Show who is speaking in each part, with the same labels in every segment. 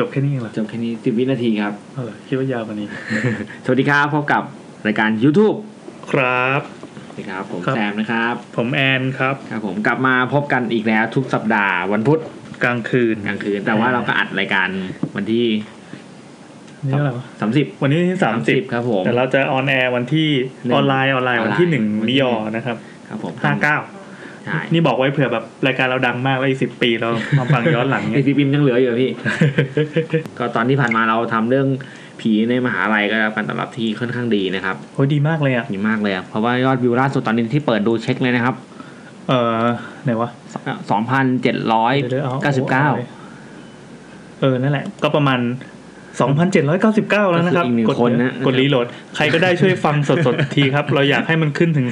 Speaker 1: บแค่นี้เองเหรอ
Speaker 2: จบแค่นี้10 วินาทีครับ
Speaker 1: เหรอคิดว่ายาวกว่านี้
Speaker 2: สวัสดีครับพบกับรายการ YouTube
Speaker 1: ครับ
Speaker 2: สวัสดีครับผมแซมนะครับ
Speaker 1: ผมแอนครับ
Speaker 2: ครับผมกลับมาพบกันอีกแล้วทุกสัปดาห์วันพุธ
Speaker 1: กลางคืน
Speaker 2: แต่ว่าเราก็อัดรายการวันที่
Speaker 1: นี่อะไรวะ
Speaker 2: 30
Speaker 1: วันนี้ที่30
Speaker 2: ครับผม
Speaker 1: แต่เราจะออนแอร์วันที่ออนไลน์วันที่1มิถุนายนนะครับ
Speaker 2: ครับผม
Speaker 1: 59ใช่นี่บอกไว้เผื่อแบบรายการเราดังมากแล้วอีก10 ปีเรามาฟังย้อนหลังเนี่ย
Speaker 2: 10 ปียังเหลืออยู่พี่ ก็ตอนที่ผ่านมาเราทำเรื่องผีในมหาลัยก็ได้รับการตอบรับที่ค่อนข้างดีนะครับ
Speaker 1: โหดีมากเลยอ่ะ
Speaker 2: ดีมากเลยเพราะว่ายอดวิวล่าสุดตอนนี้ที่เปิดดูเช็คเลยนะครับ
Speaker 1: ไหนวะ
Speaker 2: 2,799
Speaker 1: นั่นแหละก็ประมาณ2,799 แล้วนะครับกดรีโหลดใครก็ได้ช่วยฟังสดๆทีครับเราอยากให้มันขึ้นถึง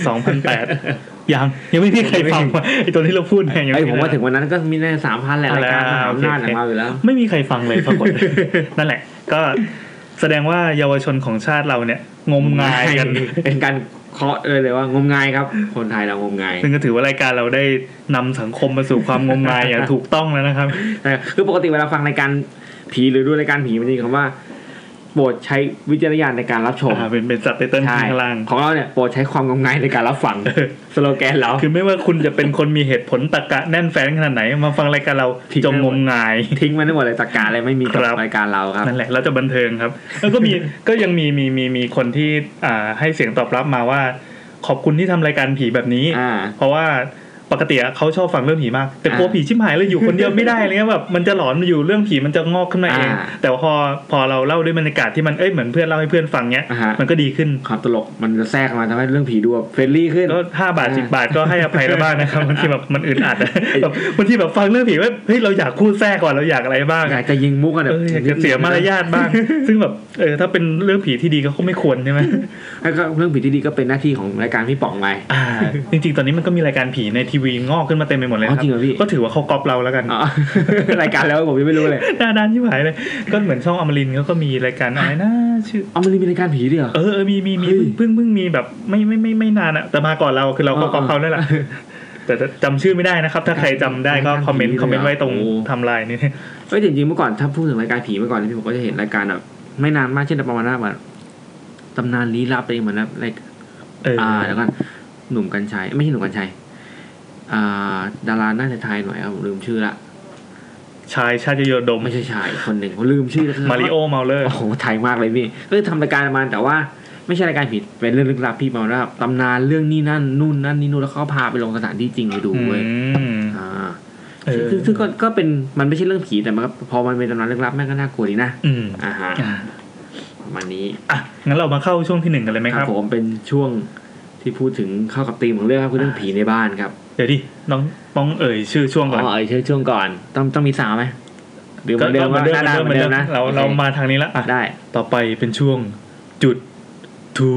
Speaker 1: 2,800 ยังไม่มีใครฟังไอ้ตัวที่เราพูดแพงยัง
Speaker 2: ผมว่าถึงวันนั้นก็มีแน่ 3,000 แหละรายการหน้าหนังมาอยู่แล้ว
Speaker 1: ไม่มีใครฟังเลยปรากฏนั่นแหละก็แสดงว่าเยาวชนของชาติเราเนี่ยงมงายกัน
Speaker 2: เป็นการเคาะเลยว่างมงายครับคนไทยเรางมงาย
Speaker 1: ซึ่งก็ถือว่ารายการเราได้นำสังคมมาสู่ความงมงายอย่างถูกต้องแล้วนะครับ
Speaker 2: คือปกติเวลาฟังรายการผีหรือดูรายการผีมันจะมีคำว่าโปรดใช้วิจารณญาณในการรับชม
Speaker 1: เป็นซับไตเติ้ลข้างล่าง
Speaker 2: ของเราเนี่ยโปรดใช้ความงมงายในการรับฟังสโลแกนเรา
Speaker 1: คือไม่ว่าคุณจะเป็นคนมีเหตุผลตรรกะแน่นแฟ้นขนาดไหนมาฟังรายการเราจงงมงาย
Speaker 2: ทิ้งมันได้หมดเลยตรรกะอะไรไม่มีกับรายการเราครับ
Speaker 1: นั่นแหละเราจะบันเทิงครับแล้วก็ยังมีคนที่ให้เสียงตอบรับมาว่าขอบคุณที่ทำรายการผีแบบนี้เพราะว่าปกติเขาชอบฟังเรื่องผีมากแต่กลัวผีชิบหายเลยอยู่คนเดียวไม่ได้เลยแบบมันจะหลอนอยู่เรื่องผีมันจะงอกขึ้นมาเองแต่พอเราเล่าด้วยบรรยากาศที่มันเหมือนเพื่อนเล่าให้เพื่อนฟังเนี้ยมันก็ดีขึ้น
Speaker 2: ความตลกมันจะแทรกมาทำให้เรื่องผีดูแบบเฟรนลี่ขึ้น
Speaker 1: ก็5 บาท 10 บาทก็ให้อภัยแล้วบ้างนะครับบางทีแบบมันอึดอัดแบบบางทีแบบฟังเรื่องผีว่าเฮ้ยเราอยากพูดแทรกก่อนเราอยากอะไรบ้าง
Speaker 2: อยากจะยิงมุกกันแบบ
Speaker 1: อยากจะเสียมารยาทบ้างซึ่งแบบถ้าเป็นเรื่องผีที่ดีก็ไม่ควรใช่ไหม
Speaker 2: แล้วก็เรื่องผีที่ดีก็เป็นหน้าที่ของรายการพี่ป๋องไง
Speaker 1: จริงๆตอนนี้มันก็มีรายการผีในทีวีงอกขึ้นมาเต็มไปหมดเลยครับก็ถือว่าเขาก๊อปเราแล้วกัน
Speaker 2: รายการแล้วผมยังไม่รู้เลย
Speaker 1: ด้านที่หายเลยก็เหมือนช่องอมรินทร์ก็มีรายการอะไรนะชื่อ
Speaker 2: อมรินทร์มีรายการผีด้วยเหรอ
Speaker 1: มีเพิ่งมีแบบไม่นานอ่ะแต่มาก่อนเราคือเราก็ก๊อปเขาได้แหละแต่จำชื่อไม่ได้นะครับถ้าใครจำได้ก็คอมเมนต์ไว้ตรงไทม์ไลน์นี่
Speaker 2: จริงๆเมื่อก่อนถ้าพูดถึงรายการผีเมื่อก่อนพี่ผมก็จะเห็นรายการแบบไม่นานมากเช่นประมาณว่าตำนานลี้ลับอะไรเหมือนแบบแล้วกันหนุ่มกัญชัยไม่ใช่หนุ่มกัญชัยดาราน่าจะไทยหน่อยผมลืมชื่อละ
Speaker 1: ชาติโยดม
Speaker 2: ไม่ใช่ชายคนหนึ่งผมลืมชื่อ
Speaker 1: มาริโอเมาเลอร์
Speaker 2: โอ้โหไทยมากเลยพี่ก็ทำรายการมาแต่ว่าไม่ใช่รายการผิดเป็นเรื่องลึกลับพี่มาว่าตำนานเรื่องนี่นั่นนู่นแล้วเขาพาไปลงสถานที่จริงไปดูเว้ยซึ่งก็เป็นมันไม่ใช่เรื่องผีแต่มันพอมันเป็นตำนานลึกลับแม่งก็น่ากลัวดีนะฮะประมาณนี้
Speaker 1: งั้นเรามาเข้าช่วงที่1กันเลยไหมครับ
Speaker 2: ผมเป็นช่วงที่พูดถึงเข้ากับธีมของเรื่องครับคือเรื่องผีในบ้านครับ
Speaker 1: เดี๋ยวดิน้องป้องชื่อช่วงก่อน
Speaker 2: ชื่อช่วงก่อนต้องมีสาวไหม
Speaker 1: เดี๋ยวเหมือนเดิมนะเรามาทางนี้ละ
Speaker 2: ได้
Speaker 1: ต่อไปเป็นช่วงจุดทู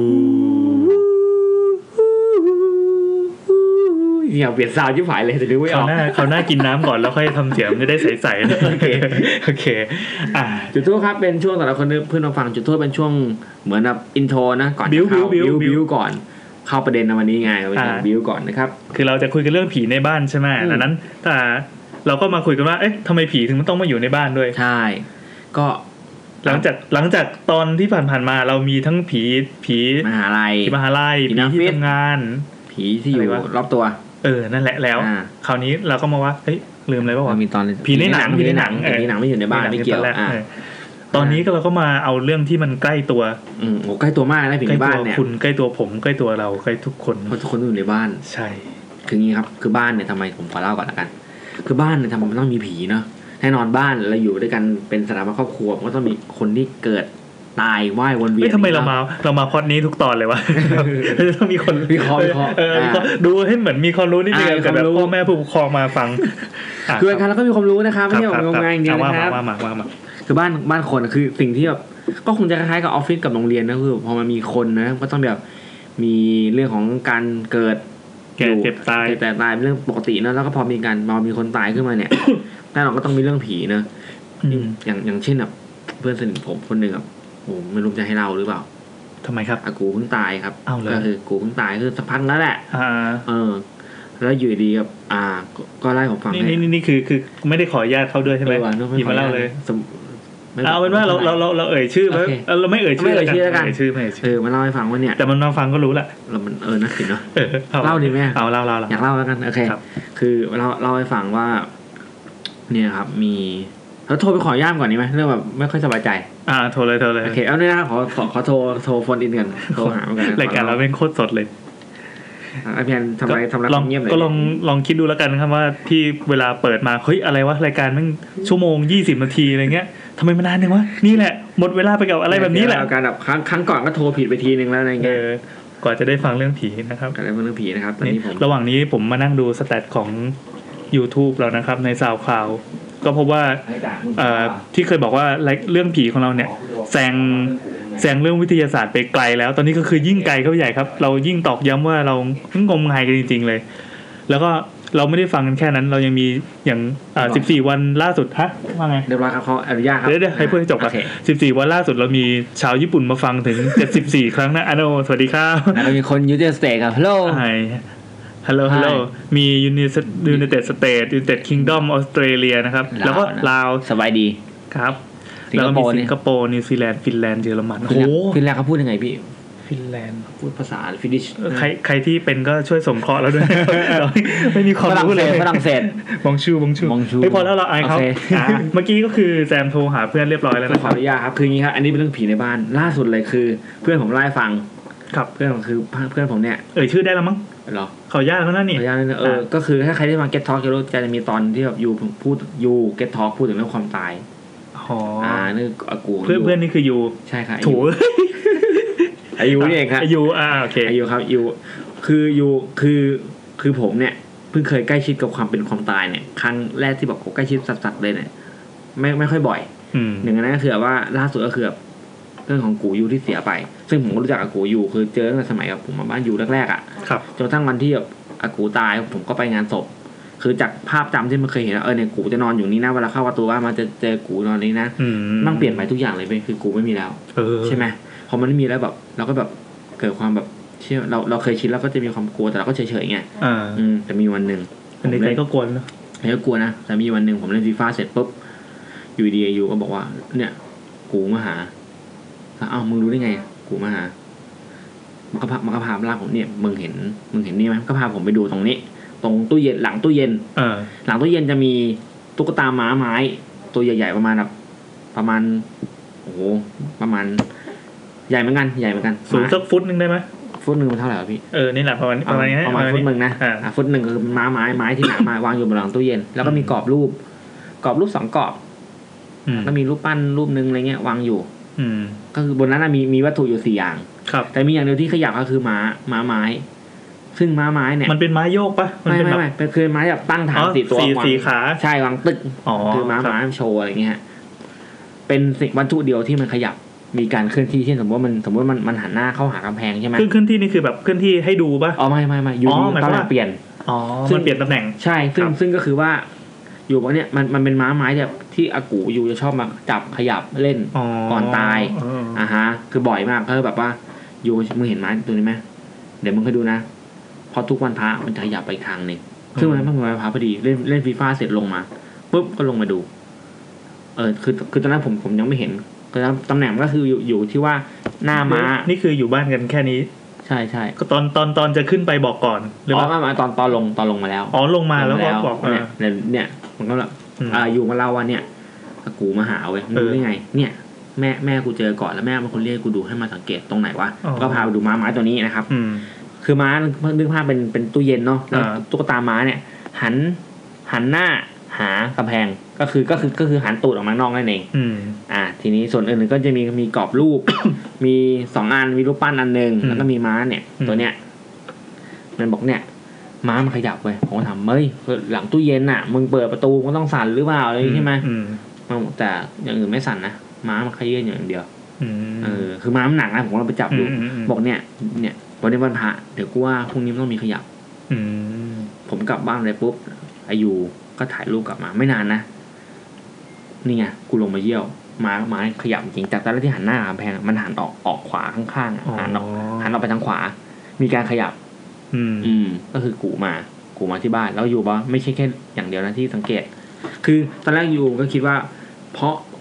Speaker 2: อยากเปลี่ยนซาวด์ชิบหายเลยแต่ดูไม่ออก
Speaker 1: เขาหน้ากินน้ำก่อนแล้วค่อยทำเสียงจะได้ใสๆโอเค
Speaker 2: จุดทูครับเป็นช่วงแต่ละคนเพื่อนเราฟังจุดทูเป็นช่วงเหมือนแบบอินโทรนะก่อนบิวก่อนเข้าประเด็นในวันนี้ไงเราบิวก่อนนะครับ
Speaker 1: คือเราจะคุยกันเรื่องผีในบ้านใช่ไหมดังนั้นแต่เราก็มาคุยกันว่าเอ๊ะทำไมผีถึงมันต้องมาอยู่ในบ้านด้วย
Speaker 2: ใช่ก็
Speaker 1: หลังจากตอนที่ผ่านมาเรามีทั้งผี
Speaker 2: มหาลัย
Speaker 1: ผีที่ทำงาน
Speaker 2: ผีที่อยู่รอบตัว
Speaker 1: นั่นแหละแล้วคราวนี้เราก็มาว่าเฮ้ยลืมอะไรป่าว
Speaker 2: มีตอน
Speaker 1: ผีในหนัง
Speaker 2: ไม่อยู่ในบ้านไม่เกี่ยว
Speaker 1: ตอนนี้ก็เราก็มาเอาเรื่องที่มันใกล้ตัว
Speaker 2: โอ้ใกล้ตัวมากนะผีในบ้านเนี่ย
Speaker 1: คุณใกล้ตัวผมใกล้ตัวเราใกล้ทุกคน
Speaker 2: เพราะทุกคนอยู่ในบ้าน
Speaker 1: ใช่
Speaker 2: คืองี้ครับคือบ้านเนี่ยทำไมผมขอเล่าก่อนละกันคือบ้านเนี่ยทำไมมันต้องมีผีเนาะแน่นอนบ้านเราอยู่ด้วยกันเป็นสถาบันครอบครัวมันก็ต้องมีคนที่เกิดตายว่ายวนเวียน
Speaker 1: ทำไมเรามาพอดนี้ทุกตอนเลยวะต้องมีคน
Speaker 2: วิเคราะห์
Speaker 1: ดูให้เหมือนมีความรู้นิดนึงกับแบบพ่อแม่ผู้ปกครองมาฟัง
Speaker 2: คือการแล้วก็มีความรู้นะครับไม่ใช่แบบงมงายอย่างเดียวนะครับ
Speaker 1: มา
Speaker 2: คือบ้านคนคือสิ่งที่แบบก็คงจะคล้ายๆกับออฟฟิศกับโรงเรียนนะคือพอมันมีคนนะก็ต้องแบบมีเรื่องของการเกิด
Speaker 1: แก่เจ็บตาย
Speaker 2: เป็นเรื่องปกตินะแล้วก็พอมีคนตายขึ้นมาเนี่ยแน่นอนก็ต้องมีเรื่องผีนะอย่างเช่นแบบเพื่อนสนิทผมคนนึงครับผมไม่รู้จะให้เล่าหรือเปล่า
Speaker 1: ทำไมครับ
Speaker 2: กูเพิ่งตายครับ
Speaker 1: ก็
Speaker 2: คือกูเพิ่งตายคือสักพักแล้วแหละแล้วอยู่ดีกับก็ไล่ผมฟัง
Speaker 1: นี่คือไม่ได้ขออนุญาตเขาด้วยใช่ไหมพี่มาเล่าเลยเอาเป็นว่าเราเอ่ยชื่อไหมเราไม่เอ่ยชื่อแล้วกัน
Speaker 2: มาเล่าให้ฟังว่าเนี่ย
Speaker 1: แต่มันมาฟังก็รู้แหละ
Speaker 2: เรามันน่าสิเนาะเล่าดีไหม
Speaker 1: เอาเล่า
Speaker 2: อยากเล่าแล้วกันโอเคคือเล่าให้ฟังว่าเนี่ยครับมีแล้วโทรไปขอย่ามก่อนนี้ไหมเรื่องแบบไม่ค่อยสบายใจ
Speaker 1: โทรเลย
Speaker 2: โอเคเอาเนี่ยนะขอโทรโฟนอินกันโทรหากัน
Speaker 1: รายการเราเป็นโคตรสดเลย
Speaker 2: ไอพีนทำอะไรเงียบเลย
Speaker 1: ก็ลองคิดดูแล้วกันครับว่าที่เวลาเปิดมาเฮ้ยอะไรวะรายการมันชั่วโมง20นาทีอะไรเงี้ยทำไมมันนานจังวะนี่แหละหมดเวลาไปกับอะไรแบบนี้แหละ
Speaker 2: การแบบครั้งก่อนก็โทรผิดไปทีนึงแล้วอะไรเงี้ย
Speaker 1: กว่าจะได้ฟังเรื่องผีนะครับ
Speaker 2: ก็ได้ฟังเรื่องผีนะครับตอนนี้ผม
Speaker 1: ระหว่างนี้ผมมานั่งดูสแตทของ YouTube แล้วนะครับในSoundCloudก็พบว่าที่เคยบอกว่าเรื่องผีของเราเนี่ยแซงเรื่องวิทยาศาสตร์ไปไกลแล้วตอนนี้ก็คือยิ่งไกลเข้าไปใหญ่ครับเรายิ่งตอกย้ำว่าเรางมงายกันจริงๆเลยแล้วก็เราไม่ได้ฟังกันแค่นั้นเรายังมีอย่าง14วันล่าสุดฮะว่าไง
Speaker 2: เรียบร้อยครับเขาอนุญาตครับ
Speaker 1: เดี๋ยวให้เพื่อนจบครับ14วันล่าสุดเรามีชาวญี่ปุ่นมาฟังถึง74ครั้งนะสวัสดีครับ
Speaker 2: แล้วมีคนยูเนเต็ดสเตทครับฮัลโหล
Speaker 1: ฮัลโหลมีUnited States United Kingdom ออสเตรเลียนะครับแล้วก็ลาว
Speaker 2: สบายดี
Speaker 1: ครับแล้วมีสิงคโปร์นิวซีแลนด์ฟินแลนด์เยอรมัน
Speaker 2: โอ้ฟินแลนด์เขาพูดยังไงพี่
Speaker 1: ฟินแลนด์
Speaker 2: พูดภาษาฟินนิช
Speaker 1: ใครที่เป็นก็ช่วยสงเคราะห์แล้วด้วยไม่มีความรู้เลย
Speaker 2: ฝรั่งเศส
Speaker 1: บองชูไม่พอแล้วเราอายเขาเมื่อกี้ก็คือแซมโทรหาเพื่อนเรียบร้อยแล้วนะ
Speaker 2: ขออนุญาตครับคืออย่างนี้ครับอันนี้เป็นเรื่องผีในบ้านล่าสุดเลยคือเพื่อนผมเล่าให้ฟัง
Speaker 1: ครับ
Speaker 2: เพื่อนผมคือเพื่อนผมเนี่ย
Speaker 1: ชื่อได้แล้วมั้ง
Speaker 2: หรอ
Speaker 1: เขาญาติเขานั่นนี่
Speaker 2: เขาญาติก็คือถ้าใครได้มา Get Talk จะมีตอนที่แบบยู Get Talk พูดถึงเรื่องความตายนี่อากู
Speaker 1: เพื่อนนี่คือยู
Speaker 2: ใช่ครับ
Speaker 1: ถู
Speaker 2: อายุนี่เองครับ
Speaker 1: อายุโอเค
Speaker 2: อายุครับยูคือยูคือผมเนี่ยเพิ่งเคยใกล้ชิดกับความเป็นความตายเนี่ยครั้งแรกที่บอกใกล้ชิดสัสๆเลยเนี่ยไม่ค่อยบ่อยหนึ่งในนั้นก็คือว่าล่าสุดก็คือเรื่องของกูยูที่เสียไปซึ่งผมก็รู้จักอากูยูคือเจอตั้งแต่สมัยกับผมมาบ้านยูแรกๆอ่ะจนกระทั่งวันที่อากูตายผมก็ไปงานศพคือจากภาพจำที่มันเคยเห็นเนี่ยกูจะนอนอยู่นี่นะเวลาเข้าประตูว่ามันจะเจอกูนอนนี่นะมันเปลี่ยนไปทุกอย่างเลยไปคือกูไม่มีแล้วใช่ไหมพอมันไม่มีแล้วแบบเราก็แบบเกิดความแบบเชื่อเราเคยชินแล้วก็จะมีความกลัวแต่เราก็เฉยๆไงแต่มีวันหนึ่ง
Speaker 1: ในใจก็กลัวนะ
Speaker 2: ก็กลัวนะแต่มีวันหนึ่งผมเล่นฟีฟ่าเสร็จปุ๊บอยู่ดียูก็บอกว่าเนี่ยกูมาหามึงรู้ได้ไงกูมาหามันก็พาลากผมเนี่ยมึงเห็นนี่ไหมก็พาผมไปดูตรงนี้ตรงตู้เย็นหลังตู้เย็นหลังตู้เย็นจะมีตุ๊กตาม้าไม้ตัวใหญ่ๆประมาณโอ้โหประมาณใหญ่เหมือนกัน
Speaker 1: สูงสักฟุตนึงได้ไหม
Speaker 2: ฟุตนึงมันเท่าไหร่พี่
Speaker 1: นี่แหละประมาณนี้
Speaker 2: ประมาณฟุตนึงนะฟุตนึงคือม้าไม้ที่หนามาวางอยู่บนหลังตู้เย็นแล้วก็มีกรอบรูป2กรอบแล้วมีรูปปั้นรูปนึงอะไรเงี้ยวางอยู่ก็คือบนนั้นมีวัตถุอยู่4อย่างแต่มีอย่างเดียวที่ขยับก็คือม้าไม้ซึ่งม้าไม้เนี่ย
Speaker 1: มันเป็นไม้โยกปะ
Speaker 2: ไม่เป็นคือไม้แบบตั้งฐาน4ตัว
Speaker 1: 4ขา
Speaker 2: ใช่วางตึกคือม้าโชว์อะไรเงี้ยเป็นสิ่งวัตถุเดียวที่มันขยับมีการเคลื่อนที่เช่นสมมติว่ามันหันหน้าเข้าหากำแพงใช่ไหม
Speaker 1: เคลื่อนที่นี่คือแบบเคลื่อนที่ให้ดูปะ
Speaker 2: ไม่อยู่ตำแหน่งเปลี่ยน
Speaker 1: มันเปลี่ยนตำแหน่ง
Speaker 2: ใช่ซึ่งก็คือว่าอยู่ว่าเนี่ยมันเป็นม้าไม้แบบที่อากูอยู่จะชอบมาจับขยับเล่นก่อนตายคือบ่อยมากก็แบบว่าอยู่มึงเห็นไม้ตัวนี้ไหมเดี๋ยวมึงเคยดูนะพอทุกวันพระมันจะขยับไปอีกทางนึงซึ่งวันนั้นมันวันพระพอดีเล่นฟีฟ่าเสร็จลงมาปุ๊บก็ลงมาดูคือตอนนั้นผมยังไม่เห็นคือตำแหน่งก็คืออยู่ที่ว่าหน้าม้า
Speaker 1: นี่คืออยู่บ้านกันแค่นี้
Speaker 2: ใช่
Speaker 1: ก็ตอนจะขึ้นไปบอกก่อน
Speaker 2: หรือว่ามาตอนลงมาแล้ว
Speaker 1: ลงมาแล้วก็บอก
Speaker 2: เนี่ยมันก็แบบอยู่มาเล่าว่าเนี่ยกูมาหาเว้ยรู้ได้ไงเนี่ยแม่กูเจอก่อนแล้วแม่เป็นคนเรียกกูดูให้มาสังเกตตรงไหนวะก็พาไปดูม้าไม้ตัวนี้นะครับคือม้านึกภาพเป็นตู้เย็นเนาะแล้วตุ๊กตาม้าเนี่ยหันหน้าหากำแพงก็คือหันตูดออกมานอกนั่นเองทีนี้ส่วนอื่นก็จะมีกรอบรูป มี2อันมีรูปปั้นอันนึงแล้วก็มีม้าเนี่ยตัวเนี้ยมันบอกเนี่ยม้ามันขยับเว้ยผมก็ถามหลังตู้เย็นน่ะมึงเปิดประตูก็ต้องสั่นหรือเปล่าอะไรใช่ไหมแต่อย่างอื่นไม่สั่นนะม้ามันขยื่นอย่างเดียวคือม้ามันหนักนะผมก็ไปจับดูบอกเนี่ยวันนี้วันพระเดี๋ยวกูว่าพรุ่งนี้มันต้องมีขยับผมกลับบ้านเลยปุ๊บอายุก็ถ่ายรูปกลับมาไม่นานนะนี่ไงกูลงมาเยี่ยวม้าขยับจริงจากตอนแรกที่หันหน้ากำแพงมันหันออกขวาข้างๆหันออกไปทางขวามีการขยับก็คือกูมาที่บ้านแล้วอยู่ว่าไม่ใช่แค่อย่างเดียวนะที่สังเกตคือตอนแรกอยู่ก็คิดว่าเพราะ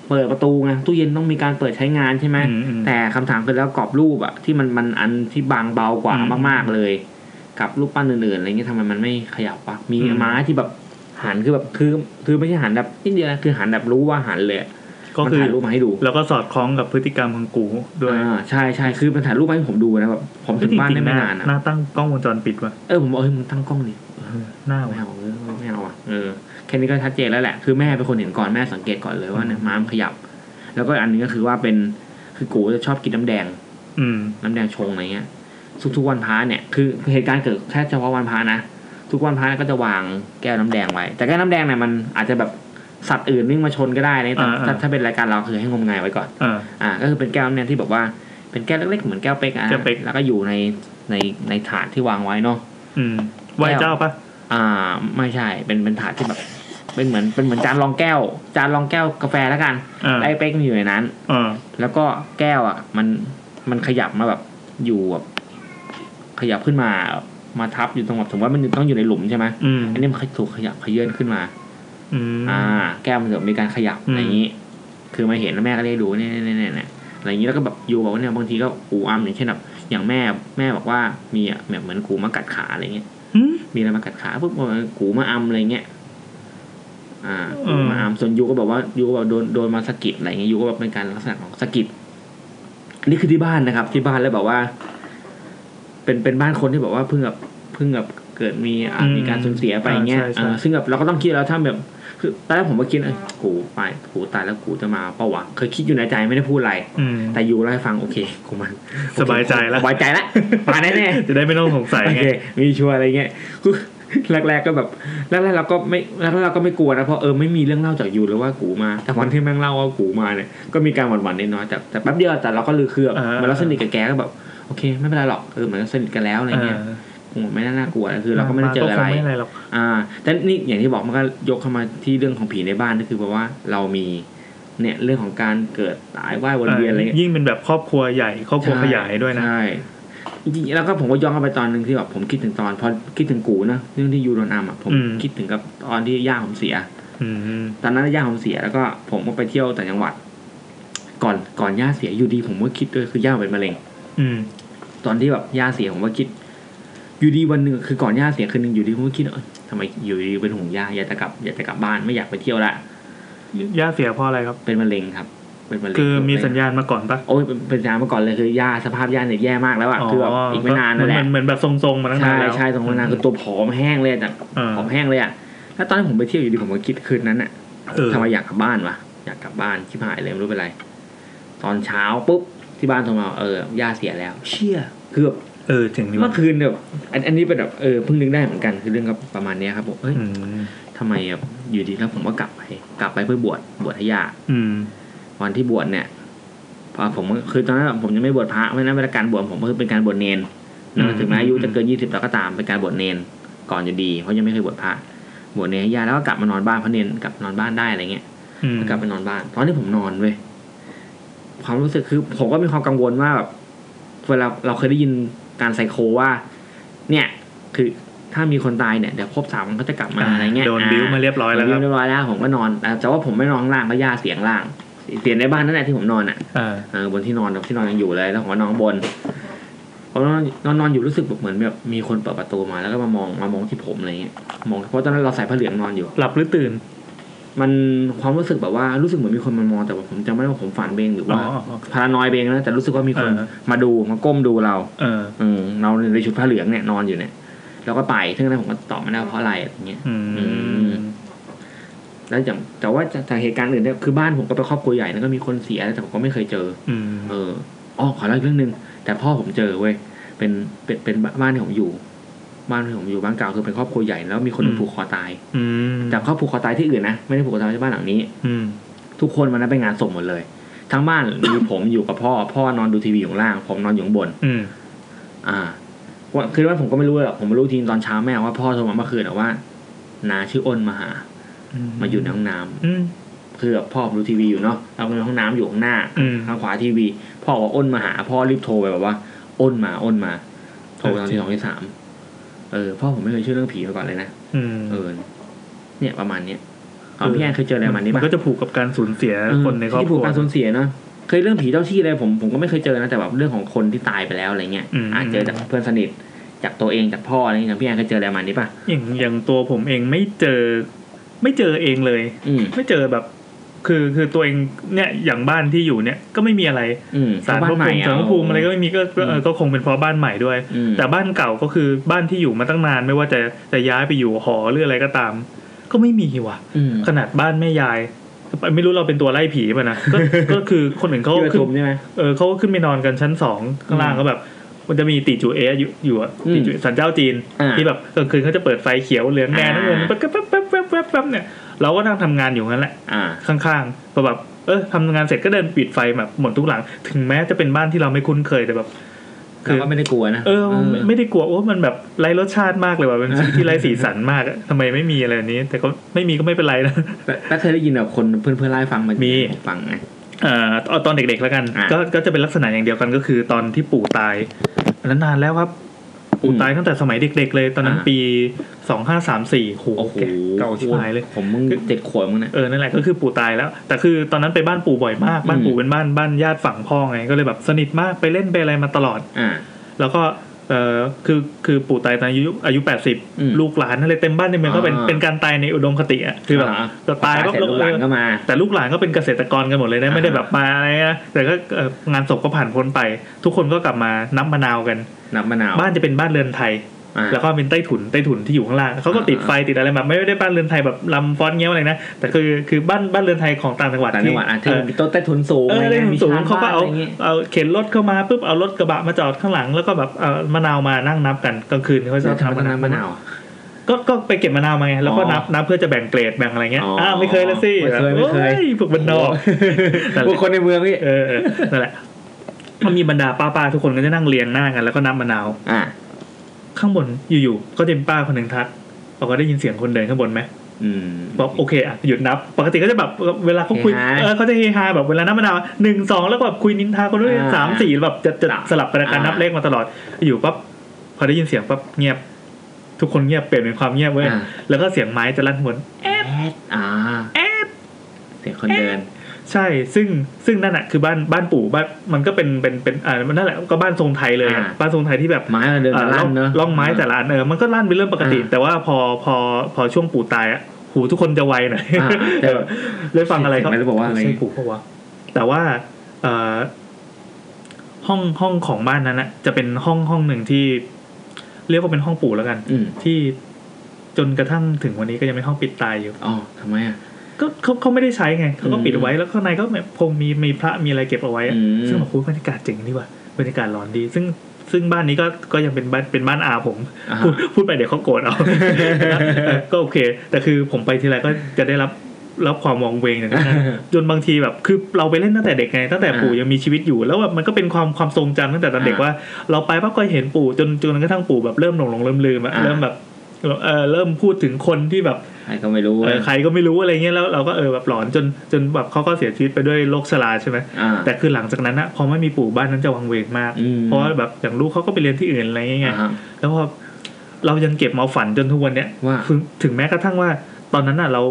Speaker 2: เปิดประตูไงตู้เย็นต้องมีการเปิดใช้งานใช่ไหมแต่คำถามคือแล้วกรอบรูปอะที่มันอันที่บางเบากว่ามากๆเลยกับรูปปั้นอื่นๆอะไรเงี้ยทำไมมันไม่ขยับวะมีไม้ที่แบบหันคือแบบคือไม่ใช่หันแบบนิดเดียวนะคือหันแบบรู้ว่าหันเลยก็คือถ่ายรูปมาให้ดู
Speaker 1: แล้วก็สอดคล้องกับพฤติกรรมของกูด้วย
Speaker 2: ใช่คือมันถ่ายรูปมาให้ผมดูนะแบบผมถึงบ้านได้ไม่นาน
Speaker 1: น่าตั้งกล้องวงจรปิดวะ
Speaker 2: ผมบอกมึงตั้งกล้องดิ
Speaker 1: หน้า
Speaker 2: ไม่เอาอ่ะแค่นี้ก็ชัดเจนแล้วแหละคือแม่เป็นคนเห็นก่อนแม่สังเกตก่อนเลยว่าเนี่ยม้ามันขยับแล้วก็อันนึงก็คือว่าเป็นคือกูจะชอบกินน้ำแดงน้ำแดงชงอะไรเงี้ยทุกวันพระเนี่ยคือเหตุการณ์เกิดแค่เฉพาะวันพระนะทุกวันพระก็จะวางแก้วน้ำแดงไว้แต่แก้วน้ำแดงเนี่ยมันอาจจะแบบสัตว์อื่นวิ่งมาชนก็ได้นะแต่ถ้าเป็นรายการเราคือให้งมงายไว้ก่อนก็คือเป็นแก้วน้ำแดงที่แบบว่าเป็นแก้วเล็กๆเหมือนแก้วเป๊กแล้วก็อยู่ในถาดที่วางไว้เนาะ
Speaker 1: ไหว้เจ้าปะ
Speaker 2: ไม่ใช่เป็นถาดที่แบบเป็นเหมือนจานรองแก้วกาแฟแล้วกันไอ้เป๊กมันอยู่ในนั้นแล้วก็แก้วอ่ะมันขยับมาแบบอยู่แบบขยับขึ้นมาทับอยู่ตรงแบบสมมติว่ามันต้องอยู่ในหลุมใช่ไหมอันนี้มันถูกขยับขยื่นขึ้นมาแก้วมันจะมีการขยับอะไรอย่างนี้คือมาเห็นแล้วแม่ก็ได้ดูเนี่ยอะไรอย่างนี้แล้วก็แบบอยู่แบบว่าเนี่ยบางทีก็กูอ้ำอย่างเช่นแบบอย่างแม่บอกว่ามีแบบเหมือนกูมากัดขาอะไรเงี้ยมีอะไรมากัดขาปุ๊บกูมาอ้ำอะไรเงี้ยมาอ้ำส่วนยูก็บอกว่ายูก็แบบโดนมาสะกิดอะไรเงี้ยยูก็แบบเป็นการลักษณะของสะกิดนี่คือที่บ้านนะครับที่บ้านแล้วแบบว่าเป็นบ้านคนที่บอกว่าเพิ่งแบบเกิดมีการสูญเสียไปเงี้ยซึ่งแบบเราก็ต้องคิดแล้วถ้าแบบคือตอนแรกผมก็คิดกูตายแล้วกูจะมาเปล่าวะเคยคิดอยู่ในใจไม่ได้พูดอะไรแต่ยูเล่าให้ฟังโอเคกูมัน
Speaker 1: สบายใจแล้ว
Speaker 2: มาแน่
Speaker 1: ๆจะได้ไม่ต้องสงสัยไง
Speaker 2: มีชัวร์อะไรเงี้ยแรกๆก็แบบแรกๆเราก็ไม่กลัวนะเพราะไม่มีเรื่องเล่าจากยูเลยว่ากูมาแต่วันที่แม่งเล่าว่ากูมาเนี่ยก็มีการหวั่นๆนิดน้อยแต่แป๊บเดียวแต่เราก็ลือเคลือบมันแล้วสนิทกับแกก็แบบโอเคไม่เป็นไรหรอกเหมือนสนิทกันแล้วอะไรเงี้ยไม่น่ากลัวคือเราก็ไม่ได้เจออะไรแต่นี่อย่างที่บอกมันก็ยกเข้ามาที่เรื่องของผีในบ้านก็คือเพราะว่าเรามีเนี่ยเรื่องของการเกิดตายว่ายวนเวียนอะไร
Speaker 1: ยิ่งเป็นแบบครอบครัวใหญ่ครอบครัวขยายด้วยนะ
Speaker 2: ใช่จริงๆแล้วก็ผมก็ย้อนกลับไปตอนนึงที่แบบผมคิดถึงตอนพอคิดถึงกูนะเรื่องที่ยูโดนอัมอ่ะผมคิดถึงกับตอนที่ย่าผมเสียตอนนั้นย่าผมเสียแล้วก็ผมก็ไปเที่ยวต่างจังหวัดก่อนย่าเสียอยู่ดีผมก็คิดด้วยคือย่าเป็นมะเร็งตอนที่แบบย่าเสียผมก็คิดอยู่ดีวันหนึ่งคือก่อนย่าเสียคืนนึงอยู่ดีผมก็คิดทำไมอยู่ดีเป็นห่วงย่าอยากจะกลับบ้านไม่อยากไปเที่ยวละ
Speaker 1: ย่าเสียเพราะอะไรครับ
Speaker 2: เป็นมะเร็งครับเป็นมะเร็ง
Speaker 1: คือมีสัญญาณมาก่อนปะ
Speaker 2: โอ้ยเป็นสัญญาณมาก่อนเลยคือย่าสภาพย่าเนี่ยแย่มากแล้วอ่ะคือแบบอีกไม่นานนั่นแหละ
Speaker 1: เหมือนแบบทรงๆมาตั้งนานแล้ว
Speaker 2: ใช่ทรงมานานคือตัวผอมแห้งเลยจากผอมแห้งเลยอ่ะแล้วตอนที่ผมไปเที่ยวอยู่ดีผมก็คิดคืนนั้นอ่ะทำไมอยากกลับบ้านวะอยากกลับบ้านชิบหายเลยไม่รู้เป็นไรตอนเช้าปุ๊บที่บ้านโทรมาย่าเสียแล้วเชี่ยคือแบบ
Speaker 1: ถึง
Speaker 2: เมื่อคืนแบบอันนี้เป็นแบบเพิ่งนึกได้เหมือนกันคือเรื่องกับประมาณนี้ครับผมทำไมแบบอยู่ดีแล้วผมก็กลับไปเพื่อบวชให้ย่าวันที่บวชเนี่ยพอผมคือตอนนั้นผมยังไม่บวชพระเพราะนั้นเป็นการบวชผมก็คือเป็นการบวชเนรถึงแม้อายุจะเกิน20แล้วก็ตามเป็นการบวชเนรก่อนอยู่ดีเพราะยังไม่เคยบวชพระบวชเนรให้ย่าแล้วก็กลับมานอนบ้านเพราะเนรกลับนอนบ้านได้อะไรเงี้ยกลับไปนอนบ้านตอนที่ผมนอนเว้ยความรู้สึกคือผมก็มีความกังวลว่าแบบเวลาเราเคยได้ยินการไซโคว่าเนี่ยคือถ้ามีคนตายเนี่ยเดี๋ยวครบ3วันก็จะกลับมาอะไรเงี้ย
Speaker 1: โดนบิ้วมาเรียบร้อยแล้วครับ
Speaker 2: เรียบร้อยแล้วผมก็นอนแต่ว่าผมไม่นอนข้างล่างเพราะย่าเสียงล่างเสียงในบ้านนั่นแหละที่ผมนอนบนที่นอนยังอยู่เลยแล้วผมก็นอนบนพอนอนอยู่รู้สึกแบบเหมือนแบบมีคนเปิดประตูมาแล้วก็มามองที่ผมอะไรเงี้ยมองเพราะตอนนั้นเราใส่ผ้าเหลืองนอนอยู่
Speaker 1: หลับหรือตื่น
Speaker 2: มันความรู้สึกแบบว่ารู้สึกเหมือนมีคนมามองแต่ว่าผมจำไม่ได้ว่าผมฝันเองหรือว่าพารานอยเองนะแต่รู้สึกว่ามีคนมาดูมาก้มดูเราเราในชุดผ้าเหลืองเนี่ยนอนอยู่เนี่ยแล้วก็ไปซึ่งนั้นผมก็ตอบไม่ได้เพราะอะไรอย่างเงี้ยแล้วแต่ว่าจากเหตุการณ์อื่นเนี่ยคือบ้านผมก็เป็นครอบครัวใหญ่แล้วก็มีคนเสียแต่ผมก็ไม่เคยเจอขอเล่าอีกเรื่องนึงแต่พ่อผมเจอเว้ยเป็นบ้านที่ผมอยู่บ้านบ้านเก่าคือเป็นครอบครัวใหญ่แล้วมีคนผูกคอตายแต่เขาผูกคอตายที่อื่นนะไม่ได้ผูกคอตายที่บ้านหลังนี้ทุกคนวันนั้นไปงานศพหมดเลยทั้งบ้านมีผมอยู่กับพ่อนอนดูทีวีอยู่ล่างผมนอนอยู่ข้างบนคือว่าผมก็ไม่รู้หรอกผมมารู้ทีตอนเช้าแม่ว่าพ่อโทรมาเมื่อคืนว่าน้าชื่ออ้นมาหามาอยู่ในห้องน้ำคือพ่อดูทีวีอยู่เนาะเราในห้องน้ำอยู่ข้างหน้าทางขวาทีวีพ่อว่าอ้นมาหาพ่อรีบโทรไปแบบว่าอ้นมาโทรตอนที่2 ที่ 3พ่อผมไม่เคยเชื่อเรื่องผีมาก่อนเลยนะเนี่ยประมาณเนี้ยพี่แอนเคยเจออะไรมานี้
Speaker 1: มันก็จะผูกกับการสูญเสียคนในครอบครัว
Speaker 2: ที่ผูกการสูญเสียเนาะเคยเรื่องผีเจ้าที่อะไรผมก็ไม่เคยเจอนะแต่แบบเรื่องของคนที่ตายไปแล้วอะไรเงี้ยเจอจากเพื่อนสนิทจากตัวเองจากพ่ออะไรอย่างเงี้ยพี่แอนเคยเจออะไรมานี้ป่ะ
Speaker 1: อย่างตัวผมเองไม่เจอเองเลยไม่เจอแบบคือตัวเองเนี่ยอย่างบ้านที่อยู่เนี่ยก็ไม่มีอะไรศาลพระภูมิอะไรก็ไม่มีก็คงเป็นเพราะบ้านใหม่ด้วยแต่บ้านเก่าก็คือบ้านที่อยู่มาตั้งนานไม่ว่าจะย้ายไปอยู่หอหรืออะไรก็ตามก็ไม่มีว่ะขนาดบ้านแม่ยายไม่รู้เราเป็นตัวไล่ผีป่ะนะก็คือคนอื่นเขาขึ้นเขาก็ขึ้นไปนอนกันชั้น2ข้างล่างก็แบบมันจะมีตีจูเออยู่ตีจูสันเจ้าจีนที่แบบกลางคืนเขาจะเปิดไฟเขียวเหลืองแดงน้ำเงินแป๊บเนี่ยเราก็นั่งทำงานอยู่นั่นแหละข้างๆพอแบบทำงานเสร็จก็เดินปิดไฟแบบหมดทุกหลังถึงแม้จะเป็นบ้านที่เราไม่คุ้นเคยแต่แบบ
Speaker 2: คือก็ไม่ได้กลัวนะ
Speaker 1: ไม่ได้กลัวมันแบบไร้รสชาติมากเลยว่ะเป็นชีวิตที่ไร้สีสันมากทำไมไม่มีอะไรนี้แต่ก็ไม่มีก็ไม่เป็นไรนะ
Speaker 2: แต่เคยได้ยินแบบคนเพื่อนๆเล่าให้ฟัง
Speaker 1: มี
Speaker 2: ฟังไง
Speaker 1: ตอนเด็กๆแล้วกันก็จะเป็นลักษณะอย่างเดียวกันก็คือตอนที่ปู่ตายอันนั้นนานแล้วครับปู่ตายตั้งแต่สมัยเด็กๆเลยตอนนั้นปี2534โหเก่าชิบหายเลย
Speaker 2: ผมมึง7 ขวบมึงนะ
Speaker 1: นั่นแหละก็คือปู่ตายแล้วแต่คือตอนนั้นไปบ้านปู่บ่อยมากบ้านปู่เป็นบ้านญาติฝั่งพ่อไงก็เลยแบบสนิทมากไปเล่นไปอะไรมาตลอดแล้วก็คือปู่ตายตอนอายุ80ลูกหลานอะไรเต็มบ้านเต็มเมืองก็เป็นการตายในอุดมคติอ่ะคือแบบตายก็
Speaker 2: ลูกหลานก็มา
Speaker 1: แต่ลูกหลานก็เป็นเกษตรกรกันหมดเลยนะไม่ได้แบบมาอะไรนะแต่ก็งานศพก็ผ่านพ้นไปทุกคนก็กลับมานับมะนาวกันบ้านจะเป็นบ้านเรือนไทยแล้วก็เป็นใต้ถุนที่อยู่ข้างล่างเขาก็ติดไฟติดอะไรแบบไม่ได้บ้านเรือนไทยแบบลำฟอนเงี้ยอะไรนะแต่คือบ้านเรือนไทยของต่างจังหวัด
Speaker 2: ที่มีต้นใต้ถุนสูง
Speaker 1: อะไรมีสูงเขาก็เอาเข็นรถเข้ามาปุ๊บเอารถกระบะมาจอดข้างหลังแล้วก็แบบมะนาวมานั่งนับกันกลางคืนเขาจะทำมะนาวก็ไปเก็บมะนาวมาไงแล้วก็นับเพื่อจะแบ่งเกรดแบ่งอะไรเงี้ยไม่เคยแล้วสิ
Speaker 2: ไม่เคย
Speaker 1: พวกบ้านนอก
Speaker 2: พวกคนในเมืองนี่
Speaker 1: นั่นแหละมันมีบรรดาป้าทุกคนก็จะนั่งเรียงหน้ากันแล้วก็นับมะนาวข้างบนอยู่ๆก็จะมีป้าคนหนึ่งทักเราก็ได้ยินเสียงคนเดินข้างบนไหมบอกโอเคอ่ะหยุดนับปกติก็จะแบบเวลาเขาคุยเขาจะเฮฮาแบบเวลานับมะนาว1 2แล้วก็แบบคุยนินทาคนนู้น3 4แบบจะสลับกันการนับเลขมาตลอดอยู่ปั๊บพอได้ยินเสียงปั๊บเงียบทุกคนเงียบเปลี่ยนเป็นความเงียบเว้ยแล้วก็เสียงไม้จะลั่นบนแอด
Speaker 2: เสียงคนเดิน
Speaker 1: ใช่ซึ่งนั่นแหะคือบ้านปู่บ้านมันก็เป็นนั่นแหละก็บ้านทรงไทยเลยบ้านทรงไทยที่แบบ
Speaker 2: ไม้เดินลั่นเนอะ
Speaker 1: ล่องไม้แต่ละอันมันก็ลั่นเป็นเรื่องปกติแต่ว่าพอช่วงปู่ตายอ่ะหูทุกคนจะไวหน่อยได้ฟังอะไรครับ
Speaker 2: บอกว่าอะไร
Speaker 1: ใช่ปู่เพราะว่าแต่ว่าห้องของบ้านนั้นนะจะเป็นห้องหนึ่งที่เรียกว่าเป็นห้องปู่แล้วกันที่จนกระทั่งถึงวันนี้ก็ยังเป็นห้องปิดตายอยู่
Speaker 2: ทำไมอ่ะ
Speaker 1: ก็เขาไม่ได้ใช้ไงเขาก็ปิดเอาไว้แล้วข้างในก็คงมีพระมีอะไรเก็บเอาไว้ซึ่งแบบบรรยากาศเจ๋งดีว่ะบรรยากาศร้อนดีซึ่งบ้านนี้ก็ยังเป็นบ้านอาผมพูดไปเดี๋ยวเขาโกรธเอาก็โอเคแต่คือผมไปทีไรก็จะได้รับความวังเวงอย่างนั้นจนบางทีแบบคือเราไปเล่นตั้งแต่เด็กไงตั้งแต่ปู่ยังมีชีวิตอยู่แล้วแบบมันก็เป็นความทรงจำตั้งแต่ตอนเด็กว่าเราไปปั๊บก็เห็นปู่จนกระทั่งปู่แบบเริ่มหลงลืมเริ่มแบบเริ่มพูดถึงคนที่แบบ
Speaker 2: ใครก็ไม่รู้
Speaker 1: อะไรเงี้ยแล้วเราก็แบบหลอนจนแบบเขาก็เสียชีวิตไปด้วยโรคชราใช่ไหมแต่คือหลังจากนั้นนะพอไม่มีปู่บ้านนั้นจะวังเวงมากเพราะว่าแบบอย่างลูกเขาก็ไปเรียนที่อื่นอะไรเงี้ยแล้วพอเรายังเก็บมาฝันจนทุกวันเนี้ยถึงแม้กระทั่งว่าตอนนั้นน่ะเรา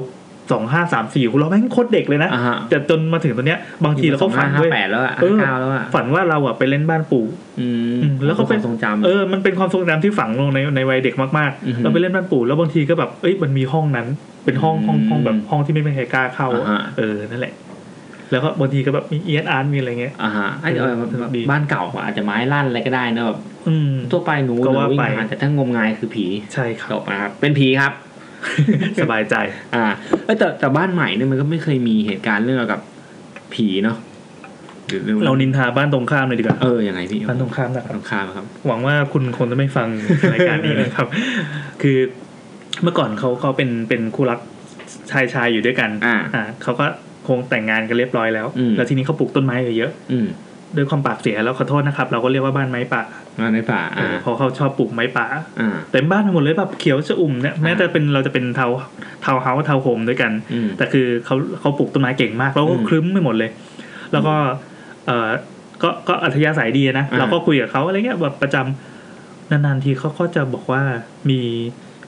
Speaker 1: 2534เราแม่งโคตรเด็กเลยนะแต่จนมาถึงตอนเนี้ยบางทีเราก็ฝันด้วย
Speaker 2: 58แล้วอ่ะ59แล้วอ่ะ
Speaker 1: ฝันว่าเราอ่ะไปเล่นบ้านปู่แล้วก็เป็น
Speaker 2: ทรงจำ
Speaker 1: มันเป็นความทรงจำที่ฝังลงในวัยเด็กมากๆเราไปเล่นบ้านปู่แล้วบางทีก็แบบมันมีห้องนั้นเป็นห้องแบบห้องที่ไม่มีใครกล้าเข้านั่นแหละแล้วก็บางทีก็แบบมีเอียดอาร์ตมีอะไรเงี้ย
Speaker 2: บ้านเก่าอาจจะไม้ลั่นอะไรก็ได้นะแบบทั่วไปหนูวิ่งผ่านแต่ถ้างมงายคือผี
Speaker 1: ใช่ครับ
Speaker 2: เป็นผีครับ
Speaker 1: สบายใจ
Speaker 2: แต่บ้านใหม่เนี่ยมันก็ไม่เคยมีเหตุการณ์เรื่องเกี่ยวกับผีเนาะ
Speaker 1: เรานินทาบ้านตรงข้ามเลยดีกว่า
Speaker 2: ยังไงพี่
Speaker 1: บ้านตรงข้ามนะครับ
Speaker 2: ตรงข้ามครับ
Speaker 1: หวังว่าคุณคงจะไม่ฟังรายการนี้นะครับคือเมื่อก่อนเขาเป็นคู่รักชายอยู่ด้วยกันเขาก็คงแต่งงานกันเรียบร้อยแล้วแล้วทีนี้เขาปลูกต้นไม้เยอะด้วยความปากเสียแล้วขอโทษนะครับเราก็เรียกว่าบ้านไม้ป่าเพราะเขาชอบปลูกไม้ป่าเต็มบ้านหมดเลยแบบเขียวชอุ่มเนี่ยแม้แต่เราจะเป็นเทาเฮาส์เทาโฮมด้วยกันแต่คือเขาปลูกต้นไม้เก่งมากแล้วก็ครึ้มไปหมดเลยแล้วก็ก็อัธยาศัยดีนะเราก็คุยกับเขาอะไรเงี้ยแบบประจำนานๆทีเขาก็จะบอกว่ามี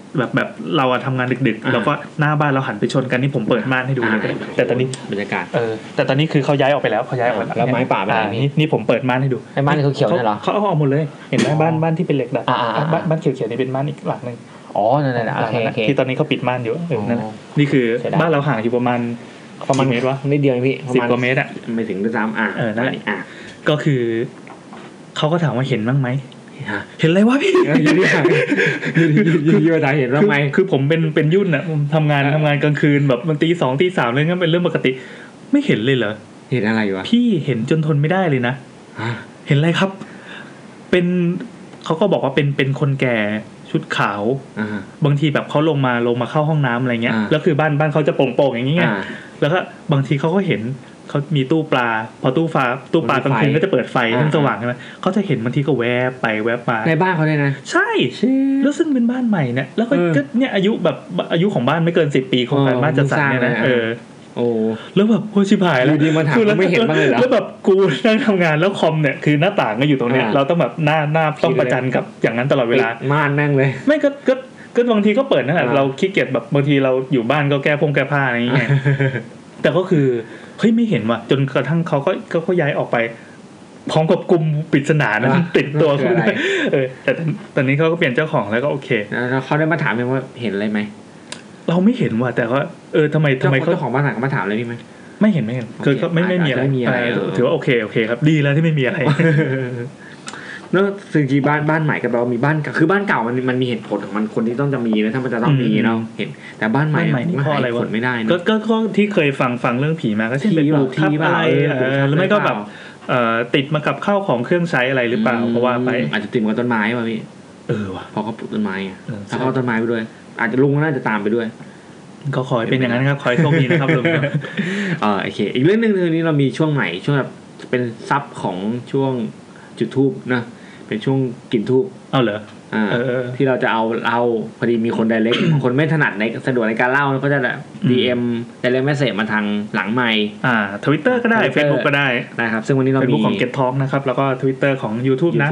Speaker 1: แบบเราอะทำงานดึกๆแล้วก็หน้าบ้านเราหันไปชนกันนี่ผมเปิดม่านให้ดูเลยแต่ตอนนี้
Speaker 2: บรรยากาศ
Speaker 1: แต่ตอนนี้คือเขาย้ายออกไปแล้ว
Speaker 2: แล้วไม้ป่าไปไหน
Speaker 1: นี่ผมเปิดม่านให้ดู
Speaker 2: ไอ้ม่านเขาเขียวเนี่ยเหรอ
Speaker 1: เขาเอาออกหมดเลยเห็นไหมบ้านที่เป็นเหล็กดัดบ้านเขียวๆนี่เป็นม่านอีกหลังนึง
Speaker 2: นั่นๆโอเค
Speaker 1: ที่ตอนนี้เขาปิดม่านอยู่นั่นนี่คือบ้านเราห่างอยู่ประมาณเมตรวะ
Speaker 2: นิดเดียวพี่
Speaker 1: 10 กว่าเมตร
Speaker 2: ไม่ถึงด้วยซ้ำ
Speaker 1: นั่นก็คือเขาก็ถามว่าเห็นบ้างไหมเห็นอะไรวะพี่
Speaker 2: ยืนถ่ายเห็นบ้างไหม
Speaker 1: คือผมเป็นยุ่นผมทำงานกลางคืนแบบมันตี 2 ตี 3เลยงั้นเป็นเรื่องปกติไม่เห็นเลยเหรอ
Speaker 2: เห็นอะไรวะ
Speaker 1: พี่เห็นจนทนไม่ได้เลยนะเห็นอะไรครับเป็นเขาก็บอกว่าเป็นคนแก่ชุดขาวบางทีแบบเขาลงมาเข้าห้องน้ำอะไรเงี้ยแล้วคือบ้านเขาจะโป่งๆอย่างเงี้ยแล้วก็บางทีเขาก็เห็นเขามีตู้ปลาพอตู้ปลากลางคืนก็จะเปิดไฟให้สว่างใช่ไหมเขาจะเห็นบางทีก็แวบไปแวบมา
Speaker 2: ในบ้านเขาเลยนะ
Speaker 1: ใช่แล้วซึ่งเป็นบ้านใหม่เนี่ยแล้วก็เนี่ยอายุแบบอายุของบ้านไม่เกิน10 ปีของการบ้านจัดสรรเนี่ยนะแล้วแบบโอ้ชิบหายแล้ว
Speaker 2: ดีมาถามไม่เห็นบ้างเลยเหรอ
Speaker 1: แล้วแบบกูนั่งทำงานแล้วคอมเนี่ยคือหน้าต่างก็อยู่ตรงเนี้ยเราต้องแบบหน้าต้องประจันกับอย่างนั้นตลอดเวลา
Speaker 2: ม่านแม่งเลย
Speaker 1: ไม่ก็บางทีก็เปิดนั่นแหละเราขี้เกียจแบบบางทีเราอยู่บ้านก็แก้ผ้าอะไรอย่างเงี้ยแต่ก็คือเฮ้ยไม่เห็นว่ะจนกระทั่งเขาย้ายออกไปพร้อมกับกลุ่มปริศนานั้นติดตัวเขาด้วยแต่ตอนนี้เขาก็เปลี่ยนเจ้าของแล้วก็โอเค
Speaker 2: แล้วเขาได้มาถามเองว่าเห็นอะไรไหม
Speaker 1: เราไม่เห็นว่ะแต่ว่าทำไม
Speaker 2: เจ้าของบ้านหลังมาถามอะไรพี่ไหม
Speaker 1: ไม่เห็นคือก็ไม่มีอะไรถือว่าโอเคครับดีแล้วที่ไม่มีอะไร
Speaker 2: เนอะซึ่งที่บ้านใหม่กับเรามีบ้านคือบ้านเก่ามันมีเหตุผลของมันคนที่ต้องจะมีนะถ้ามันจะต้องมีเนาะเห็นแต่บ้านใหม่
Speaker 1: นี่เพราะอะไรวะ
Speaker 2: ไม่ได้นะ
Speaker 1: ก็ที่เคยฟังเรื่องผีมาก็เช่นเป็นแบบทับอะไรหรือไม่ก็แบบติดมากับข้าวของเครื่องใช้อะไรหรือเปล่าเพราะว่าไป
Speaker 2: อาจจะติดกับต้นไม้ป่ะพี่
Speaker 1: ว่ะ
Speaker 2: พอเขาปลูกต้นไม้ถ้าเขาต้นไม้ไปด้วยอาจจะลุงน่าจะตามไปด้วย
Speaker 1: ก็ขอให้เป็นอย่างนั้นครับขอให้โชคดีนะครับลุง
Speaker 2: โอเคอีกเรื่องนึงคือนี้เรามีช่วงใหม่ช่วงแบบเป็นซับของช่วงจุดธูปนะเป็นช่วงกลิ่นทูบ
Speaker 1: เหรอ
Speaker 2: ที่เราจะเอาพอดีมีคนไดเรก คนไม่ถนัดในสะดวกในการเล่าก็จะแบบ DM ไดเรกเมสเสจมาทางหลังไมค์
Speaker 1: Twitter ก็ได้ Facebook ก็ได้
Speaker 2: นะครับซึ่งวันนี้เรามี
Speaker 1: Facebook ของ Get Talk นะครับแล้วก็ Twitter ของ YouTube นะ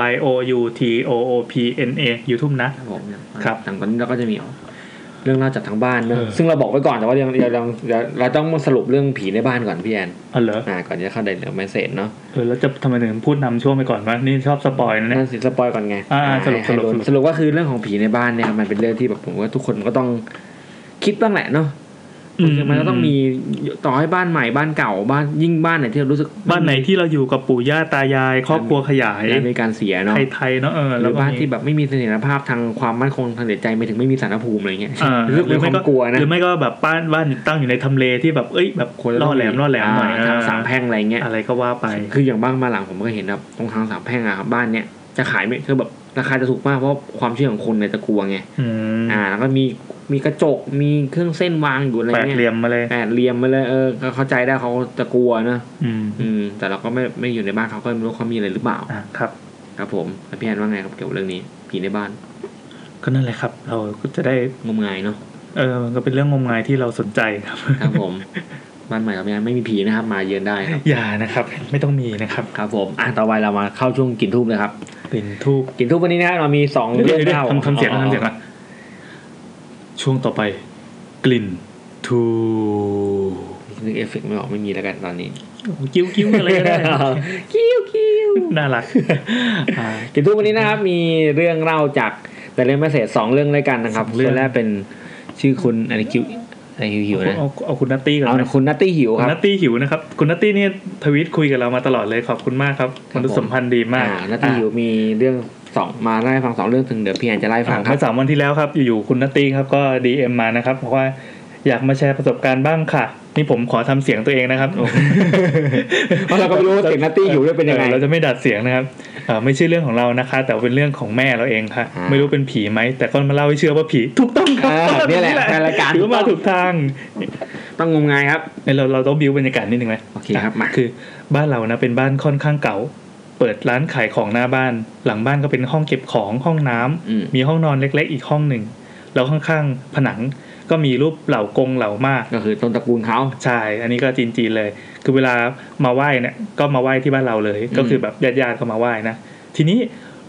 Speaker 1: YOUTOOPNA YouTube นะครับ
Speaker 2: ทางตอนนี้เราก็จะมีเรื่องเล่าจากทางบ้านเนอะซึ่งเราบอกไว้ก่อนแต่ว่าเราต้องมาสรุปเรื่องผีในบ้านก่อนพี่แอน
Speaker 1: เหรอ
Speaker 2: ก่อนจะเข้าไดเรกเมสเสจเนาะ
Speaker 1: แล้วจะทำไมถึงพูดนำช่วงไปก่อนว่านี่ชอบสปอยนะเนี่ย
Speaker 2: สปอยก่อนไงสรุปว่าคือเรื่องของผีในบ้านเนี่ยมันเป็นเรื่องที่แบบผมว่าทุกคนก็ต้องคิดบ้างแหละเนาะมันก็ต้องมีต่อให้บ้านใหม่บ้านเก่าบ้านยิ่งบ้านไหนที่เรารู้สึก
Speaker 1: บ้านไหนที่เราอยู่กับปู่ย่าตายายครอบครัวขยาย
Speaker 2: มีการเสียเนาะ
Speaker 1: ไทยเนาะ
Speaker 2: แล้วบ้านที่แบบไม่มีเสถียรภาพทางความมั่นคงทางจิตใจไม่ถึงไม่มีสารภูมิอะไรเงี้ย
Speaker 1: หรือไม่ก็กลัวนะหรือไม่ก็แบบบ้านตั้งอยู่ในทำเลที่แบบแบบล่อแหลมหน่อย
Speaker 2: ทางสามแพร่งอะไรเงี้ย
Speaker 1: อะไรก็ว่าไป
Speaker 2: คืออย่างบ้านมาหลังผมก็เห็นแบบตรงทางสามแพร่งอะครับบ้านเนี้ยจะขายไม่คือแบบราคาจะถูกมากเพราะความเชื่อของคนเนี่ยจะกลัวไงแล้วก็มีกระจกมีเครื่องเส้นวางอยู่อะไรเงี้ย
Speaker 1: แปดเหลี่ยมมาเลย
Speaker 2: ก็เข้าใจได้เขาจะกลัวนะแต่เราก็ไม่อยู่ในบ้านเขาก็ไม่รู้เขามีอะไรหรือเปล่าครับผมพี่แอนว่าไงครับเกี่ยวกับเรื่องนี้ผีในบ้าน
Speaker 1: ก็นั่นแหละครับเราก็จะได้
Speaker 2: งมงายเนาะ
Speaker 1: มันก็เป็นเรื่องงมงายที่เราสนใจ
Speaker 2: ครับผมบ้านใหม่ครับไม่มีผีนะครับมาเยือนได้ครับ
Speaker 1: อย่านะครับไม่ต้องมีนะครับ
Speaker 2: ครับผมต่อไปเรามาเข้าช่วงกลิ่นทูบเลยครับ
Speaker 1: กลิ่นทูบ
Speaker 2: วันนี้นะครับเรามี2เรื่องเล่า
Speaker 1: ทำเสียงละช่วงต่อไปกลิ่นทู
Speaker 2: นึกเอฟเฟกต์ไม่ออกไม่มีแล้วกันตอนนี้
Speaker 1: กิ้วอะไรก็ได้
Speaker 2: กิ้ว
Speaker 1: น่ารัก
Speaker 2: กลิ่นทูบวันนี้นะครับมีเรื่องเล่าจากแต่เรื่องเมสเสจ2เรื่องด้วยกันนะครับเรื่องแรกเป็นชื่อคุณอะไรกิ้วหิวนะ
Speaker 1: เอาคุณนัตตี้ก่อน
Speaker 2: นะคุณนัตตี้หิวครับ
Speaker 1: นัตตี้หิวนะครับคุณนัตตี้นี่ทวีตคุยกับเรามาตลอดเลยขอบคุณมากครับมนุษยสัมพันธ์ดีมาก
Speaker 2: นัตตี้หิวมีเรื่องมาไล่ฟัง2เรื่องถึงเดี๋ยวพี่แอนจะไล่ฟังครับ
Speaker 1: เมื่อ3 วันที่แล้วครับอยู่ๆคุณนัตตี้ครับก็ DM มานะครับบอกว่าอยากมาแชร์ประสบการณ์บ้างค่ะนี่ผมขอทำเสียงตัวเองนะครับ
Speaker 2: เพราะเราก็ไม่รู้เสียงนัตตี้หิวด้วยเป็นยังไง
Speaker 1: เราจะไม่ดัดเสียงนะครับไม่ใช่เรื่องของเรานะคะแต่เป็นเรื่องของแม่เราเองค่ะไม่รู้เป็นผีไหมแต่ก็มาเล่าให้เชื่อว่าผีถูกต้องครับ
Speaker 2: นี่แหละรายการ
Speaker 1: ถือว่ามาถูกทาง
Speaker 2: ต้องงมงายครับ
Speaker 1: เราต้องบิ้วบรรยากาศนิดนึงไหม
Speaker 2: โอเคครับมา
Speaker 1: คือบ้านเรานะเป็นบ้านค่อนข้างเก่าเปิดร้านขายของหน้าบ้านหลังบ้านก็เป็นห้องเก็บของห้องน้ำมีห้องนอนเล็กๆอีกห้องหนึ่งแล้วข้างๆผนังก็มีรูปเหล่ากงเหล่ามาก
Speaker 2: ก็คือต้นตระกูลเขา
Speaker 1: ใช่อันนี้ก็จีนๆเลยคือเวลามาไหว้เนี่ยก็มาไหว้ที่บ้านเราเลยก็คือแบบญาติๆก็มาไหว้นะทีนี้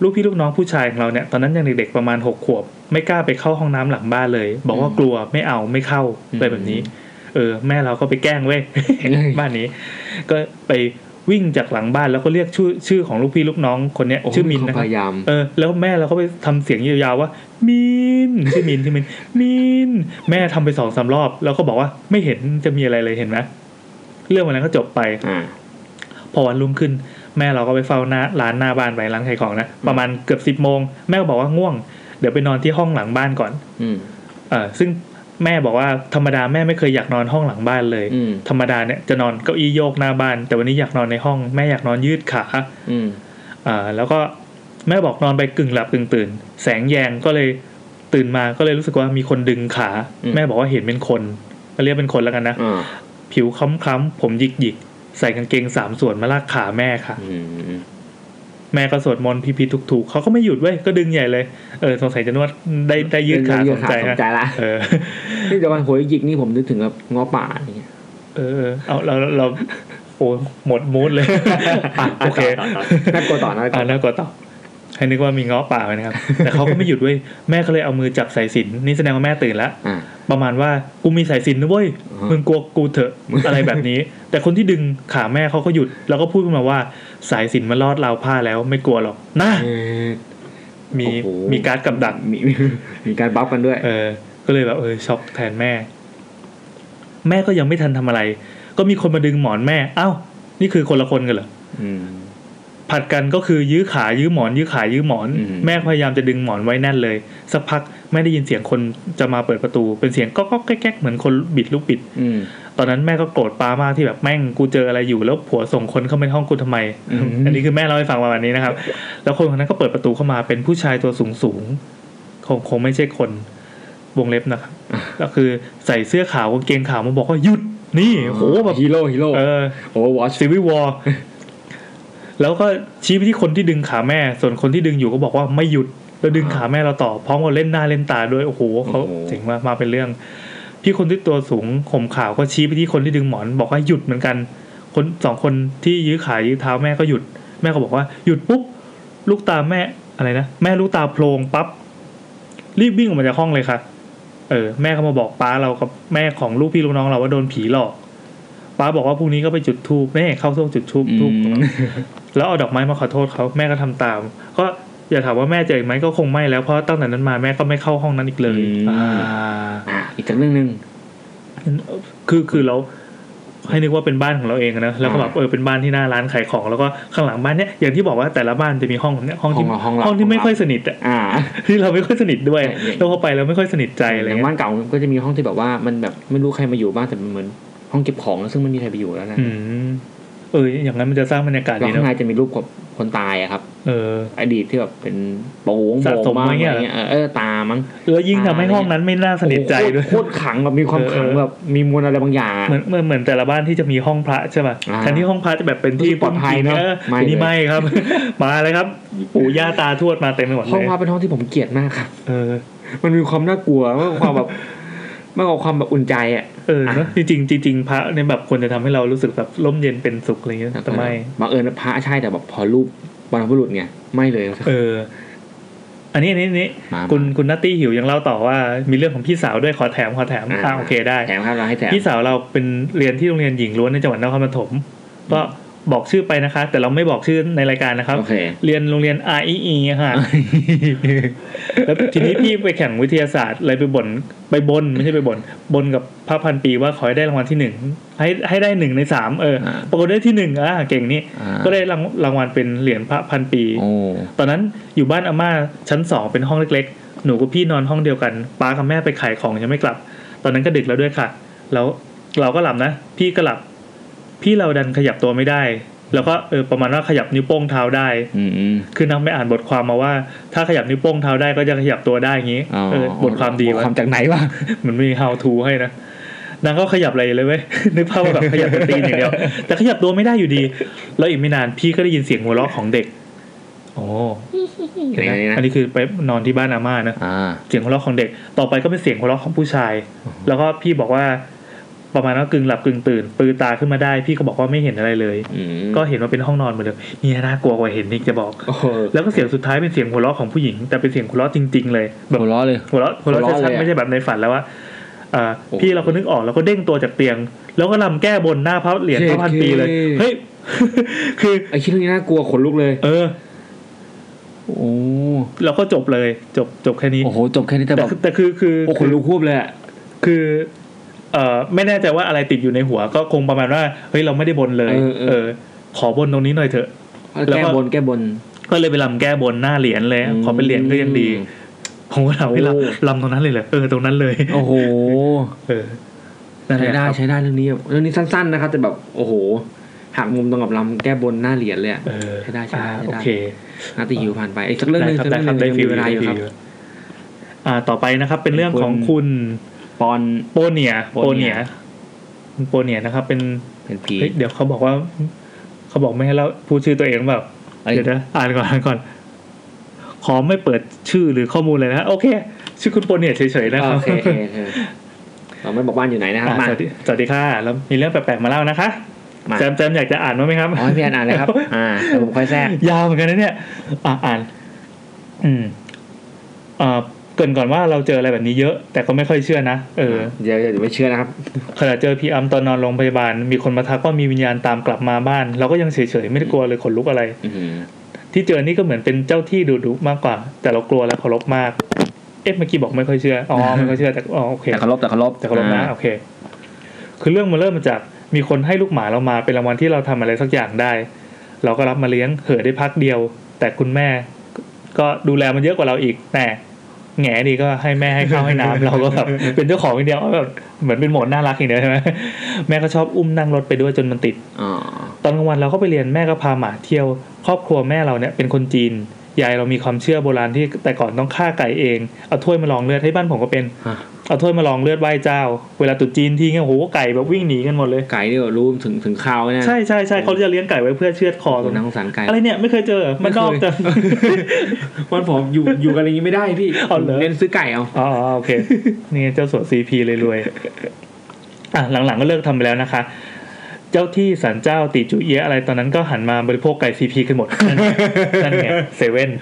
Speaker 1: ลูกพี่ลูกน้องผู้ชายของเราเนี่ยตอนนั้นยังเด็กๆประมาณ6 ขวบไม่กล้าไปเข้าห้องน้ำหลังบ้านเลยบอกว่ากลัวไม่เอาไม่เข้าอะไรแบบนี้แม่เราก็ไปแกล้งเว้ย บ้านนี้ก็ไปวิ่งจากหลังบ้านแล้วก็เรียกชื่อของลูกพี่ลูกน้องคนเนี้ยชื่อมินนะครับแล้วแม่เราก็ไปทำเสียงยาวๆว่ามินชื่อมินแม่ทำไป 2-3 รอบแล้วก็บอกว่าไม่เห็นจะมีอะไรเลยเห็นไหมเรื่องวันนั้นก็จบไปพอวันรุ่งขึ้นแม่เราก็ไปเฝ้าร้านหน้าบ้านไปร้านขายของนะประมาณเกือบ10 โมงแม่ก็บอกว่าง่วงเดี๋ยวไปนอนที่ห้องหลังบ้านก่อนซึ่งแม่บอกว่าธรรมดาแม่ไม่เคยอยากนอนห้องหลังบ้านเลยธรรมดาเนี่ยจะนอนเก้าอี้โยกหน้าบ้านแต่วันนี้อยากนอนในห้องแม่อยากนอนยืดขาแล้วก็แม่บอกนอนไปกึ่งหลับกึ่งตื่นแสงแยงก็เลยตื่นมาก็เลยรู้สึกว่ามีคนดึงขาแม่บอกว่าเห็นเป็นคนก็เรียกเป็นคนแล้วกันนะผิวคล้ำๆผมหยิกๆใส่กางเกง3 ส่วนมาลากขาแม่ค่ะแม่ก็สวดมนต์พิๆถูกๆเขาก็ไม่หยุดเว้ยก็ดึงใหญ่เลยสงสัยจะนวดได้ยืดขาสนใจ
Speaker 2: ละที่จะวันหัวหยิกนี่ผมนึกถึงแบบง้อป่าอย่างเงี้ย
Speaker 1: เอาเราโอ้หมดมูดเลยโอเค
Speaker 2: น่ากลัวต่อ
Speaker 1: น่ากลัวต่อให้นึกว่ามีง้อป่าไปนะครับแต่เขาก็ไม่หยุดเว้ยแม่ก็เลยเอามือจับสายสิญจน์นี่แสดงว่าแม่ตื่นแล้วประมาณว่ากูมีสายสิญจน์นะเว้ยมึงกลัวกูเถอะอะไรแบบนี้แต่คนที่ดึงขาแม่เขาก็หยุดแล้วก็พูดขึ้นมาว่าสายสิญจน์มันลอดราวผ้าแล้วไม่กลัวหรอกนะมีการ์ดกับดัก
Speaker 2: มีการบัฟกันด้วย
Speaker 1: ก็เลยแบบช็อกแทนแม่ก็ยังไม่ทันทำอะไรก็มีคนมาดึงหมอนแม่อ้าวนี่คือคนละคนกันเหรอผัดกันก็คือยื้อขายื้อหมอนยื้อขายื้อหมอนแม่พยายามจะดึงหมอนไว้แน่นเลยสักพักแม่ได้ยินเสียงคนจะมาเปิดประตูเป็นเสียงก๊อกๆแก๊กๆเหมือนคนบิดลูกบิดตอนนั้นแม่ก็โกรธป้ามากที่แบบแม่งกูเจออะไรอยู่แล้วผัวส่งคนเข้ามาในห้องกูทำไมอันนี้คือแม่เล่าให้ฟังวันนี้นะครับแล้วคนคนนั้นก็เปิดประตูเข้ามาเป็นผู้ชายตัวสูงๆคงไม่ใช่คนวงเล็บนะครับก็คือใส่เสื้อขาวกางเกงขาวมาบอกว่าหยุดนี่โหแบบ
Speaker 2: ฮีโร่
Speaker 1: โอ้วอชซีวิวอร์แล้วก็ชี้ไปที่คนที่ดึงขาแม่ส่วนคนที่ดึงอยู่ก็บอกว่าไม่หยุดแล้วดึงขาแม่เราต่อพร้อมกับเล่นหน้าเล่นตาด้วยโอ้โหเขาเจ๋งมากมาเป็นเรื่องพี่คนที่ตัวสูงห่มขาวก็ชี้ไปที่คนที่ดึงหมอนบอกว่าหยุดเหมือนกันคน2 คนที่ยื้อขายื้อเท้าแม่ก็หยุดแม่ก็บอกว่าหยุดปุ๊บลูกตาแม่อะไรนะแม่ลูกตาโพลงปั๊บรีบวิ่งออกมาจากห้องเลยค่ะแม่ก็มาบอกป้าเรากับแม่ของลูกพี่ลูกน้องเราว่าโดนผีหลอกป้าบอกว่าพรุ่งนี้ก็ไปจุดธูปแม่เข้าช่วงจุดธูปแล้วเอาดอกไม้มาขอโทษเขาแม่ก็ทำตามก็อย่าถามว่าแม่เจออีกไหมก็คงไม่แล้วเพราะตั้งแต่นั้นมาแม่ก็ไม่เข้าห้องนั้นอีกเลย
Speaker 2: อีกเรื่องนึง
Speaker 1: คือเราให้นึกว่าเป็นบ้านของเราเองนะแล้วก็แบบเป็นบ้านที่หน้าร้านขายของแล้วก็ข้างหลังบ้านเนี้ยอย่างที่บอกว่าแต่ละบ้านจะมีห้องเนี้ยห้องที่ไม่ค่อยสนิทที่เราไม่ค่อยสนิทด้วยเราเข้าไปแล้วไม่ค่อยสนิทใจอะไร
Speaker 2: อย่างบ้านเก่าก็จะมีห้องที่แบบว่ามันแบบไม่รู้ใครมาอยู่บ้างแต่เหมือนห้องเก็บของซึ่งไม่มีใครไปอยู่แล้วนะ
Speaker 1: อย่างนั้นมันจะสร้างบรรยากาศดี
Speaker 2: นะข้างในจะมีรูปของคนตายอะครับอดีตที่แบบเป็นโป่งมากอะไรเงี้ยตามั้ง
Speaker 1: ยิ่งทำให้ห้องนั้นไม่น่าสนิทใจด้วย
Speaker 2: โคตรขังแบบมีความขังแบบมีมวลอะไรบางอย่าง
Speaker 1: เหมือนแต่ละบ้านที่จะมีห้องพระใช่ป่ะแทนที่ห้องพระจะแบบเป็นที่
Speaker 2: ปลอดภัยนะ
Speaker 1: นี่ไม่ครับมาเลยครับปู่ย่าตาทวดมาเต็มไปหมดเลย
Speaker 2: ห้องพระเป็นห้องที่ผมเกลียดมากครับมันมีความน่ากลัวมากความแบบมากกว่าความแบบอุ่นใจอ่ะ
Speaker 1: นะจริงพระในแบบควรจะทำให้เรารู้สึกแบบร่มเย็นเป็นสุขอะไรเงี้ยแต่ไม่
Speaker 2: บังเอิญพระใช่แต่แบบพอรูปบรรพบุรุษไงไม่เลย
Speaker 1: อันนี้คุณนัตตี้หิวยังเล่าต่อว่ามีเรื่องของพี่สาวด้วยขอแถมโอเคได้
Speaker 2: แถมครับเราให้แถม
Speaker 1: พี่สาวเราเป็นเรียนที่โรงเรียนหญิงล้วนในจังหวัดนครปฐมก็บอกชื่อไปนะคะแต่เราไม่บอกชื่อในรายการนะครับเรียนโรงเรียน REE ค่ะแล้วทีนี้พี่ไปแข่งวิทยาศาสตร์อะไรไปบนไม่ใช่ไปบนกับพระพันปีว่าขอให้ได้รางวัลที่1ให้ได้1ใน3ปรากฏได้ที่1เก่งนี่ก็ได้รางวัลเป็นเหรียญพระพันปีตอนนั้นอยู่บ้านอาม่าชั้น2เป็นห้องเล็กๆหนูกับพี่นอนห้องเดียวกันป้ากับแม่ไปขายของยังไม่กลับตอนนั้นก็ดึกแล้วด้วยค่ะแล้วเราก็หลับนะพี่ก็หลับพี่เราดันขยับตัวไม่ได้แล้วก็ประมาณว่าขยับนิ้วโป้งเท้าได้คือนางไปอ่านบทความมาว่าถ้าขยับนิ้วโป้งเท้าได้ก็จะขยับตัวได้อย่างงี้บทความดีวะ
Speaker 2: ความจากไหนวะ
Speaker 1: มันมี how to ให้นะนางก็ขยับอะไรเลยเว้ยนึกภาพว่าแบบขยับตีนอย่างเดียวแต่ขยับตัวไม่ได้อยู่ดีแล้วอีกไม่นานพี่ก็ได้ยินเสียงหัวเราะของเด็กอันนี้คือไปนอนที่บ้านอาม่านะเสียงหัวเราะของเด็กต่อไปก็เป็นเสียงหัวเราะของผู้ชายแล้วก็พี่บอกว่าประมาณว่ากึ่งหลับกึ่งตื่นปืนตาขึ้นมาได้พี่ก็บอกว่าไม่เห็นอะไรเลยก็เห็นว่าเป็นห้องนอนเหมือนเดิมนี่น่ากลัวกว่าเห็นอีกจะบอกแล้วก็เสียงสุดท้ายเป็นเสียงหัวเราะของผู้หญิงแต่เป็นเสียงหัวเราะจริงๆเลย
Speaker 2: แบบหัวเราะเลย
Speaker 1: หัวเราะชัดๆไม่ใช่แบบในฝันแล้วว่าพี่เราก็นึกออกแล้วก็เด้งตัวจากเตียงแล้วก็รำแก้บนหน้าพระเหรียญพระพันปีเลยเฮ้ย
Speaker 2: คือไอ้คิดเรื่องนี้น่ากลัวขนลุกเลยโอ้
Speaker 1: แล้วก็จบเลยจบแค่นี้
Speaker 2: โอ้โหจบแค่นี้
Speaker 1: แต่คือ
Speaker 2: โอ้ขนลุกควบเลยอ่ะ
Speaker 1: คือไม่แน่ใจว่าอะไรติดอยู่ในหัวก็คงประมาณว่าเฮ้ยเราไม่ได้บนเลยขอบนตรงนี้หน่อยเถอะ
Speaker 2: แก้บน
Speaker 1: ก็เลยไปรำแก้บนหน้าเหรียญเลยขอเป็นเหรียญก็ยังดีผมก็ถามให้รำตรงนั้นเลยเหรอตรงนั้นเลย
Speaker 2: โอ้โหใช้ได้เรื่องนี้สั้นๆนะครับแต่แบบโอ้โหหักมุมตรงกับรำแก้บนหน้าเหรียญเลยใช้ได้
Speaker 1: โอเค
Speaker 2: นาทีอยู่ผ่านไปอีกสักเรื่องนึง
Speaker 1: ได้ฟีลเวลาอยู่ครับต่อไปนะครับเป็นเรื่องของคุณโปเนียนะครับเป็น
Speaker 2: ผี
Speaker 1: เดี๋ยวเขาบอกว่าเขาบอกไม่ให้เราพูดชื่อตัวเองแบบเดี๋ยวนะอ่านก่อนขอไม่เปิดชื่อหรือข้อมูลเลยนะโอเคชื่อคุณโปเนียเฉยๆนะครับ
Speaker 2: โอเคเราไม่บอกบ้านอยู่ไหนนะครับ
Speaker 1: สวัสดีค่ะแล้วมีเรื่องแปลกๆมาเล่านะคะแจมอยากจะอ่านมั้ยครับ
Speaker 2: อ๋อพี่อ่านเลยครับแต่ผมค่อยแทรก
Speaker 1: ยาวเหมือนกันนะเนี่ยอ่านเกินก่อนว่าเราเจออะไรแบบนี้เยอะแต่ก็ไม่ค่อยเชื่อนะ
Speaker 2: เดี๋ยวไม่เชื่อนะครับ
Speaker 1: ขณะเจอพี่อัมตอนนอนโรงพยาบาลมีคนมาทักว่ามีวิญญาณตามกลับมาบ้านเราก็ยังเฉยๆไม่ได้กลัวเลยขนลุกอะไรที่เจอนี่ก็เหมือนเป็นเจ้าที่ดุๆมากกว่าแต่เรากลัวและเคารพมากเมื่อกี้บอกไม่ค่อยเชื่อไม่ค่อยเชื่อแต่โอเค
Speaker 2: แต่เคารพ
Speaker 1: นะโอเคคือเรื่องมันเริ่มมาจากมีคนให้ลูกหมาเรามาเป็นรางวัลที่เราทำอะไรสักอย่างได้เราก็รับมาเลี้ยงเหอะได้พักเดียวแต่คุณแม่ก็ดูแลมันเยอะกว่าเราอีกแต่แง่ดีก็ให้แม่ให้ข้าวให้น้ำเราก็แบบเป็นเจ้าของคนเดียวแบบเหมือนเป็นโหมดน่ารักอย่างเดียวใช่ไหมแม่ก็ชอบอุ้มนั่งรถไปด้วยจนมันติดตอนกลางวันเราก็ไปเรียนแม่ก็พาหมาเที่ยวครอบครัวแม่เราเนี่ยเป็นคนจีนยายเรามีความเชื่อโบราณที่แต่ก่อนต้องฆ่าไก่เองเอาถ้วยมาลองเลือดให้บ้านผมก็เป็นเอาถ้วยมาลองเลือดไหว้เจ้าเวลาตุ๊จีนทีเงี้ยโหไก่แบบวิ่งหนีกันหมดเลย
Speaker 2: ไก่เนี่ยรู้ถึงข่าวเนี่ย
Speaker 1: ใช่เขาจะเลี้ยงไก่ไว้เพื่อเชือดคอตรง
Speaker 2: นั้นสงสารไก่
Speaker 1: อะไรเนี่ยไม่เคยเจอมันนอกแต่
Speaker 2: วันผมอยู่กันอย่างนี้ไม่ได้พี่เน้นซื้อไก่เอา
Speaker 1: โอเคนี่เจ้าสัว CP เลยรวยหลังๆก็เลิกทำไปแล้วนะคะเจ้าที่ศาลเจ้าติจุเอียอะไรตอนนั้นก็หันมาบริโภคไก่ CP กันหมดนั่นไงเซเว่น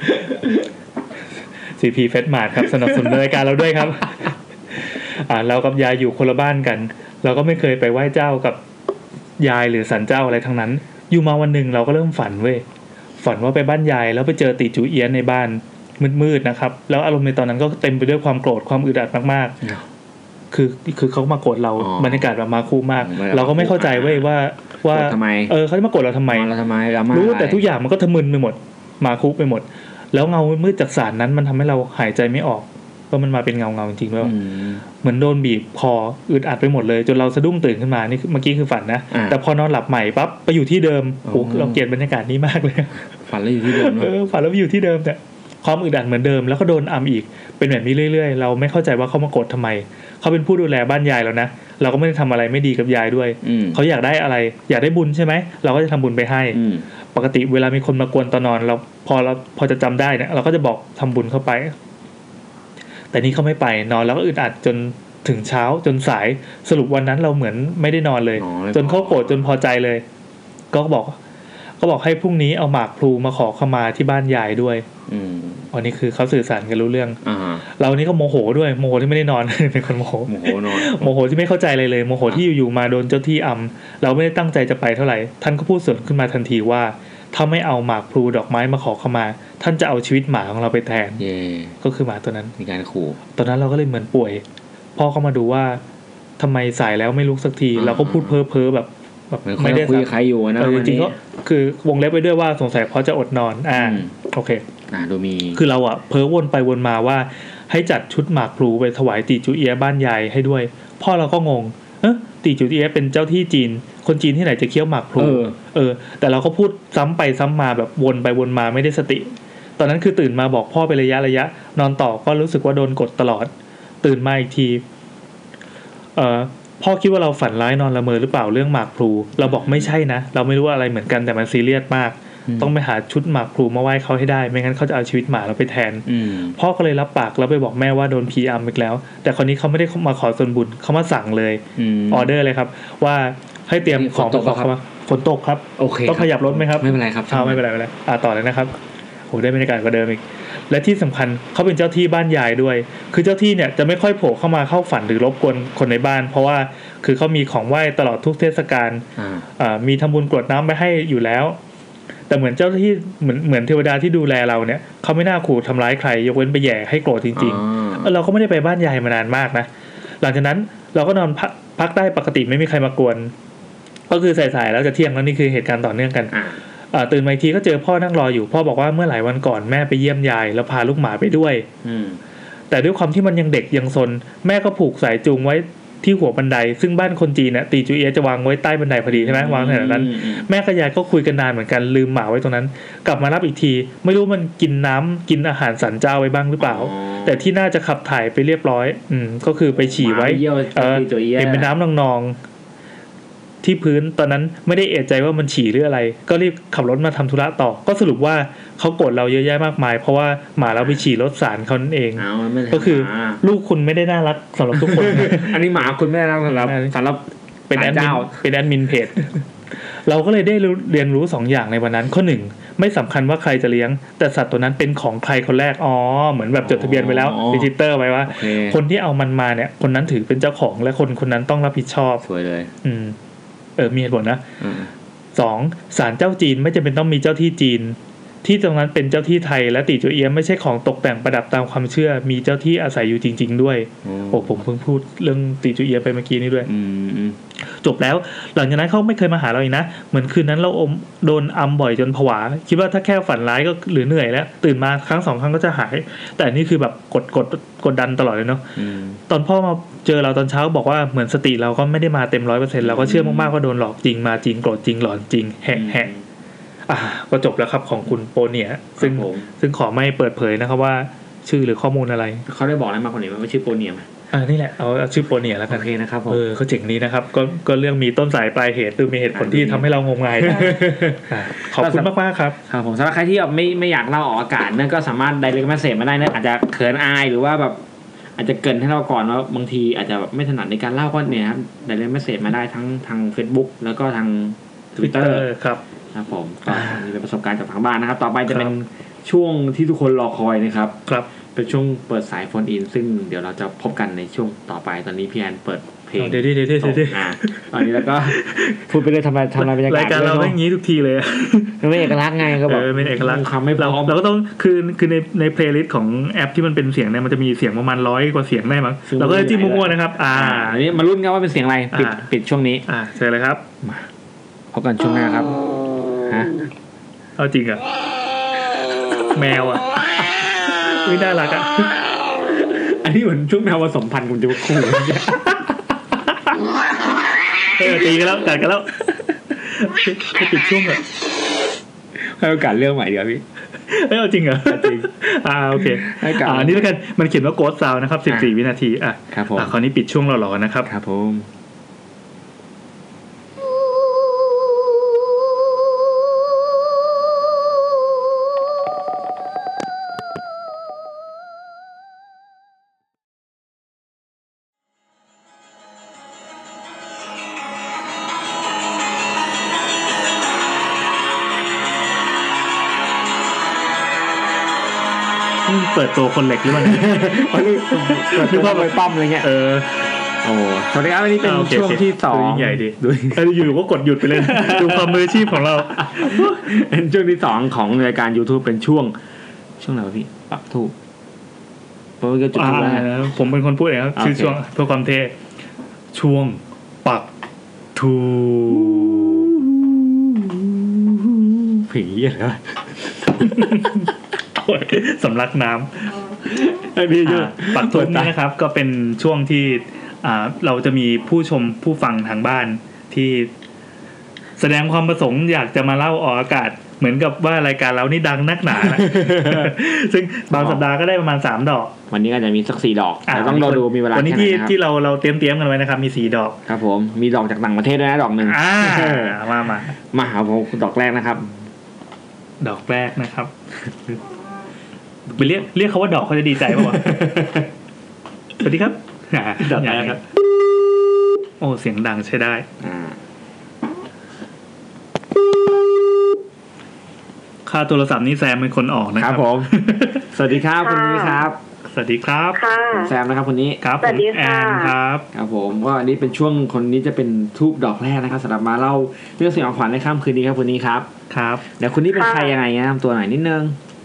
Speaker 1: CP เฟสมาร์ทครับสนับสนุนรายการเราด้วยครับเรากับยายอยู่คนละบ้านกันเราก็ไม่เคยไปไหว้เจ้ากับยายหรือศาลเจ้าอะไรทั้งนั้นอยู่มาวันนึงเราก็เริ่มฝันว่าไปบ้านยายแล้วไปเจอติจุเอียในบ้านมืดๆนะครับแล้วอารมณ์ในตอนนั้นก็เต็มไปด้วยความโกรธความอึดอัดมากๆคือเขามาโกรธเราบรรยากาศแบบมาคูมากเราก็ไม่เข้าใจว่า
Speaker 2: ทำไม
Speaker 1: เขาจะมาโกรธเราทำไมรู้แต่ทุกอย่างมันก็ทะมึนไปหมดมาคุไปหมดแล้วเงามืดจากสารนั้นมันทำให้เราหายใจไม่ออกว่ามันมาเป็นเงาจริงๆแล้วเหมือนโดนบีบคออึดอัดไปหมดเลยจนเราสะดุ้งตื่นขึ้นมานี่เมื่อกี้คือฝันนะแต่พอนอนหลับใหม่ปั๊บไปอยู่ที่เดิมโอ้เราเกลียดบรรยากาศนี้มากเลย
Speaker 2: ฝันแล้วอยู่ที่เดิม
Speaker 1: ฝันแล้วอยู่ที่เดิมแต่ความอึดอัดเหมือนเดิมแล้วก็โดนอัมอีกเป็นแบบนี้เรื่อยๆเราไม่เข้าใจว่าเขามาโกรธทำไมเขาเป็นผู้ดูแลบ้านยายแล้วนะเราก็ไม่ได้ทำอะไรไม่ดีกับยายด้วยเขาอยากได้อะไรอยากได้บุญใช่ไหมเราก็จะทำบุญไปให้ปกติเวลามีคนมากวนตอนนอนเราพอจะจำได้เนี่ยเราก็จะบอกทำบุญเข้าไปแต่นี่เขาไม่ไปนอนแล้วก็อึดอัดจนถึงเช้าจนสายสรุปวันนั้นเราเหมือนไม่ได้นอนเลยจนเขาโกรธจนพอใจเลยก็บอกให้พรุ่งนี้เอาหมากพลูมาขอขมาที่บ้านยายด้วยอันนี้คือเขาสื่อสารกันรู้เรื่องเรานี่ก็โมโหด้วยโมโหที่ไม่ได้นอนเป็นคนโมโหที่ไม่เข้าใจเลยโมโหที่อยู่ๆมาโดนเจ้าที่เราไม่ได้ตั้งใจจะไปเท่าไหร่ท่านก็พูดสวนขึ้นมาทันทีว่าถ้าไม่เอาหมากพลูดอกไม้มาขอขมาท่านจะเอาชีวิตหมาของเราไปแทนก็คือหมาตัวนั้น
Speaker 2: มีการขู่
Speaker 1: ตอนนั้นเราก็เลยเหมือนป่วยพ่อเขามาดูว่าทำไมสายแล้วไม่ลุกสักทีเราก็พูดเพ้อแบบ
Speaker 2: ไม่ได้คุยใครอยู่นะ
Speaker 1: จริงๆก็คือวงเล็บไปด้วยว่าสงสัยเพราะจะอดนอนโอเค
Speaker 2: ดูมี
Speaker 1: คือเราเพ้อวนไปวนมาว่าให้จัดชุดหมากพลูไปถวายติจุเอียบ้านยายให้ด้วยพ่อเราก็งงติจุเอียเป็นเจ้าที่จีนคนจีนที่ไหนจะเคี้ยวหมากพลูแต่เราก็พูดซ้ำไปซ้ำมาแบบวนไปวนมาไม่ได้สติตอนนั้นคือตื่นมาบอกพ่อไประยะนอนต่อก็รู้สึกว่าโดนกดตลอดตื่นมาอีกทีพ่อคิดว่าเราฝันร้ายนอนละเมอหรือเปล่าเรื่องหมากพลูเราบอกไม่ใช่นะเราไม่รู้อะไรเหมือนกันแต่มันซีเรียสมากต้องไปหาชุดหมากพลูมาไหว้เขาให้ได้ไม่งั้นเขาจะเอาชีวิตหมาเราไปแทนพ่อก็เลยรับปากแล้วไปบอกแม่ว่าโดนผีอำอีกแล้วแต่คนนี้เขาไม่ได้มาขอส่วนบุญเขามาสั่งเลยออเดอร์เลยครับว่าให้เตรียมของไปขอมาฝนตกครับ
Speaker 2: โอเค
Speaker 1: ต้องขยับรถไหมครับ
Speaker 2: ไม่เป็นไรครับ
Speaker 1: ไม่เป็นไรต่อเลยนะครับโหได้บรรยากาศกว่าเดิมอีกและที่สำคัญเขาเป็นเจ้าที่บ้านยายด้วยคือเจ้าที่เนี่ยจะไม่ค่อยโผล่เข้ามาเข้าฝันหรือรบกวนคนในบ้านเพราะว่าคือเขามีของไหว้ตลอดทุกเทศกาลมีทำบุญกรวดน้ำไปให้อยู่แล้วแต่เหมือนเจ้าที่เหมือนเทวดาที่ดูแลเราเนี่ยเขาไม่น่าขู่ทำร้ายใครยกเว้นไปแย่ให้โกรธจริงๆเราก็ไม่ได้ไปบ้านยายมานานมากนะหลังจากนั้นเราก็นอนพักได้ปกติไม่มีใครมากวนก็คือสายๆแล้วจะเที่ยงแล้วนี่คือเหตุการณ์ต่อเนื่องกันตื่นมาอีกทีก็เจอพ่อนั่งรออยู่พ่อบอกว่าเมื่อหลายวันก่อนแม่ไปเยี่ยมยายแล้วพาลูกหมาไปด้วยแต่ด้วยความที่มันยังเด็กยังซนแม่ก็ผูกสายจูงไว้ที่หัวบันไดซึ่งบ้านคนจีนเนี่ยตีจูเอียจะวางไว้ใต้บันไดพอดีใช่ไหมวางแถวนั้นแม่กับยายก็คุยกันนานเหมือนกันลืมหมาไว้ตรงนั้นกลับมารับอีกทีไม่รู้มันกินน้ำกินอาหารสันเจ้าไว้บ้างหรือเปล่าแต่ที่น่าจะขับถ่ายไปเรียบร้อยก็คือไปฉี่ไว้เห็นเป็นน้ำนองที่พื้นตอนนั้นไม่ได้เอะใจว่ามันฉี่หรืออะไรก็รีบขับรถมาทำธุระต่อก็สรุปว่าเขาโกรธเราเยอะแยะมากมายเพราะว่าหมาเราไปฉี่รถสารเขานั่นเองก็คือลูกคุณไม่ได้น่ารักสำหรับทุกคน
Speaker 2: อันนี้หมาคุณไม่ได้น่ารักสำหรับ
Speaker 1: เป็นแอดมินเพจเราก็เลยได้เรียนรู้2อย่างในวันนั้นข้อ1ไม่สำคัญว่าใครจะเลี้ยงแต่สัตว์ตัวนั้นเป็นของใครคนแรกเหมือนแบบจดทะเบียนไว้แล้วรีจิสเตอร์ไว้ว่าคนที่เอามันมาเนี่ยคนนั้นถือเป็นเจ้าของและคนนั้นต้องรับผิดชอบ
Speaker 2: สวยเลย
Speaker 1: มีเหตุผลนะ2ศาลเจ้าจีนไม่จำเป็นต้องมีเจ้าที่จีนที่ตรงนั้นเป็นเจ้าที่ไทยและตีจูเอียมไม่ใช่ของตกแต่งประดับตามความเชื่อมีเจ้าที่อาศัยอยู่จริงๆด้วยผมเพิ่งพูดเรื่องตีจูเอียไปเมื่อกี้นี้ด้วยจบแล้วหลังจากนั้นเขาไม่เคยมาหาเราอีกนะเหมือนคืนนั้นเราโดนอัมบ่อยจนผวาคิดว่าถ้าแค่ฝันร้ายก็หรือเหนื่อยแล้วตื่นมาครั้ง2ครั้งก็จะหายแต่นี่คือแบบกดดันตลอดเลยเนาะตอนพ่อมาเจอเราตอนเช้าบอกว่าเหมือนสติเราก็ไม่ได้มาเต็ม 100% เราก็เชื่อมากๆว่าโดนหลอกจริงมาจริงโกรธจริงหลอนจริงแหะก็จบแล้วครับของคุณโปเนียซึ่งขอไม่เปิดเผยนะครับว่าชื่อหรือข้อมูลอะไร
Speaker 2: เขาได้บอกอะไรมาคนนี้ว่าชื่อโปเนียไหม
Speaker 1: นี่แหละเอาชื่อโปเนียแล้วกัน
Speaker 2: โอเคนะครับผม
Speaker 1: เขาเจ๋งนี้นะครับก็เรื่องมีต้นสายปลายเหตุคือมีเหตุผลที่ทำให้เรางมงายขอบคุณมากๆครับ
Speaker 2: ครับผมสำหรับใครที่ไม่อยากเล่าออกอากาศนั่นก็สามารถ direct message มาได้นะอาจจะเขินอายหรือว่าแบบอาจจะเกินให้เราก่อนว่าบางทีอาจจะไม่ถนัดในการเล่าก็เนี่ยครับ direct message มาได้ทั้งทาง Facebook แล้วก็ทาง Twitter ครับผมก็มีเป็นประสบการณ์จากทางบ้านนะครับต่อไปจะเป็นช่วงที่ทุกคนรอคอยนะครับเป็นช่วงเปิดสายโฟนอินซึ่งเดี๋ยวเราจะพบกันในช่วงต่อไปตอนนี้พี่แอนเปิดเพลง
Speaker 1: เดี๋ยว
Speaker 2: ตอนนี้แล้วก็พูดไปเลยทำอะไรบรรยากาศ
Speaker 1: รายการเราไม่งี้ทุกทีเลย
Speaker 2: ไม่เอกลักษณ์ไงก็แบบ
Speaker 1: ไม่เอกลักษณ์
Speaker 2: คำไม่พร้อม
Speaker 1: เราก็ต้องคือในเพลย์ลิสต์ของแอปที่มันเป็นเสียงเนี่ยมันจะมีเสียงประมาณ100 กว่าเสียงได้มั้งเราก็จิ้มมั่วๆนะครับ
Speaker 2: อันนี้มาลุ้นกันว่าเป็นเสียงอะไรปิดช่วงนี้
Speaker 1: เชิญเลยครับ
Speaker 2: มาพบกันช่วงหน้าครับ
Speaker 1: เอาจริงอ่ะแมวอ่ะไม่น่ารักอ่ะ
Speaker 2: อันนี้เหมือนช่วงแมวผสมพันธุ์คุณจะคู่
Speaker 1: ตีกันแล้วกัดกันแล้วให้ปิดช่วงอ่ะ
Speaker 2: ให้โอกาสเรื่องใหม่เดี๋ยวพี่
Speaker 1: เอาจริงเหรอจริงโอเคนี่แล้วกันมันเขียนว่าโกสซาวนะครับ14 วินาที
Speaker 2: ครับผม
Speaker 1: คราวนี้ปิดช่วงหล่อๆนะครับ
Speaker 2: ครับผม
Speaker 1: เปิดตัวคนเหล็กหรือเปล่า
Speaker 2: ดูว่าไปปั้มอะไรเงี้ยโอ้สวัสดีครับวันนี้เป็นช่วงที่2
Speaker 1: ยิ่งใหญ่ดีอยู่ก็กดหยุดไปเลยดูความมืออาชีพของเรา
Speaker 2: เป็นช่วงที่2ของรายการ YouTube เป็นช่วงไหนวะพี่ปักทูบเพราะว่าจุดทูบแล้ว
Speaker 1: ผมเป็นคนพูดเองครับชื่อช่วงเพื่อความเท่ช่วงปักทู
Speaker 2: ผีอะไร
Speaker 1: สำลักน้ำปักทูบนี้นะครับก็เป็นช่วงที่เราจะมีผู้ชมผู้ฟังทางบ้านที่แสดงความประสงค์อยากจะมาเล่าออกอากาศเหมือนกับว่ารายการเรานี่ดังนักหนาซึ่งบางสัปดาห์ก็ได้ประมาณ3 ดอก
Speaker 2: วันนี้ก็จะมีสัก4 ดอกแต่ต้องรอดูมีเวลา
Speaker 1: วันนี้ที่เราเตรียมกันไว้นะครับมี4 ดอก
Speaker 2: ครับผมมีดอกจากต่างประเทศด้วยนะดอกนึง
Speaker 1: มา
Speaker 2: หาผมดอกแรกนะครับ
Speaker 1: ดอกแรกนะครับไปเรียกเขาว่าดอกเขาจะดีใจป่ะวะสวัสดีครับ
Speaker 2: ดอกแรกครับ
Speaker 1: โอ้เสียงดังใช้ได้ค่าโทรศัพท์นี่แซมเป็นคนออกนะครับ
Speaker 2: ผมสวัสดีครับคุณนี้ครับ
Speaker 1: สวัสดีครับ
Speaker 2: ผมแซมนะครับคนนี้
Speaker 1: ครับผมแอนครับ
Speaker 2: ครับผมก็อันนี้เป็นช่วงคนนี้จะเป็นทูบดอกแรกนะครับสำหรับมาเล่าเรื่องเสียงของขวัญในค่ำคืนนี้ครับคุณนี้ครับ
Speaker 1: ครับ
Speaker 2: เดี๋ยวคุณนี้เป็นใครยังไงแนะนำตัวหน่อยนิดนึง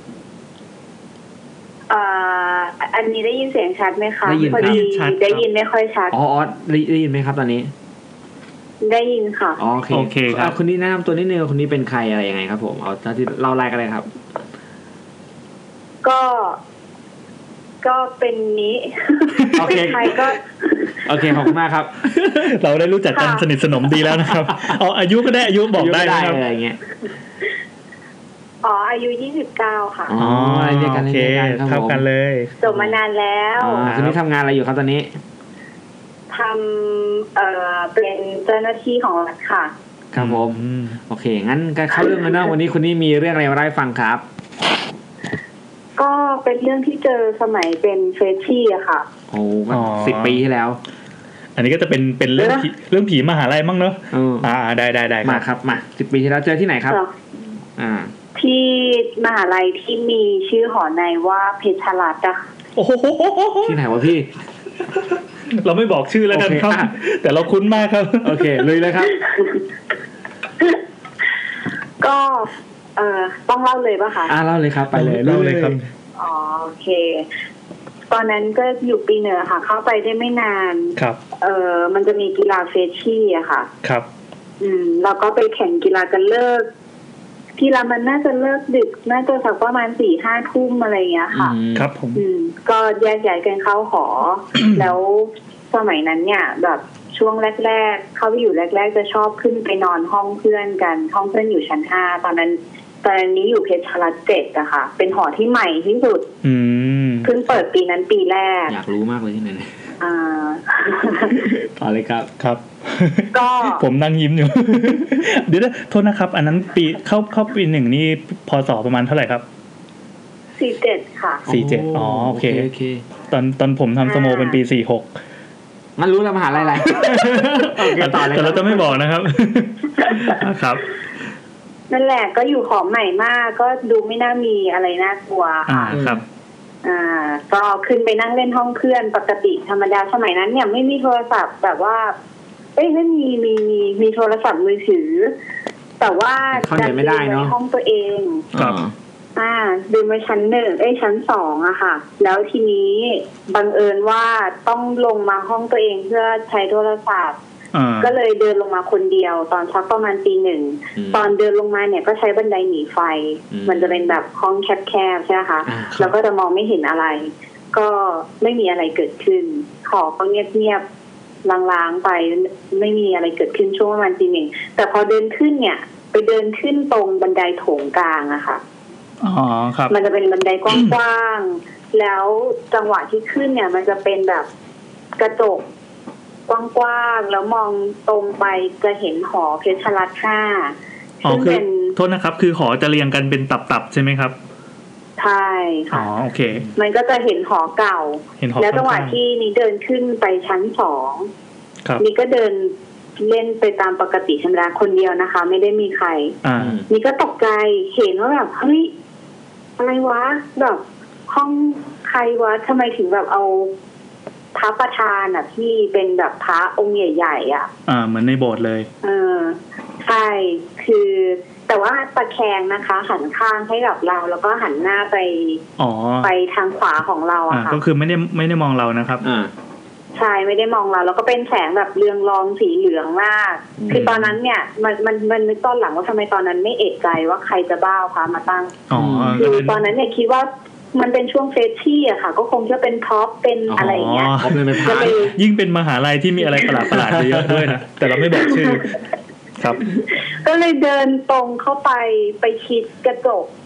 Speaker 3: อันนี้ได้ยินเสียงชัดไหมคะ
Speaker 2: ได้ยิน
Speaker 3: ชัดได้ยินไม่ค่อยชัด
Speaker 2: อ๋อได้ยินไหมครับตอนนี้
Speaker 3: ได้ยินค่ะ
Speaker 2: โอเคครับคุณนี้แนะนำตัวนิดนึงคุณนี้เป็นใครอะไรยังไงครับผมเอาที่เล่าไล่กันเลยครับ
Speaker 3: ก็เป็นนี้เป็นใครก็
Speaker 2: โอเคขอบคุณมากครับ
Speaker 1: เราได้รู้จักกันสนิทสนมดีแล้วนะครับเอาอายุก็ได้อายุบอกได้นะครับ
Speaker 2: อะไรเงี้ย
Speaker 3: อายุ29ค่ะ
Speaker 2: อ๋อเรียกกัน
Speaker 1: เท่ากันเลย
Speaker 3: จบมานานแล้ว
Speaker 2: คุณนี้ทำงานอะไรอยู่ครับตอนนี้
Speaker 3: ทำเป็นเจ้าหน้าที่ของรัฐค่ะ
Speaker 2: ครับผมโอเคงั้นก็เข้าเรื่องเลยนะวันนี้คุณนี่มีเรื่องอะไรมาเล่าให้ฟังครับ
Speaker 3: ก็เป็นเรื่องที่เจอสมัยเป็นเฟรชชี่อะค่ะ
Speaker 2: โอ้10 ปีที่แล้ว
Speaker 1: อันนี้ก็จะเป็นเรื่องผีมหาลัยมั้งเนอะได้
Speaker 2: มาครับมา10 ปีที่แล้วเจอที่ไหนครับ
Speaker 3: ที่มหาลัยที่มีชื่อหอในว่าเพชรรัตน์อะ
Speaker 1: โอ้โห
Speaker 2: ที่ไหนวะพี่
Speaker 1: เราไม่บอกชื่อแล้วกันครับแต่เราคุ้นมากครับ
Speaker 2: โอเคเลยเลยครับ
Speaker 3: ก็ต้องเล่าเลยป่ะคะ
Speaker 2: เล่าเลยครับไปเลย
Speaker 1: เล่าเลยครับ
Speaker 3: โอเคตอนนั้นก็อยู่ปี1ค่ะเข้าไปได้ไม่นาน
Speaker 1: ครับ
Speaker 3: มันจะมีกีฬาเฟชชี่อะค่ะ
Speaker 1: ครับ
Speaker 3: เราก็ไปแข่งกีฬากันเลิกกีฬามันน่าจะเลิกดึกน่าจะสักประมาณ 4-5 ทุ่มอะไรอย่างเงี้ยค่ะ
Speaker 1: ครับผม
Speaker 3: ก็แยกย้ายกันเข้าหอ แล้วสมัยนั้นเนี่ยแบบช่วงแรกๆเข้าไปอยู่แรกๆจะชอบขึ้นไปนอนห้องเพื่อนกันห้องเพื่อนอยู่ชั้น5ตอนนี้อยู่เพชรรัตน์7อะค่ะเป็นหอที่ใหม่ที่สุดเพิ่งเปิดปีนั้นปีแรก
Speaker 2: อยากรู้มากเลยที่ไหนต่อเลย
Speaker 1: ครับ
Speaker 3: ก็
Speaker 1: ผมนั่งยิ้มอยู่เดี๋ยวโทษนะครับอันนั้นปีเข้าปี1นี่พศประมาณเท่าไหร่ครับ
Speaker 3: 47ค่ะ
Speaker 1: 47โอเคตอนผมทำสโมเป็นปี46
Speaker 2: งั้นรู้แล้วมหาลัยอะไรโอเคต่อเลย
Speaker 1: แต่เราจะไม่บอกนะครับครับ
Speaker 3: นั่นแหละก็อยู่หอใหม่มากก็ดูไม่น่ามีอะไรน่ากลัว
Speaker 1: ค่ะครับ
Speaker 3: ก็ขึ้นไปนั่งเล่นห้องเพื่อนปกติธรรมดาสมัยนั้นเนี่ยไม่มีโทรศัพท์แบบว่าไม่มีโทรศัพท์มือถือแต่ว่า
Speaker 2: จะไม่ได้เนาะ
Speaker 3: ห้องตัวเอง
Speaker 1: ครับ
Speaker 3: เดินไปชั้นชั้น2อะค่ะแล้วทีนี้บังเอิญว่าต้องลงมาห้องตัวเองเพื่อใช้โทรศัพท์ก็เลยเดินลงมาคนเดียวตอนชักประมาณตี1ตอนเดินลงมาเนี่ยก็ใช้บันไดหนีไฟมันจะเป็นแบบห้องแคบๆใช่ไหมคะแล้วก็จะมองไม่เห็นอะไรก็ไม่มีอะไรเกิดขึ้นหอก็เงียบๆล้างๆไปไม่มีอะไรเกิดขึ้นช่วงประมาณตี1แต่พอเดินขึ้นเนี่ยไปเดินขึ้นตรงบันไดโถงกลางอะค่ะ
Speaker 1: ครับ
Speaker 3: มันจะเป็นบันไดกว้างๆแล้วจังหวะที่ขึ้นเนี่ยมันจะเป็นแบบกระจกกว้างๆแล้วมองตรงไปจะเห็นหอเพชรรัตน์5
Speaker 1: ซึ่งเป็นโทษนะครับคือหอจะเรียงกันเป็นตับๆใช่ไหมครับ
Speaker 3: ใช่ค่ะ
Speaker 1: โอเค
Speaker 3: มันก็จะเห็นหอเก่าแล้วจังหวะที่นี่เดินขึ้นไปชั้น2นี่ก็เดินเล่นไปตามปกติธรรมดาคนเดียวนะคะไม่ได้มีใครนี่ก็ตกใจเห็นว่าแบบเฮ้ยอะไรวะแบบห้องใครวะทำไมถึงแบบเอาพระประธานอ่ะที่เป็นแบบพระองค์ใหญ่ๆอ่ะ
Speaker 1: เหมือนในโบสถ์เลย
Speaker 3: ใช่คือแต่ว่าตะแคงนะคะหันข้างให้กับเราแล้วก็หันหน้าไปทางขวาของเราอะค่ะ
Speaker 1: ก็คือไม่ได้มองเรานะครับ
Speaker 3: ใช่ไม่ได้มองเราแล้วก็เป็นแสงแบบเรืองรองสีเหลืองมากคือตอนนั้นเนี่ยมันนึกตอนหลังว่าทำไมตอนนั้นไม่เอะใจว่าใครจะบ้าพามาตั้งคือตอนนั้นเนี่ยคิดว่ามันเป็นช่วงเฟชชี่อะค่ะก็คงจะเป็นท็อปเป็นอะไรอย่างเงี้ย
Speaker 1: ยิ่งเป็นมหาลัยที่มีอะไรประหลาดๆเยอะด้วยนะแต่เราไม่บอกชื่อครับ
Speaker 3: ก็เลยเดินตรงเข้าไปชิดกระจก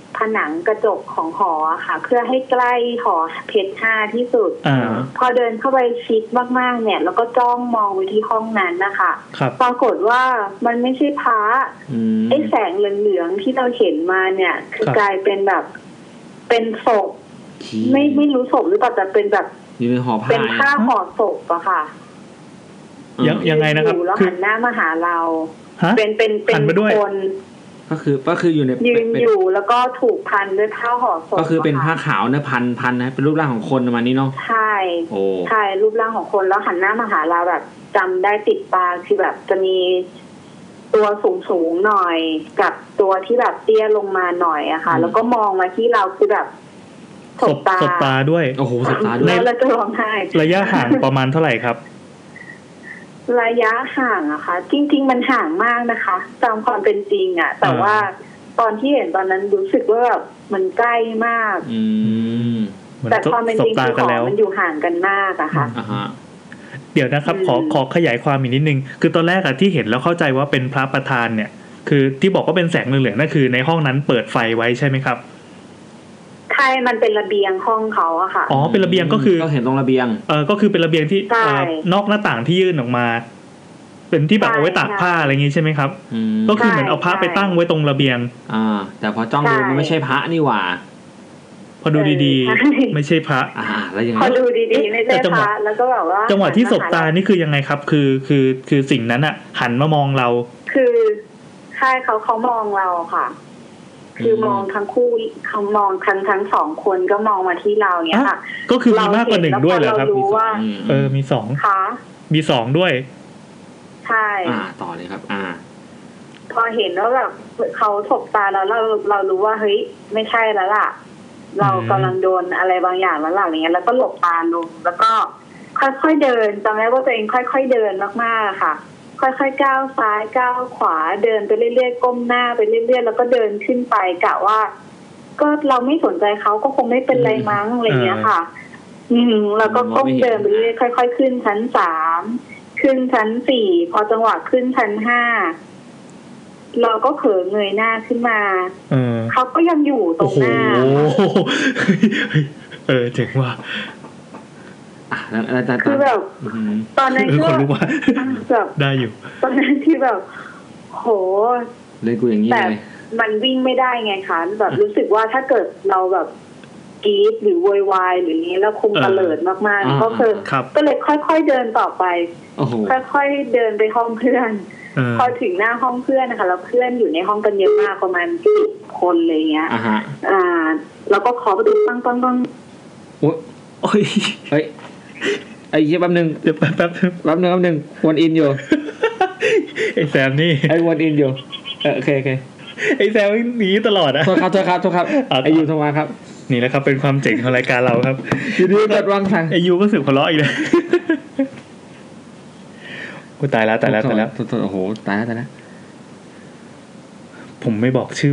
Speaker 3: ผนังกระจกของหอค่ะเพื่อให้ใกล้หอเพชร5ที่สุดพอเดินเข้าไปชิดมากๆเนี่ยแล้วก็จ้องมองไปที่ห้องนั้นนะคะปรากฏว่ามันไม่ใช่พระไอ้แสงเหลืองๆที่เราเห็นมาเนี่ยคือกลายเป็นแบบเป็นศพไม่รู้ศพหรือเปล่าแต่เป็นแบบเป็นผ้าห่อศพอะค่ะ
Speaker 1: ยังไงนะครับ
Speaker 3: แล้วหันหน้ามาหาเราเป็นคน
Speaker 2: ก็คืออยู่ใน
Speaker 3: ยืนอยู่แล้วก็ถูกพันด้วยผ้าห่อศพ
Speaker 2: ก็คือเป็นผ้าขาวเนี่ยพันนะเป็นรูปร่างของคนประมาณนี้เนาะ
Speaker 3: ใช่ใช่รูปร่างของคนแล้วหันหน้ามาหาเราแบบจำได้ติดตาคือแบบจะมีตัวสูงหน่อยกับตัวที่แบบเตี้ยลงมาหน่อยอะค่ะแล้วก็มองมาที่เราคือแบบ
Speaker 1: สบตาด้วย
Speaker 2: โอ้โหสบตาด้วย
Speaker 3: แล้วจะร้องไห้
Speaker 1: ระยะห่างประมาณเท่าไหร่ครับ
Speaker 3: ระยะห่างอะค่ะจริงๆมันห่างมากนะคะตามความเป็นจริงอะแต่ว่าตอนที่เห็นตอนนั้นรู้สึกว่าแบบมันใกล้มากแต่ความเป็นจริงคือของมันอยู่ห่างกันมากอะค่ะ
Speaker 1: เดี๋ยวนะครับขอขยายความอีกนิดนึงคือตอนแรกอะที่เห็นแล้วเข้าใจว่าเป็นพระประธานเนี่ยคือที่บอกว่าเป็นแสงเหลืองๆนั่นคือในห้องนั้นเปิดไฟไว้ใช่ไหมครับ
Speaker 3: ใช่มันเป็นระเบียงห้องเขาอะค่ะ
Speaker 1: อ๋อเป็นระเบียงก็คือ
Speaker 2: ก็เห็นตรงระเบียง
Speaker 1: ก็คือเป็นระเบียงที่นอกหน้าต่างที่ยื่นออกมาเป็นที่แบบเอาไว้ตากผ้าอะไรอย่างงี้ใช่ไหมครับก็คือเหมือนเอาพระไปตั้งไว้ตรงระเบียง
Speaker 2: แต่พอจ้องดูมันไม่ใช่พระนี่หว่า
Speaker 1: พอดูดีๆไม่ใช่พระ
Speaker 2: แล้วยังไง
Speaker 3: พอดูดีๆไม่ใช่พระแล้วก็แบบว่า
Speaker 1: จังหวะที่สบตานี่คือยังไงครับคือสิ่งนั้นอะหันมามองเรา
Speaker 3: คือใช่เขามองเราค่ะคือมองทั้งคู่เขามองทั้งสองคนก็มองมาที่เราเนี้ยค่ะ
Speaker 1: ก็คือมีมากกว่า1ด้วยเหรอครับมี2
Speaker 3: ค่ะ
Speaker 1: มี2ด้วย
Speaker 3: ใช่
Speaker 2: ต่อเลยครับ
Speaker 3: พอเห็นว่าแบบเขาสบตาแล้วเรารู้ว่าเฮ้ยไม่ใช่แล้วล่ะเรากำลังโดนอะไรบางอย่างแล้วล่ะอย่างเงี้ยแล้วก็หลบตาลงแล้วก็ค่อยๆเดินจำได้ว่าตัวเองค่อยๆเดินมากๆค่ะค่อยๆก้าวซ้ายก้าวขวาเดินไปเรื่อยๆก้มหน้าไปเรื่อยๆแล้วก็เดินขึ้นไปกะว่าก็เราไม่สนใจเขาก็คงไม่เป็นไรมั้งอะไรเงี้ยค่ะแล้วก็ก้มเดินไปเรื่อยๆค่อยๆขึ้นชั้น3ขึ้นชั้น4พอจังหวะขึ้นชั้น5เราก็เผลอเงยหน้าขึ้นมาเขาก็ยังอยู่ตรงหน้า
Speaker 1: เจ๋งว่ะ
Speaker 3: คือแบบตอนนั้นก็
Speaker 1: แบบได้อยู่
Speaker 3: ตอนนั้นที่แบบโห
Speaker 2: เลยกูอย่างนี้
Speaker 3: แต่มันวิ่งไม่ได้ไงคะแบบรู้สึกว่าถ้าเกิดเราแบบกรี๊ดหรือโวยวายหรือนี้แล้วคงเตลิดมากๆก็คือก็เลยค่อยๆเดินต่อไปค่อยๆเดินไปห้องเพื่อนพอถึงหน้าห้องเพื่อนนะคะแล้วเพื่อนอยู่ในห้องกันเยอะมากประมาณ10 คนเลยเงี้ยแล้วก็ขอประตูปัง
Speaker 2: โอ้ยเฮ้ยไอ้เหี้ยแป๊บนึง
Speaker 1: เดี๋ยวแป๊บ
Speaker 2: นึงวนอินอยู่
Speaker 1: ไอ้แซมนี่
Speaker 2: ไอ้วนอินอยู่โอเค
Speaker 1: ไอ้แซมหนีตลอดนะ
Speaker 2: โทษครับไอ้ยูโทรมาครับ
Speaker 1: นี่แหละครับเป็นความเจ๋งของรายการเราครับ
Speaker 2: อยู่ดีกดวางทาง
Speaker 1: ไอ้ยูก็สึกหัวเราะอีกเลยกูตายแล้ว
Speaker 2: โอ้โหตายแล้ว
Speaker 1: ผมไม่บอกชื่อ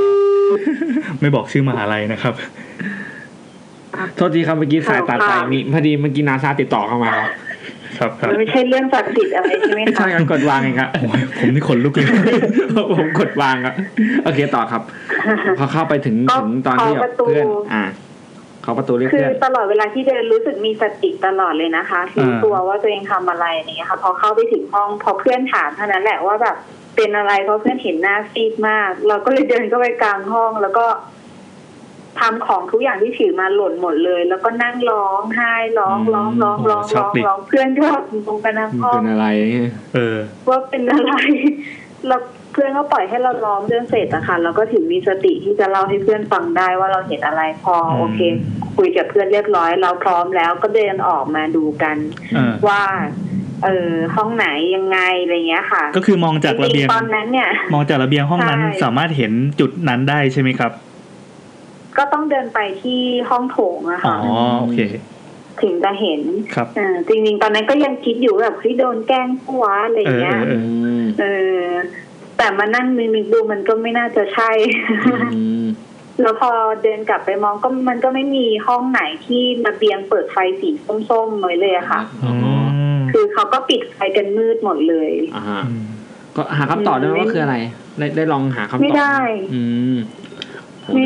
Speaker 1: มหาลัยนะครับ
Speaker 2: โทษทีครับเมื่อกี้สายตัดไปมีพอดีเมื่อกี้นาซาติดต่อเข้ามา
Speaker 1: ครับ
Speaker 3: ไม่ใช่เรื่องศักดิ์สิทธิ์อะไรใช่ไหมคะ
Speaker 2: ใช่การกดวางเองครับ
Speaker 1: ผมนี่ขนลุกเลย
Speaker 2: ผมกดวางครับโอเคต่อครับพอเข้าไปถึงตอนที่เพื่อนเขาประตูเรียกเพื่อน
Speaker 3: คือตลอดเวลาที่เดินรู้สึกมีสติตลอดเลยนะคะรู้ตัวว่าตัวเองทำอะไรเนี่ยค่ะพอเข้าไปถึงห้องพอเพื่อนถามเท่านั้นแหละว่าแบบเป็นอะไรเพราะเพื่อนเห็นหน้าซีดมากเราก็เลยเดินเข้าไปกลางห้องแล้วก็ทำของทุกอย่างที่ถือมาหล่นหมดเลยแล้วก็นั่งร้องไห้ร้องเพื่อนก็ลงไปนั่งห้อง
Speaker 2: เป็นอะไร
Speaker 3: ว่าเป็นอะไรแล้วเพื่อนก็ปล่อยให้เราร้องเรื่องเสร็จอะค่ะแล้วก็ถึงมีสติที่จะเล่าให้เพื่อนฟังได้ว่าเราเห็นอะไรพอโอเคคุยกับเพื่อนเรียบร้อยเราพร้อมแล้วก็เดินออกมาดูกันว่าห้องไหนยังไงอะไรเงี้ยค่ะ
Speaker 1: ก็คือมองจากระเบียง
Speaker 3: ตอนนั้นเนี่ย
Speaker 1: มองจากระเบียงห้องนั้นสามารถเห็นจุดนั้นได้ใช่ไหมครับ
Speaker 3: ก็ต้องเดินไปที่ห้องโถงอะค่ะ
Speaker 1: โอเค
Speaker 3: ถึงจะเห็นจริงๆตอนนั้นก็ยังคิดอยู่แบบเฮ้ยโดนแกล้งผัวอะไรเงี้ยแต่มานั่งนึกดูมันก็ไม่น่าจะใช่แล้วพอเดินกลับไปมองก็มันก็ไม่มีห้องไหนที่ระเบียงเปิดไฟสีส้มๆเลยอะค่ะคือเขาก็ปิดไฟกันมืดหมดเลย
Speaker 2: ก็หาคำตอบได้ว่าคืออะไรได้ลองหาคำตอบ
Speaker 3: ไม่ได้มี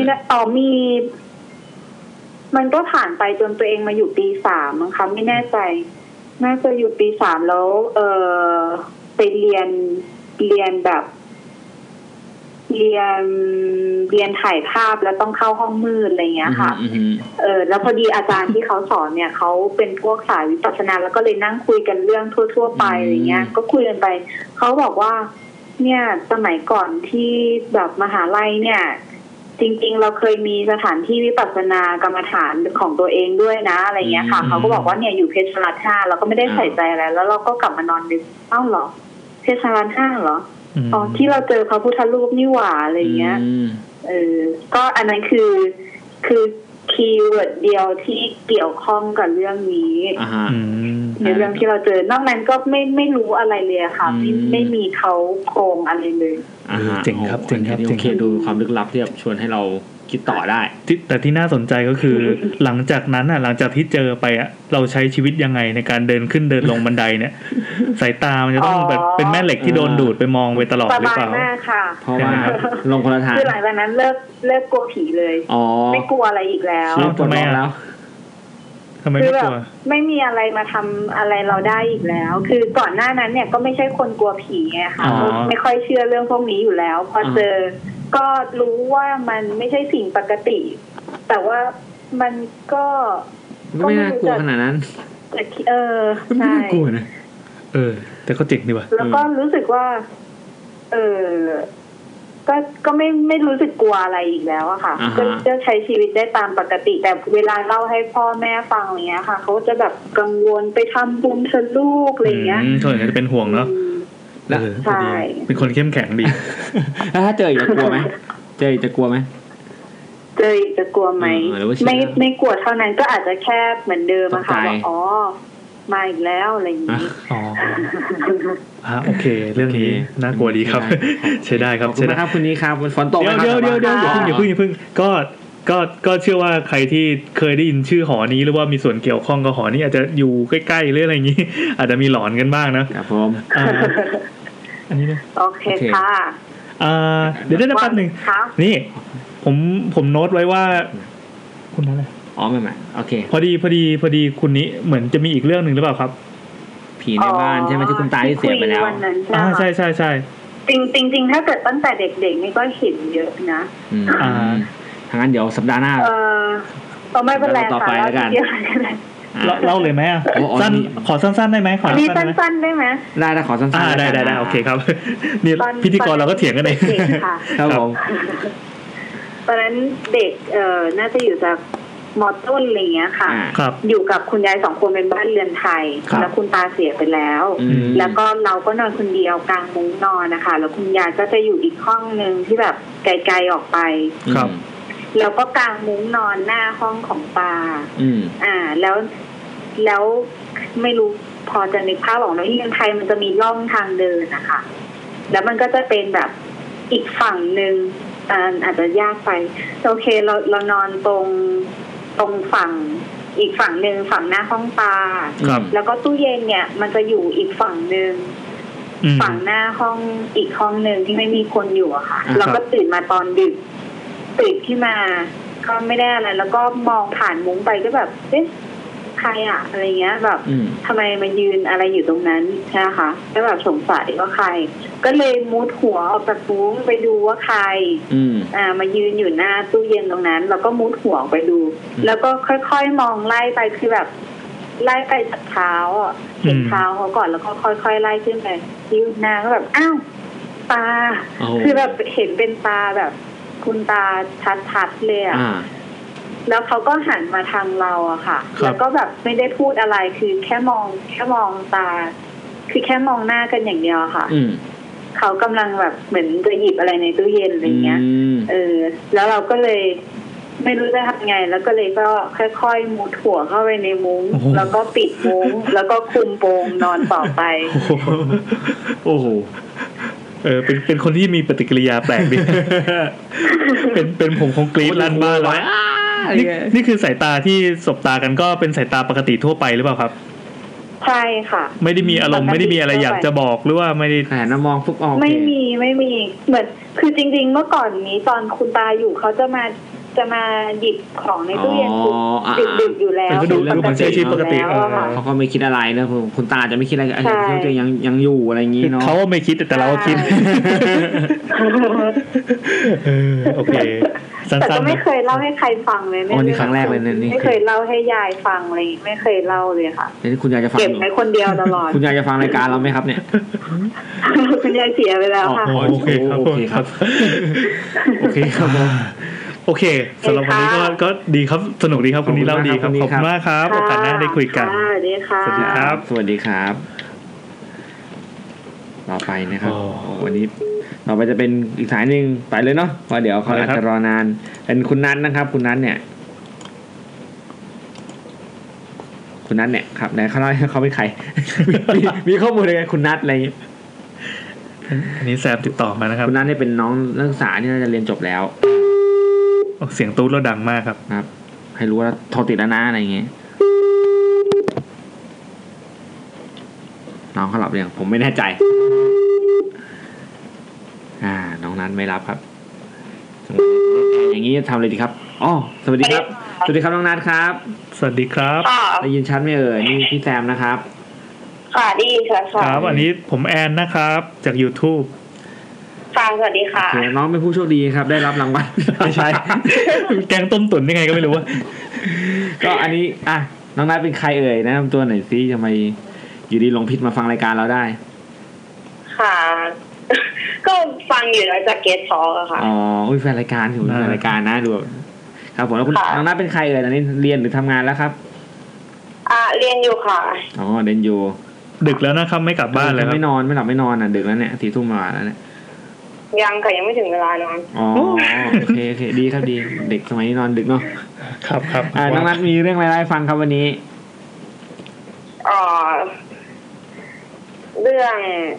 Speaker 3: มันก็ผ่านไปจนตัวเองมาอยู่ปี 3มั้งคะไม่แน่ใจน่าจะอยู่ปี 3แล้วไปเรียนแบบเรียนถ่ายภาพแล้วต้องเข้าห้องมืดอะไรเงี้ยค่ะแล้วพอดีอาจารย์ที่เขาสอนเนี่ยเขาเป็นพวกสายวิปัสสนาแล้วก็เลยนั่งคุยกันเรื่องทั่วๆไปอะไรเงี้ยก็คุยกันไปเขาบอกว่าเนี่ยสมัยก่อนที่แบบมหาลัยเนี่ยจริงๆเราเคยมีสถานที่วิปัสสนากรรมฐานของตัวเองด้วยนะอะไรเงี้ยค่ะเขาก็บอกว่าเนี่ยอยู่เพชรรัตน์5เราก็ไม่ได้ใส่ใจอะไรแล้วเราก็กลับมานอนนึกเอ้าเหรอเพชรรัตน์5เหรออ๋อที่เราเจอพระพุทธรูปนี่หว่าอะไรเงี้ยก็อันนั้นคือคีย์เวิร์ดเดียวที่เกี่ยวข้องกับเรื่องนี้ในเรื่องที่เราเจอนอกนั้นก็ไม่รู้อะไรเลยค่ะไม่มีเขาโครงอะไรเลย
Speaker 1: เจ๋งครับ
Speaker 2: โอเคดูความลึกลับที่ชวนให้เราคิดต่อได้
Speaker 1: แต่ที่น่าสนใจก็คือ หลังจากนั้นหลังจากที่เจอไปเราใช้ชีวิตยังไงในการเดินขึ้นเดินลงบันไดเนี่ยสายตามันจะต้องแบบเป็นแม่เหล็กที่โดนดูดไปมองไปตลอดหรือเปล่า
Speaker 3: มากค่ะ
Speaker 2: เพราะว่าลงคนละทาง
Speaker 3: คือหลังจากนั้นเลิกกลัวผีเลยไม่กลัวอะไรอีกแล้ว
Speaker 1: ทำไมแล้วทำไมไม่กลัว
Speaker 3: ไม่มีอะไรมาทำอะไรเราได้อีกแล้วคือก่อนหน้านั้นเนี่ยก็ไม่ใช่คนกลัวผีไงค่ะไม่ค่อยเชื่อเรื่องพวกนี้อยู่แล้วพอเจอก็รู้ว่ามันไม่ใช่สิ่งปกติแต่ว่ามันก็
Speaker 2: ไม่น่ากลัวขนาดนั้น
Speaker 3: ใช่
Speaker 2: กลัวนะ
Speaker 1: แต่ก็เจ๋งดีว่ะ
Speaker 3: แล้วก็รู้สึกว่าก็ไม่รู้สึกกลัวอะไรอีกแล้วอะค่ะก็ใช้ชีวิตได้ตามปกติแต่เวลาเล่าให้พ่อแม่ฟังอย่างเงี้ยค่ะเขาจะแบบกังวลไปทำบุญเธอลูกอะไรเงี้ย
Speaker 1: เขาจะเป็นห่วงเนาะ
Speaker 3: ใช่
Speaker 1: เป็นคนเข้มแข็งดี
Speaker 2: แล้วถ้าเจออีกจะกลัวไหมเจออีกจะกลัวไหม
Speaker 3: จะกลัวไหมไม่กลัวเท่านั้นก็อาจจะแค่เหมือนเดิมอะค่ะว่าอ๋อมาอีกแล้วอะไรอย่างนี้
Speaker 1: โอเคเรื่องนี้น่ากลัวดีครับใช้ได้ครับ
Speaker 2: ใช่ได้ครับคุณนี้ครับฝนตก
Speaker 1: เดี๋ยวอย่าเพิ่งก็เชื่อว่าใครที่เคยได้ยินชื่อหอนี้หรือว่ามีส่วนเกี่ยวข้องกับหอนี้อาจจะอยู่ใกล้ๆหรืออะไรอย่างนี้อาจจะมีหลอนกันบ้างนะครับ
Speaker 2: ผม
Speaker 1: อันนี้นะ
Speaker 3: โอเคค่ะ
Speaker 1: เดี๋ยวได้แป๊บนึงนี่ผมโน้ตไว้ว่าคุณอะไร
Speaker 2: ไม่โอเค
Speaker 1: พอดีคุณนี้เหมือนจะมีอีกเรื่องนึงหรือเปล่าครับ
Speaker 2: ผีในบ้านใช่ไหมที่คุณตาที่เสียไปแล้ว
Speaker 1: ใช่
Speaker 3: จริงถ้าเกิดตั้งแต่เด็กๆนี่ก็เห็นเยอะนะ
Speaker 2: ทางนั้นเดี๋ยวสัปดาห์หน้า
Speaker 3: ไม่เป็นไร
Speaker 2: ต่อไปแล้วกัน
Speaker 1: เล่าเลยไหมสั้นขอสั้นๆได้ไหมขอ
Speaker 3: สั้นๆได้ไหม
Speaker 2: ได้ขอสั้น
Speaker 1: ๆได้โอเคครับนี่พิธีกรเราก็เถียงกันเอง
Speaker 2: ครับผม
Speaker 3: ตอนนั้นเด็กน่าจะอยู่จากมอต้นอะไรเงี้ยค่ะอยู่กับคุณยาย2คนเป็นบ้านเรือนไทยแล้วคุณตาเสียไปแล้วแล้วก็เราก็นอนคนเดียวกลางมุ้งนอนนะคะแล้วคุณยายก็จะอยู่อีกห้องนึงที่แบบไกลๆออกไปแล้วก็กลางมุ้งนอนหน้าห้องของตาแล้วไม่รู้พอจะนึกภาพออกนะที่เมืองไทยมันจะมีร่องทางเดินนะคะแล้วมันก็จะเป็นแบบอีกฝั่งนึงอาจจะยากไปโอเคเรานอนตรงฝั่งอีกฝั่งนึงฝั่งหน้าห้องตาแล้วก็ตู้เย็นเนี่ยมันจะอยู่อีกฝั่งนึงฝั่งหน้าห้องอีกห้องนึงที่ไม่มีคนอยู่อะค่ะเราก็ตื่นมาตอนดึกตื่นขึ้นมาก็ไม่ได้อะไรแล้วก็มองผ่านมุ้งไปก็แบบเอ๊ะใครอะอะไรเงี้ยแบบทำไมมายืนอะไรอยู่ตรงนั้นใช่ไหมคะก็แบบสงสัยว่าใครก็เลยมุดหัวออกจากมุ้งไปดูว่าใครมายืนอยู่หน้าตู้เย็นตรงนั้นแล้วก็มุดหัวไปดูแล้วก็ค่อยๆมองไล่ไปคือแบบไล่ไปจากเท้าเห็นเท้าเขาก่อนแล้วก็ค่อยๆไล่ขึ้นไปยืนหน้าก็แบบอ้าวตาคือแบบเห็นเป็นตาแบบคุณตาชัดๆเลยอ่ะแล้วเขาก็หันมาทางเราอะค่ะแล้วก็แบบไม่ได้พูดอะไรคือแค่มองตาคือแค่มองหน้ากันอย่างเดียวค่ะเขากำลังแบบเหมือนจะหยิบอะไรในตู้เย็นอะไรเงี้ยแล้วเราก็เลยไม่รู้จะทำไงแล้วก็เลยก็ค่อยๆมุดหัวเข้าไปในมุ้งแล้วก็ปิดมุ้งแล้วก็คลุมโปงนอนต่อไป
Speaker 1: โอ้โหเป็นคนที่มีปฏิกิริยาแปลกดิเป็นผมคงกรี๊ดลั่นบ้านเลยนี่คือสายตาที่สบตากันก็เป็นสายตาปกติทั่วไปหรือเปล่าครับ
Speaker 3: ใช่ค่ะ
Speaker 1: ไม่ได้มีอารมณ์ไม่ได้มีอะไรอยากจะบอกหรือว่าไม่ได้
Speaker 2: แหมน้ำมองฟุกออก
Speaker 3: ไม่มีเหมือนคือจริงๆเมื่อก่อนนี้ตอนคุณตาอยู่เขาจะมาหยิบของในตู้เย็นดึกอยู่แล้ว
Speaker 1: ดูมันใช้ชีวิตปกติ
Speaker 2: เขาก็ไม่คิดอะไรนะคุณตาจะไม่คิดอะไรเขาจะยังอยู่อะไรอย่างนี้เนาะ
Speaker 1: เขาไม่คิดแต่เราคิดโอเค
Speaker 3: แต่ก็ไม่เคยเล่าให้ใครฟังเลย
Speaker 2: นี่ครั้งแรกเลยนี่
Speaker 3: ไม่เคยเล่าให้ยายฟังเลยไม่เคยเล่าเลยค่ะ
Speaker 2: นี่คุณยายจะฟัง
Speaker 3: เก็บไว้คนเดียวตลอด
Speaker 2: คุณยายจะฟังรายการเราไหมครับเนี่ย
Speaker 3: คุณยายเสียไปแล้วค่ะ
Speaker 1: โอเคครับโอเคครับ
Speaker 2: โอเคครับ
Speaker 1: โอเคสำหรับวันนี้ก็ดีครับสนุกดีครับคุณนี้เล่าดีครับขอบคุณมากครับโอกาสหน้าได้คุยกัน
Speaker 3: สวัสดีค่ะ
Speaker 1: สวัสดีครับ
Speaker 2: สวัสดีครับต่อไปนะครับวันนี้ต่อไปจะเป็นอีกสายนึงไปเลยเนาะเพราะเดี๋ยวเขาอาจจะรอนานเป็นคุณนัทนะครับคุณนัทเนี่ยครับไหนเขาเล่าให้เขาเป็นใครมีข้อมูลอะไรคุณนัทอะไร
Speaker 1: อันนี้แซมติดต่อมานะครับ
Speaker 2: คุณนัทเนี่ยเป็นน้องนักศึกษาที่น่าจะเรียนจบแล้ว
Speaker 1: เสียงตู้แล้วดังมากครับ
Speaker 2: ให้รู้ว่าโทรติดแล้วนะอะไรอย่างเงี้ยน้องเขาหลับยังผมไม่แน่ใจน้องนั้นไม่รับครับอย่างนี้ทำเลยดีครับอ๋อสวัสดีครับสวัสดีครับน้องนัทครับ
Speaker 1: สวัสดีครับ
Speaker 2: ได้ยินชัดไหมนี่พี่แซมนะครับ
Speaker 3: ค่ะดีค่ะ
Speaker 1: ครับอันนี้ผมแอนนะครับจาก YouTube
Speaker 3: ค่ะสวัสดีค่ะ
Speaker 2: น้องเป็นผู้โชคดีครับได้รับรางวัล
Speaker 1: ไม่ใช่แกงต้มตุ๋นยังไงก็ไม่รู้ว่า
Speaker 2: ก็อันนี้น้องนัทเป็นใครแนะนำตัวหน่อยสิทำไมอยู่ดีลงพิษมาฟังรายการเราได้
Speaker 3: ค่ะก็ฟังอยู่แล้วจากเกสทอล์กอะค่ะ
Speaker 2: อ๋อแฟนรายการอยู่แฟนรายการนะดูครับผมแล้วคุณน้องนัทเป็นใครตอนนี้เรียนหรือทำงานแล้วครับ
Speaker 3: เรียนอยู่ค่ะ
Speaker 2: อ๋อเรียนอยู่
Speaker 1: ดึกแล้วนะครับไม่กลับบ้านเลยครับ
Speaker 2: ไม่นอนไม่หลับไม่นอนดึกแล้วเนี่ย4 ทุ่มมาแล้วเนี่ย
Speaker 3: ยังค่ะยังไม่ถึงเวลานอน
Speaker 2: อ๋อโอเคดีครับดีเด็กสมัยนี้นอนดึกเนาะ
Speaker 1: ครับ
Speaker 2: น้องนัทมีเรื่องอะไรให้ฟังครับวันนี้
Speaker 3: เรื่อง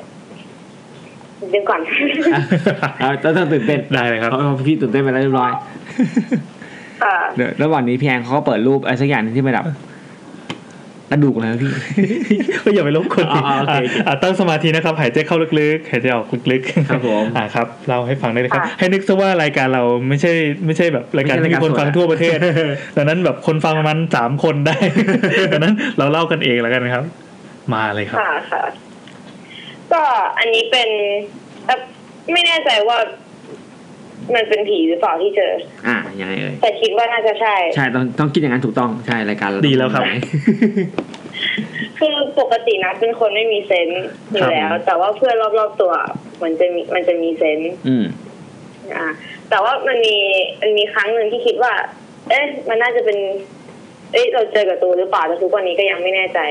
Speaker 3: ก่อน
Speaker 2: ต้องตื่นเต้น
Speaker 1: ได้เลยครับ
Speaker 2: พี่ตื่นเต้นไปแล้วเรียบร้อยเดี๋ยวระหว่างนี้พี่แอนเขาก็เปิดรูปอะไรสักอย่างนึงที่ไม่ดับกระดูกเลยพี่
Speaker 1: ก็อย่าไปรบกวนตั้งสมาธินะครับหายใจเข้าลึกๆหายใจออกลึก
Speaker 2: ๆครับผม
Speaker 1: ครับเราให้ฟังได้เลยครับให้นึกซะว่ารายการเราไม่ใช่แบบรายการที่มีคนฟังทั่วประเทศดังนั้นแบบคนฟังประมาณ3 คนได้ดังนั้นเราเล่ากันเองแล้วกันครับมาเลยครับ
Speaker 3: ค่ะก็อันนี้เป็นไม่แน่ใจว่ามันเป็นผีหรือเปล่าที่เจอ
Speaker 2: ยังไง
Speaker 3: แต่คิดว่าน่าจะใช่
Speaker 2: ต้องคิดอย่างนั้นถูกต้องใช่รายการ
Speaker 1: ดีแล้วครับ
Speaker 3: คือปกตินะเป็นคนไม่มีเซนส์อยู่แล้วแต่ว่าเพื่อนรอบๆตัวมันจะมีเซนส์แต่ว่ามันมีครั้งนึงที่คิดว่ามันน่าจะเป็นเราเจอกับตัวหรือเปล่าแต่ทุกวันนี้ก็ยังไม่แน่ใจ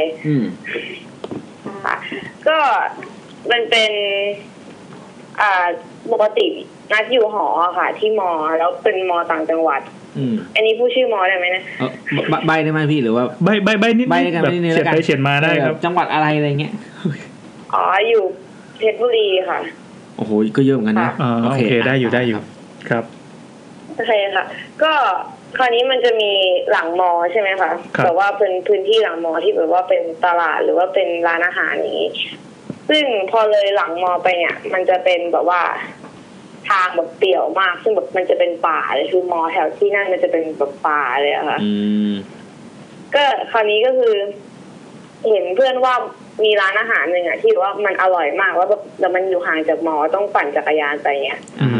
Speaker 3: ก็มันเป็นปกตินัดอยู่หอค่ะที่มอแล้วเป็นมอต่างจังหวัดอันนี้ผู้ชื่อมอได้ไหมนะ
Speaker 2: ใบได้ไหมพี่หรือว่า
Speaker 1: ใบนิดแบบเฉียดไปเฉียดมาได้ครับ
Speaker 2: จังหวัดอะไรอะไรเงี้ย
Speaker 3: อยู่เพชรบุรีค่ะ
Speaker 2: โอ้โหก็เยอะเหมือนกันนะ
Speaker 1: โอเคได้อยู่ครับ
Speaker 3: โอเคค่ะก็คราวนี้มันจะมีหลังมอใช่ไหมคะแต่ว่าเป็นพื้นที่หลังมอที่แบบว่าเป็นตลาดหรือว่าเป็นร้านอาหารอย่างนี้ซึ่งพอเลยหลังมอไปเนี่ยมันจะเป็นแบบว่าทางแบบเปี่ยวมากซึ่งแบบมันจะเป็นป่าเลยคือมอแถวที่นั่นมันจะเป็นแบบป่าเลยอะค่ะก็คราวนี้ก็คือเห็นเพื่อนว่ามีร้านอาหารหนึ่งอะที่ว่ามันอร่อยมากว่าแบบแต่มันอยู่ห่างจากมอต้องปั่นจักรยานไปเนี่ย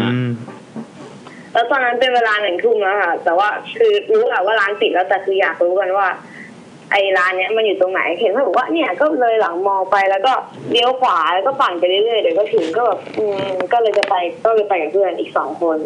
Speaker 3: แล้วตอนนั้นเป็นเวลา1 ทุ่มแล้วค่ะแต่ว่าคือรู้แหละว่าร้านปิดแล้วแต่คืออยากรู้กันว่าไอ้ร้านเนี้ยมันอยู่ตรงไหนเห็นเขาบอกว่าเนี่ยก็เลยหลังมอไปแล้วก็เลี้ยวขวาแล้วก็ปั่นไปเรื่อยๆเดี๋ยวก็ถึงก็แบบก็เลยไปกับเพื่อนอีก2 คน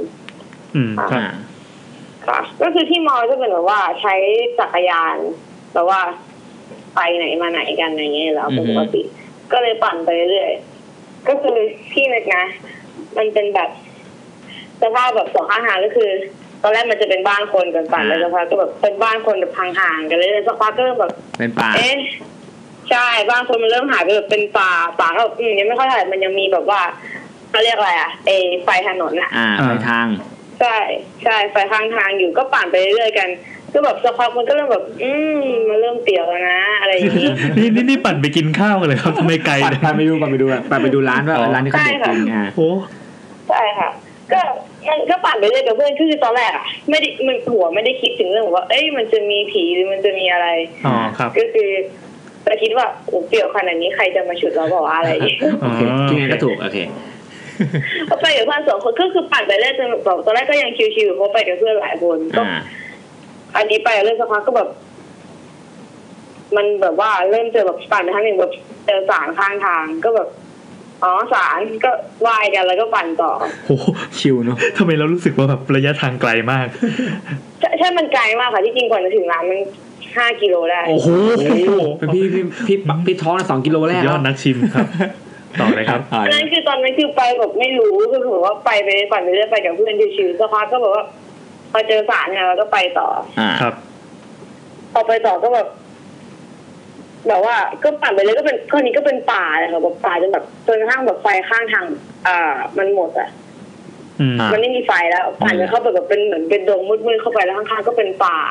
Speaker 3: ค่ะก็คือที่มอจะเป็นแบบว่าใช้จักรยานแบบว่าไปไหนมาไหนกันอะไรเงี้ยแล้วปกติก็เลยปั่นไปเรื่อยก็คือที่นึกนะมันเป็นแบบสภาพแบบ2 ข้างทางก็คือตอนแรกมันจะเป็นบ้านคนกันปั่นแล้วสักพักก็แบบเป็นบ้านคนแบบห่างๆกันเลยสักพักก็แบบ
Speaker 2: เป็นป่า
Speaker 3: ใช่บ้านคนมันเริ่มหายไปแบบเป็นป่าก็ยังไม่ค่อยเท่าไหร่มันยังมีแบบว่าเขาเรียกอะไรไฟถนน
Speaker 2: ไฟทาง
Speaker 3: ใช่ไฟข้างทางอยู่ก็ปั่นไปเรื่อยๆกันก็แบบสักพักมันก็เริ่มแบบมันเริ่มเปรี้ยวแล้วนะอะไรอย่างนี้
Speaker 1: นี่ปั่นไปกินข้าวกันเลยครับทำไมไกล
Speaker 2: ปั่นไปดูร้านว่าร้านที่เขาเด็ดจริง
Speaker 1: โอ้
Speaker 3: ใช่ค่ะก็ปั่นไปเรื่อยกับเพื่อนคือตอนแรกอ่ะไม่ได้มันหัวไม่ได้คิดถึงเรื่องว่าเอ้ยมันจะมีผีหรือมันจะมีอะไรก็คือแต่คิดว่าเปรี้ยวขนาดนี้ใครจะมาฉุดเราบอกว่าอะไร
Speaker 2: จริงๆก็ถูกโอเค
Speaker 3: ก็ไปกับเพื่อน2 คนก็คือปั่นไปเรื่อยจนแบบตอนแรกก็ยังชิวๆเพราะไปกับเพื่อนหลายคนก็อันนี้ไปเรื่องสักพักก็แบบมันแบบว่าเริ่มเจอแบบปั่นไปทางหนึ่งแบบเจอสารข้างทางก็แบบสารก็ว่ายกันแล้วก็ปั่นต่อ
Speaker 1: โอ้ชิวเนาะทำไมเรารู้สึกว่าแบบระยะทางไกลมาก
Speaker 3: ใช่มันไกลมากค่ะที่จริงก่อนจะถึงร้านมัน5 กิโลได้
Speaker 1: โอ้โห
Speaker 2: พี่ท้อง2 กิโลแรก
Speaker 1: ยอดนักชิมครับต่อเลยครับ
Speaker 3: นั่นคือตอนนั้นคือไปแบบไม่รู้คือถือว่าไปปั่นไปเรื่อยไปกับเพื่อนชิวๆสักพักก็แบบว่าพอเจอสารเนี่ยเราก็ไปต่อ
Speaker 1: ครับ
Speaker 3: พอไปต่อก็แบบว่าก็ปั่นไปเลยก็เป็นข้อนี้ก็เป็นป่าเลยค่ะแบบป่าจนแบบจนกระทั่งแบบไฟข้างทางมันหมดอ่ะมันไม่มีไฟแล้วปั่นไปเข้าไปแบบเป็นเหมือนเป็นดงมืดๆเข้าไปแล้วข้างๆก็เป็นป่า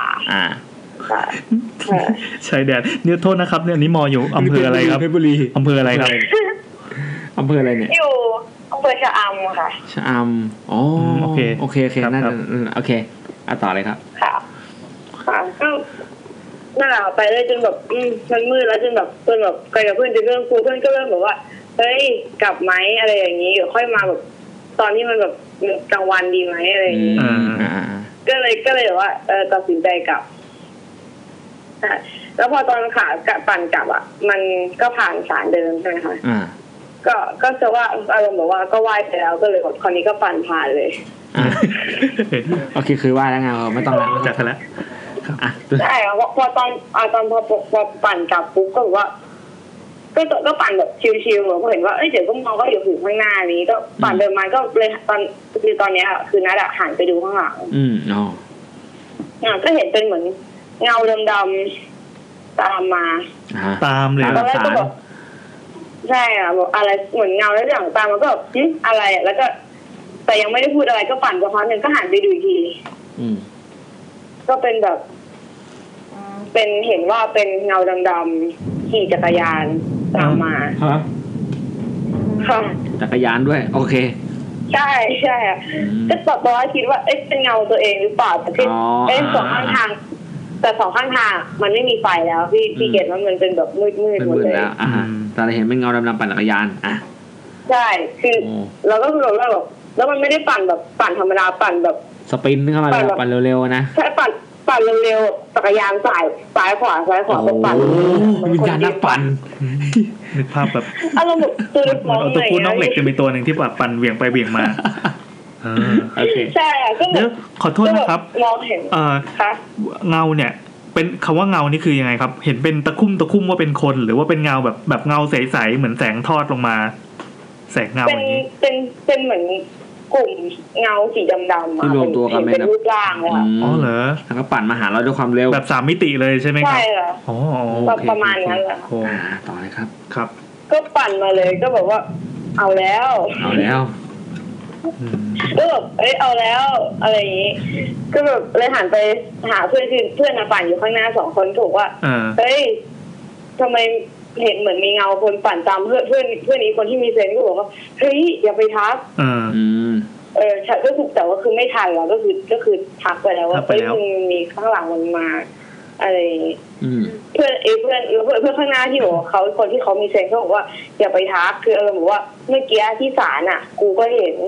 Speaker 1: ชายแดนเนี่ยโทษนะครับเนี่ยนี่มออยู่อำเภออะไรครับ
Speaker 2: เพชรบุรี
Speaker 1: อำเภออะไรครับ
Speaker 2: อำเภออะไรเนี่ย
Speaker 3: อยู่อำเภอชะอำค่ะ
Speaker 2: ชะอำอ๋อโอเคน่าจะโอเคต่อเลยครับ
Speaker 3: ค่ะก็นั่นแหละไปเลยจนแบบมันมืดแล้วจนแบบไปกับเพื่อนจะเริ่มกลัวเพื่อนก็เริ่มแบบว่าเฮ้ยกลับไหมอะไรอย่างนี้เดี๋ยวค่อยมาแบบตอนที่มันแบบกลางวันดีไหมอะไรอย่างนี้ก็เลยแบบว่าตัดสินใจกลับแล้วพอตอนขาปั่นกลับอ่ะมันก็ผ่านศาลเดิมใช่ไหมคะก็จะว่าอารมณ์แบบว่าก็ไหว้ไปแล้วก็เลยแบบคราวนี้ก็ปั่นผ่านเลย
Speaker 2: โอเคคือว่าแล้วไงไม่ต้องแล้ว
Speaker 1: จัดแล้ว
Speaker 3: ใช่พอตอนพอปั่นกลับปุ๊บก็แบบว่าก็ปั่นแบบชิวๆเหมือนเห็นว่าเดี๋ยวก็มองก็อยู่ถึงข้างหน้านี้ก็ปั่นเดินมาก็เลยตอนนี้คือนัดหันไปดูข้างหลังก็เห็นเป็นเหมือนเงาดำๆตามมา
Speaker 1: ตามเลย
Speaker 3: ตอนแรกก็แบบใช่อ่ะบอกอะไรเหมือนเงาแล้วอย่างตามมันก็แบบอะไรแล้วก็แต่ยังไม่ได้พูดอะไรก็ปั่นสักพักนึงก็หันไปดูอีกทีก็เป็นแบบเป็นเห็นว่าเป็นเงาดำๆขี่จักรยานตามมา
Speaker 2: ค่ะจักรยานด้วยโอเค
Speaker 3: ใช่ก็ตอนแรกคิดว่าเป็นเงาตัวเองหรือเปล่าแต่คือสองข้างทางแต่สองข้างทางมันไม่มีไฟแล้วพี่เกศว่ามันเป็นแบบมืดหมดเลย
Speaker 2: แต่เราเห็นเป็นเงาดำๆปั่นจักรยาน
Speaker 3: ใช่คือเราก็คือเราแบบแล้วมันไม่ได้ปั่นแบบปั่นธรรมดาปั่นแบบ
Speaker 2: สปรินต์เข้ามาปั่นเร็วๆนะ
Speaker 3: ใช่ปั่นเร็วๆจักรยานซ้ายขวาปั่น
Speaker 2: วิญญาณนักปั่น
Speaker 1: นึกภาพแบบ
Speaker 3: อารมณ์แบบตัว
Speaker 1: พูดน้องเหล็กจะมีตัวหนึ่งที่แบบปั่นเบี่ยงไปเบี่ยงมา
Speaker 3: โอเคใช่ก็
Speaker 1: เดี๋ยวขอโทษนะครับ
Speaker 3: มองเห็น
Speaker 1: เงาเนี่ยเป็นคำว่าเงานี่คือยังไงครับเห็นเป็นตะคุ่มว่าเป็นคนหรือว่าเป็นเงาแบบเงาใสๆเหมือนแสงทอดลงมาแสงเงาอย่างนี้
Speaker 3: เป็นเหมือนกลุ่มเงาสีดำๆ
Speaker 2: ที่รวมตัวกัน
Speaker 3: เป็นรูปร่างเลยค่ะ
Speaker 1: อ๋อเหรอ
Speaker 2: แล้วก็ปั่นมาหาเราด้วยความเร็ว
Speaker 1: แบบ3 มิติเลยใช่ไหมครับ
Speaker 3: ใช่ค่ะ
Speaker 1: อ๋อ
Speaker 3: ประมาณนั้นแหละ
Speaker 2: ต่อเลยครับ
Speaker 3: ก็ปั่นมาเลยก็แบบว่าเอาแล้วก็แบบเอาแล้วอะไรอย่างนี้ก็แบบเลยหันไปหาเพื่อนคือเพื่อนปั่นอยู่ข้างหน้า2 คนถูกว่าทำไมเห็นเหมือนมีเงาคนปั่นตามเพื่อนนี้คนที่มีเซนก็บอกว่าเฮ้ยอย่าไปทักฉันก็คือแต่ว่าคือไม่ทันแล้วก็คือทักไปแล้วว่ามึงมีข้างหลังมันมาอะไรเพื่อนข้างหน้าที่บอกเขาคนที่เขามีเซนเขาบอกว่าอย่าไปทักคือบอกว่าเมื่อกี้ที่ศาลอ่ะกูก็เห็น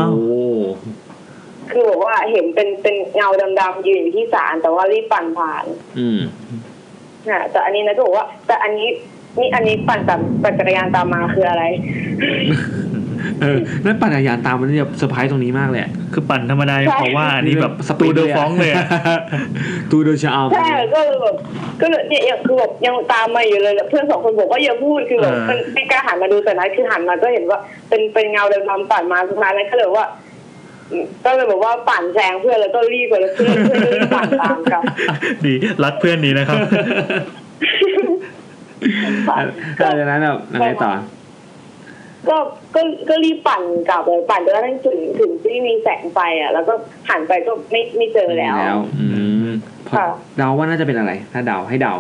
Speaker 3: คือบอกว่าเห็นเป็นเงาดำๆยืนอยู่ที่ศาลแต่ว่ารีบปั่นผ่านแต่อันนี้นะก็บอกว่าแต่อันนี้ปั่นจักรยานตามมาคืออะไร
Speaker 2: นั่นปั่นจักรยานตามมันจะเซอร์ไพรส์ตรงนี้มากเลย
Speaker 1: คือปั่นธรรมดาเพราะว่าอันนี้แบบตูเดอฟ้องเลย
Speaker 2: ตูเดอชาอัม
Speaker 3: ใช่ก็แบบก็เนี่ยคือแบบยังตามมาอยู่เลยเพื่อน2 คนบอกว่าอย่าพูดคือแบบไม่กล้าหันมาดูแต่นั้นคือหันมาก็เห็นว่าเป็นเงาดำๆปั่นมาสุดท้ายนั้นก็เลยว่าก็เลยบอกว่าปั่นแซงเพื่อนแล้วก็รีบไปแล้วเพื่อนรีบปั่นตามกัน
Speaker 1: ดีรักเพื่อนนี้นะครับ
Speaker 2: หลังจากนั้นแบบอะไรต่อ
Speaker 3: ก็รีบปั่นกลับเลยปั่นจนกระทั่งถึงที่มีแสงไฟอ่ะแล้วก็หันไปก็ไม่เจอแล้ว
Speaker 2: เดาว่าน่าจะเป็นอะไรถ้าเดาให้เดา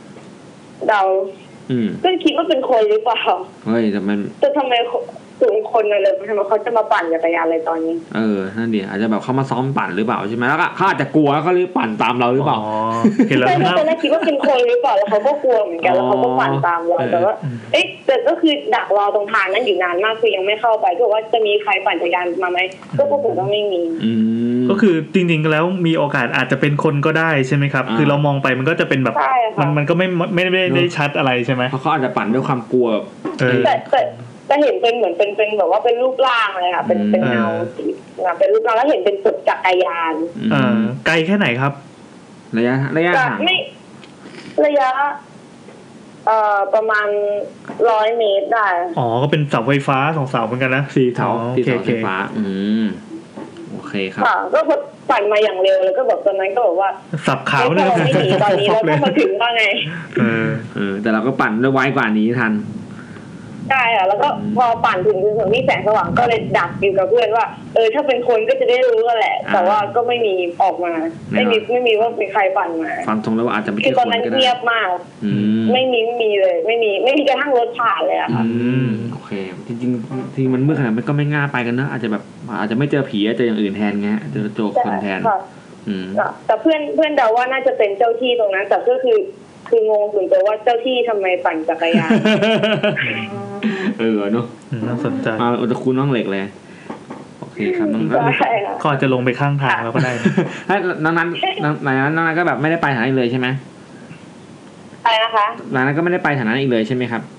Speaker 3: ก็คิดว่าเป็นคนหรือเปล่า
Speaker 2: เฮ้ยแต่
Speaker 3: ทำไมถึงคนเลยทำไมเขาจะมาปั่นจักรยานอะไรตอนนี้
Speaker 2: นั่นดิอาจจะแบบเขามาซ้อมปั่นหรือเปล่าใช่ไหมแล้วก็เขาอาจจะกลัวเขาเลยปั่นตามเราหรือเปล่า
Speaker 3: เห็นแล้วนะตอนแรกคิดว่าเป็นคนหรือเปล่าแล้วเขาก็กลัวเหมือนกันแล้วเขาก็ปั่นตามเราแต่ว่าแต่ก็คือดักรอตรงทางนั้นอยู่นานมากคือยังไม่เข้าไปก็ว่าจะมีใครปั่นจักรยานมาไหมก็ปรากฏว่าไม่มี
Speaker 1: ก็คือจริงๆแล้วมีโอกาสอาจจะเป็นคนก็ได้ใช่ไหมครับคือเรามองไปมันก็จะเป็นแบบมันก็ไม่ได้ชัดอะไรใช่ไหม
Speaker 2: เพราะเขาอาจจะปั่นด้วยความกลัว
Speaker 3: แต่เห็นเป็นเหมือนเป็นแบบว่าเป็นรูปร่างเลยค่ะเป็นเงาเป็นรูปร่างแล้วเห็นเป็นจุดจักรยาน
Speaker 1: ไกลแค่ไหนครับ
Speaker 2: ระยะห่าง
Speaker 3: ระยะประมาณ100 เมตรได้
Speaker 1: ก็เป็นเสาไฟฟ้า2 เสาเหมือนกันนะ
Speaker 2: 4 เสาไฟฟ้าโอเคครับ
Speaker 3: ก็ปั่นมาอย่างเร็วแล้วก็แบบตอนนั้นก็บอกว่า
Speaker 1: สับขาวเลย
Speaker 3: ไม่หนีตอนนี้แล้วก็มาถึงว่าไง
Speaker 2: แต่เราก็ปั่นได้ไวกว่านี้ทัน
Speaker 3: ใช่ค่ะแล้วก็พอปั่นถึงที่แสงสว่างก็เลยดักอยู่กับเพื่อนว่าถ้าเป็นคนก็จะได้รู้กันแหละแต่ว่าก็ไม่มีออกมาไม่มีว่าเป็นใครปั่นมา
Speaker 2: ฟังตรงแล้วว่าอาจจะไม่ใช่คนก็ได้
Speaker 3: ตอนนั้นเงียบมากไม่มีเลยไม่มีกระทั่งรถผ่านเลยอะค่ะ
Speaker 2: โอเคจริงที่มันมืดขนาดมันก็ไม่ง่ายไปกันเนอะอาจจะไม่เจอผีอาจจะอย่างอื่นแทนไงเจอโจรคนแทน
Speaker 3: แต่เพื่อนเดาว่าน่าจะเป็นเจ้าที่ตรงนั้นแต่ก็คืองงถึงตัวว่าเจ้าที่ทำไมปั่นจักรยาน
Speaker 2: เนาะ
Speaker 1: น่าสนใจ
Speaker 2: จะคูน้องเหล็กเลยโอเคครับน้อง
Speaker 1: ก็จะลงไปข้างทางแล้วก็ได้
Speaker 2: ถ้าน้องนั้นก็แบบไม่ได้ไปฐานนั้นเลยใช่ไหม
Speaker 3: อะไรนะคะ
Speaker 2: นั้นก็ไม่ได้ไปฐานนั้นอีกเลยใช่ไหมครับ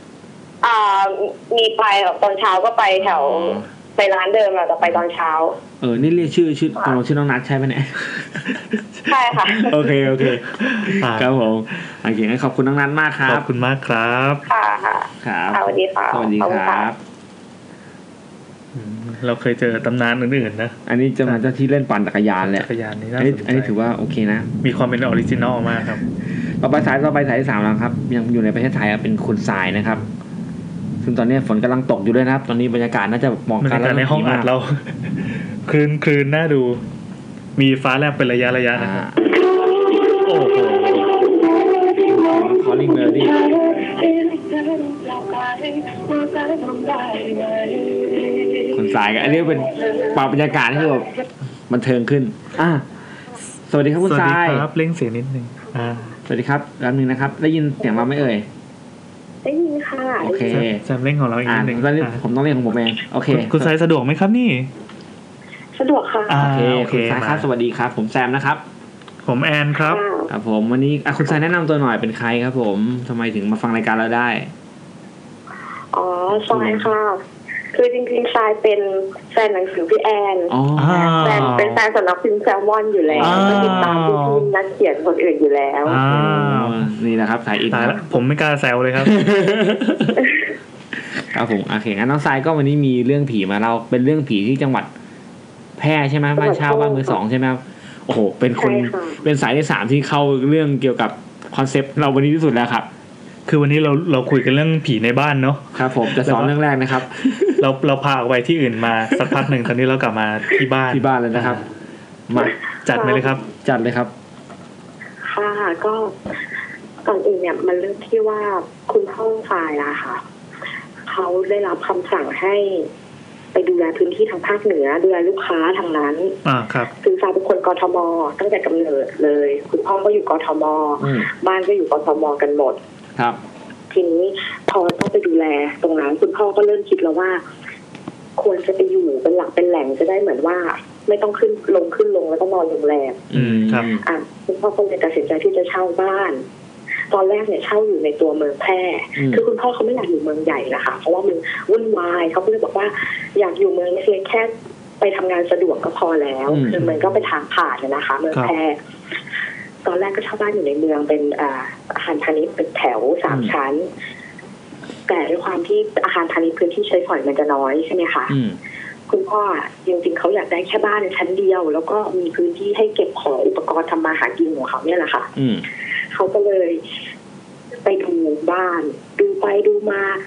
Speaker 3: มีไปตอนเช้าก็ไปแถวไปร้านเดิมแต่ไปตอนเช้า
Speaker 2: นี่เรียกชื่อน้องนัทใช่ไหมเนี่ย
Speaker 3: ใช่ค่ะ
Speaker 2: โอเคครับผมโอเคงั้นขอบคุณน้องนัทมากครับ
Speaker 1: ขอบคุณมากครับ
Speaker 3: ค่ะ
Speaker 2: ครับ
Speaker 3: สวัสดีค่ะ
Speaker 2: สวัสดีครับ
Speaker 1: เราเคยเจอตำนานอื่นๆนะ
Speaker 2: อันนี้จะมาเจ้าที่เล่นปั่นจักรยานแหละ
Speaker 1: จักรยานนี่
Speaker 2: อันนี้ถือว่าโอเคนะ
Speaker 1: มีความเป็นออริจินอลมากครับ
Speaker 2: ต่อไปสายที่3แล้วครับยังอยู่ในประเทศไทยเป็นคุณทรายนะครับซึ่งตอนนี้ฝนกำลังตกอยู่ด้วยนะครับตอนนี้บรรยากาศน่าจะมอง
Speaker 1: กันแล้วในห้องอัดเราคลืนน่าดูมีฟ้าแลบเป็นระยะนะครับโอ้โห
Speaker 2: คอลลิ่งเมโลดี้คุณสายกันอันนี้เป็นปรับบรรยากาศที่แบบบันเทิงขึ้นสวัสดีครับคุณสาย
Speaker 1: ครับเล่งเสียงนิดนึง
Speaker 2: สวัสดีครับแป๊บนึงนะครับได้ยินเสียงเราไหมเอ่ย
Speaker 3: ได้ยินค่ะ
Speaker 2: โอเค
Speaker 1: แซมเล่งของเราอีกนิดนึง
Speaker 2: ผมต้องเล่นของผมเองโอเค
Speaker 1: คุณสายสะดวกไหมครับนี่
Speaker 3: สะดวกค่ะ
Speaker 2: โอเคครับสวัสดีครับผมแซมนะครับ
Speaker 1: ผมแอนครับ
Speaker 2: ครับผมวันนี้คุณสายแนะนำตัวหน่อยเป็นใครครับผมทำไมถึงมาฟังรายการเราได้
Speaker 3: ทรายค่ะคือจริงๆทรายเป็นแฟนหนังสือพี่แอนเป็นแฟนสำนักพิมพ์แซลมอนอยู่แล้วก็ติดตามพี่นักเขียนคนอื่นอยู่แล้ว
Speaker 2: นี่นะครับสายอิน
Speaker 1: ผมไม่กล้าแซวเลยครับ
Speaker 2: ครับผมโอเคงั้นน้องทรายก็วันนี้มีเรื่องผีมาเราเป็นเรื่องผีที่จังหวัดแพร่ใช่ไหมบ้านเช่าบ้านมือ2ใช่ไหมครับโอ้โหเป็นสายที่3ที่เข้าเรื่องเกี่ยวกับคอนเซปต์เราวันนี้ที่สุดแล้วครับ
Speaker 1: คือวันนี้เราคุยกันเรื่องผีในบ้านเนาะ
Speaker 2: ครับผมจะสอนเรื่องแรกนะครับ
Speaker 1: เราพาออกไปที่อื่นมาสักพักหนึ่งตอนนี้เรากลับมาที่บ้าน
Speaker 2: เลยนะครับ
Speaker 1: มาจัดเลยครับ
Speaker 2: จัดเลยครับ
Speaker 3: ค่ะก็ก่อนอื่นเนี่ยมันเริ่มที่ว่าคุณพ่อฝ่ายอะค่ะเขาได้รับคำสั่งให้ไปดูแลพื้นที่ทางภาคเหนือดูแลลูกค้าทางนั้น
Speaker 1: ครับ
Speaker 3: คือฝ่ายเป็นคนกทมตั้งแต่กำเนิดเลยคุณพ่อก็อยู่กทมบ้านก็อยู่กทมกันหมด
Speaker 2: ครับ
Speaker 3: ทีนี้พอต้องไปดูแลตรงนั้นคุณพ่อก็เริ่มคิดแล้วว่าควรจะไปอยู่เป็นหลักเป็นแหล่งจะได้เหมือนว่าไม่ต้องขึ้นลงแล้วต้องนอนโรงแรม
Speaker 1: ครับ
Speaker 3: คุณพ่อก็เลยตัดสินใจที่จะเช่าบ้านตอนแรกเนี่ยเช่าอยู่ในตัวเมืองแพร่คือคุณพ่อเขาไม่อยากอยู่เมืองใหญ่นะคะเพราะว่ามันวุ่นวายเขาก็เลยบอกว่าอยากอยู่เมืองเล็กๆแค่ไปทำงานสะดวกก็พอแล้วคือมันก็เป็นทางผ่านนะคะเมืองแพร่ตอนแรกก็เช่าบ้านอยู่ในเมืองเป็นอาคารพาณิชย์เป็นแถว3 ชั้นแต่ด้วยความที่อาคารพาณิชย์พื้นที่ใช้สอยมันจะน้อยใช่ไหมคะคุณพ่อจริงๆเขาอยากได้แค่บ้านชั้นเดียวแล้วก็มีพื้นที่ให้เก็บของอุปกรณ์ทำมาหากินของเขาเนี่ยแหละค่ะเขาก็เลยไปดูบ้านดูไปดูมา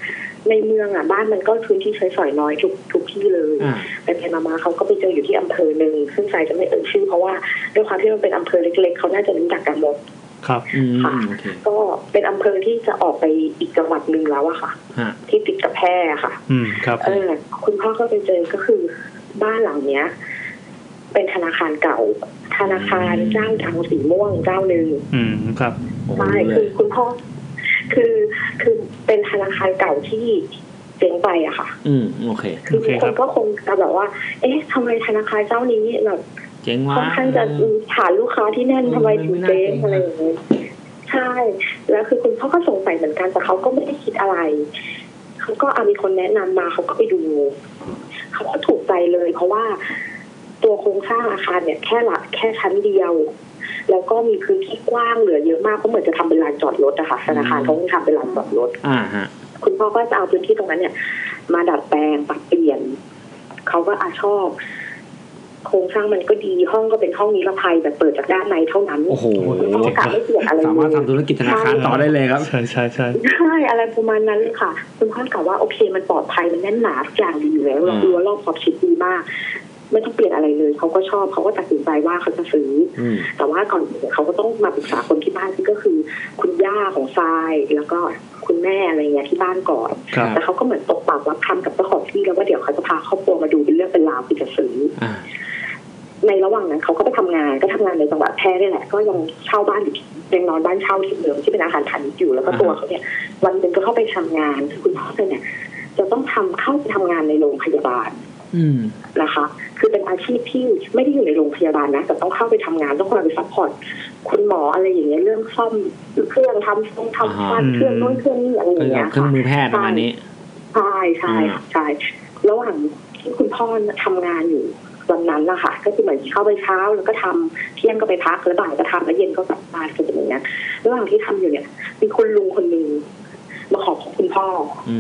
Speaker 3: ในเมืองอ่ะบ้านมันก็พื้นที่ใช้สอยน้อยทุกที่เลยไปมาเขาก็ไปเจออยู่ที่อำเภอหนึ่งซึ่งใจจะไม่เอ่ยชื่อเพราะว่าด้วยความที่มันเป็นอำเภอเล็กๆเขาน่าจะรู้จักกันหมด
Speaker 1: ครับ
Speaker 3: ค่ะก็เป็นอำเภอที่จะออกไปอีกจังหวัดนึงแล้วอะค่ะที่ติดกับแพร่ค่ะ
Speaker 1: ครับ
Speaker 3: คุณพ่อก็ไปเจอก็คือบ้านหลังเนี้ยเป็นธนาคารเก่าธนาคารเจ้าดังสีม่วงเจ้านึง
Speaker 1: ครับ
Speaker 3: ใช่คือคุณพ่อคือเป็นธนาคารเก่าที่เจ๊งไปอะค่ะ
Speaker 2: โอเค
Speaker 3: คือคนก็คงจะแบบว่าเอ๊ะทำไมธนาคารเจ้านี้แบบ
Speaker 2: เจ๊งวะ
Speaker 3: ค่อนข้างจะฐานลูกค้าที่แน่นทำไมถึงเจ๊งอะไรอย่างเงี้ยใช่แล้วคือคุณพ่อก็สงสัยเหมือนกันแต่เขาก็ไม่ได้คิดอะไรเขาก็มีคนแนะนำมาเขาก็ไปดูเขาก็ถูกใจเลยเพราะว่าตัวโครงสร้างอาคารเนี่ยแค่ชั้นเดียวแล้วก็มีพื้นที่กว้างเหลือเยอะมากเขาเหมือนจะทำเป็นลานจอดรถอะค่ะธนาคารเขาทำเป็นลานจอดรถคุณพ่อก็จะเอาพื้นที่ตรงนั้นเนี่ยมาดัดแปลงปรับเปลี่ยนเขาก็ชอบโครงสร้างมันก็ดีห้องก็เป็นห้องนิรภัยแบบเปิดจากด้านในเท่านั้น
Speaker 2: โอ้โห
Speaker 3: คุณพ่อกะไม่เปลี่ยนอะไร
Speaker 2: สามารถทำธุรกิจธนาคารต่อได้เลยครับ
Speaker 1: ใช่ใช่ใช่
Speaker 3: ใช่อะไรประมาณนั้นเลยค่ะคุณพ่อกะว่าโอเคมันปลอดภัยมันแน่นหนาทุกอย่างดีอยู่แล้วเราดูว่ารอบขอบชิดดีมากไม่ต้องเปลี่ยนอะไรเลยเขาก็ชอบเขาก็ตัดสินใจว่าเขาจะซื้อแต่ว่าก่อนเขาก็ต้องมาปรึกษาคนที่บ้านก็คือคุณย่าของทรายแล้วก็คุณแม่อะไรเงี้ยที่บ้านก่อนแต่เขาก็เหมือนตกปากรับคำกับเจ้าของที่แล้วว่าเดี๋ยวเขาจะพาครอบครัวมาดูเป็นเรื่องเป็นราวที่จะซื้อในระหว่างนั้นเขาก็ไปทำงานในจังหวัดแพร่นี่แหละก็ยังเช่าบ้านอยู่ยังนอนบ้านเช่าที่เดิมที่เป็นอาคารพาณิชย์อยู่แล้วก็ตัวเขาเนี่ยวันหนึ่งก็เข้าไปทำงานคุณพ่อเนี่ยจะต้องเข้าไปทำงานในโรงพยาบาลนะคะคือเป็นอาชีพที่ไม่ได้อยู่ในโรงพยาบาลนะแต่ต้องเข้าไปทำงานต้องคอยไปซัพพอร์ตคุณหมออะไรอย่างเงี้ยเรื่องซ่อมเครื่องทำฟันเครื่องโน้นเครื่องนี้อะไรอย่างเงี้ย
Speaker 2: เครื่องมือแพทย์ประมาณนี้
Speaker 3: ใช่ใช่ใช่ระหว่างที่คุณพ่อทำงานอยู่วันนั้นนะคะก็คือเหมือนเข้าไปเช้าแล้วก็ทำเที่ยงก็ไปพักแล้วบ่ายก็ทำแล้วเย็นก็กลับบ้านก็จะอย่างเงี้ยระหว่างที่ทำอยู่เนี่ยมีคุณลุงคนนึงมาขอของคุณพ่อ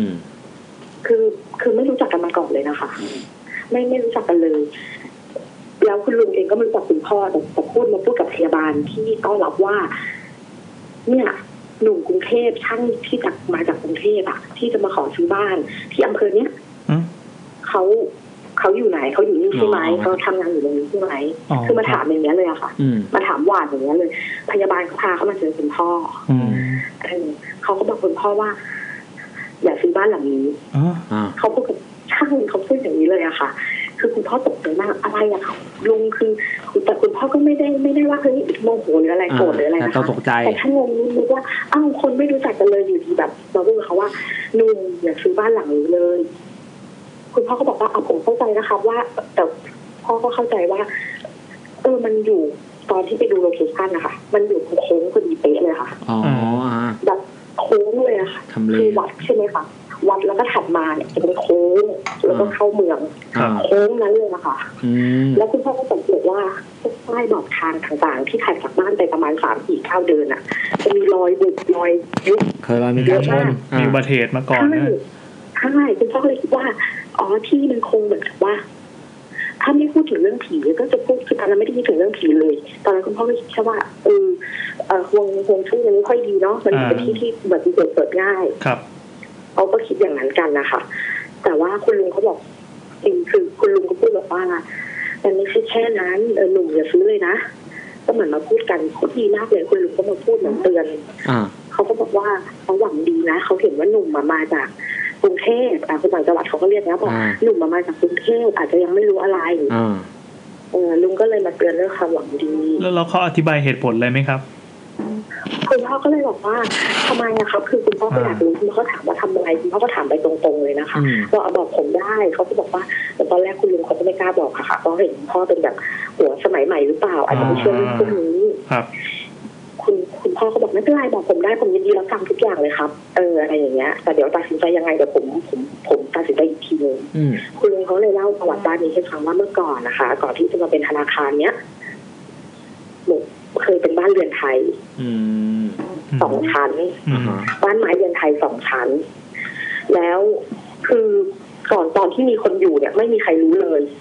Speaker 3: คือไม่รู้จักกันมาก่อนเลยนะคะไม่รู้จักกันเลยแล้วคุณลุงเองก็ไม่รู้จักคุณพ่อแต่พูดกับพยาบาลที่ต้อนรับว่าเนี่ยหนุ่มกรุงเทพช่างที่มาจากกรุงเทพอะที่จะมาขอซื้อบ้านที่อำเภอเนี้ยเขาอยู่ไหนเขาอยู่นี่ใช่ไหมเขาทำงานอยู่ตรงนี้ใช่ไหมคือมาถามอย่างเงี้ยเลยอะค่ะมาถามหวานอย่างเงี้ยเลยพยาบาลเขาพาเขามาเจอคุณพ่อเขาก็บอกคุณพ่อว่าอย่าซื้อบ้านหลังนี้เขาพูดกับช่างเขาพูดอย่างนี้เลยอะค่ะคือคุณพ่อตกใจมากอะไรอะค่ะลุงคือแต่คุณพ่อก็ไม่ได้ว่าเฮ้ยโมโหหรืออะไรโกรธหรืออะไรนะคะแต่ช่างงงนึกว่าคนไม่รู้จักกันเลยอยู่ดีแบบเราพูดกับเขาว่าลุงอย่าซื้อบ้านหลังนี้เลยคุณพ่อก็บอกว่าผมเข้าใจนะคะว่าแต่พ่อก็เข้าใจว่ามันอยู่ตอนที่ไปดูโลเคชั่นนะคะมันอยู่โค้งพอดีเป๊ะเลยค่ะแบบโค้งเลยอะค่ะคือวัดใช่ไหมคะวัดแล้วก็ถัดมาเนี่ยจะเป็นโค้งแล้วก็เข้าเมืองโค้งนั้นเลยนะคะแล้วคุณพ่อก็สังเกตว่าป้ายบอกทางต่างๆที่ถัดจากบ้านไปประมาณ 3-4 ก้าวเดินอ่ะจะมีรอยบุบรอยยุบ
Speaker 2: เคยมีการชน
Speaker 1: มีอุบัติเหตุมาก่อนนะ
Speaker 3: ใช่คุณพ่อเลยคิดว่าที่มันคงเหมือนกับว่าถ้าไม่พูดถึงเรื่องผีก็จะพูดคือตอนนั้นไม่ได้คิดถึงเรื่องผีเลยตอนนั้นคุณพ่อก็คิดแค่ว่าวงช่วงนี้ค่อยดีเนาะมันเป็นที่อุบัติเหตุเกิดง่าย
Speaker 1: ครับ
Speaker 3: เขาก็คิดอย่างนั้นกันนะคะแต่ว่าคุณลุงเขาบอกจริงคือคุณลุงก็พูดบอกว่ามันไม่ใช่แค่นั้นหนุ่มอย่าซื้อเลยนะก็เหมือนมาพูดกันเขาดีมากเลยคุณลุงก็มาพูดเหมือนเตือนเขาก็บอกว่าเขาหวังดีนะเขาเห็นว่าหนุ่มมาจากกรุงเทพคนต่างจังหวัดเขาก็เรียกนะบอกหนุ่มมาจากกรุงเทพอาจจะยังไม่รู้อะไรลุงก็เลยมาเตือนเรื่องความหวังดี
Speaker 1: แล้วเขาอธิบายเหตุผลอะไรไหมครับ
Speaker 3: คุณพ่อก็เลยบอกว่าทำไมนะครับคือคุณพ่อก็อยากรู้คุณพ่อถามว่าทำอะไรคุณพ่อก็ถามไปตรงๆเลยนะคะว่าบอกผมได้เขาก็บอกว่าแต่ตอนแรกคุณลุงเขาก็ไม่กล้าบอกค่ะเพราะเห็นพ่อเป็นแบบหัวสมัยใหม่หรือเปล่าอาจจะไม่เชื่อเรื่องพวกนี้คุณพ่อก็บอกไม่เป็นไรบอกผมได้ผมยินดีรับฟังทุกอย่างเลยครับอะไรอย่างเงี้ยแต่เดี๋ยวตัดสินใจยังไงเดี๋ยวผมตัดสินใจอีกทีนึงคุณลุงเขาเลยเล่าประวัติบ้านนี้ให้ฟังว่าเมื่อก่อนนะคะก่อนที่จะมาเป็นธนาคารเนี้ยเคยเป็นบ้านเรือนไทย2 ชั้นบ้านไม้เรือนไทย2 ชั้นแล้วคือก่อนตอนที่มีคนอยู่เนี่ยไม่มีใครรู้เลย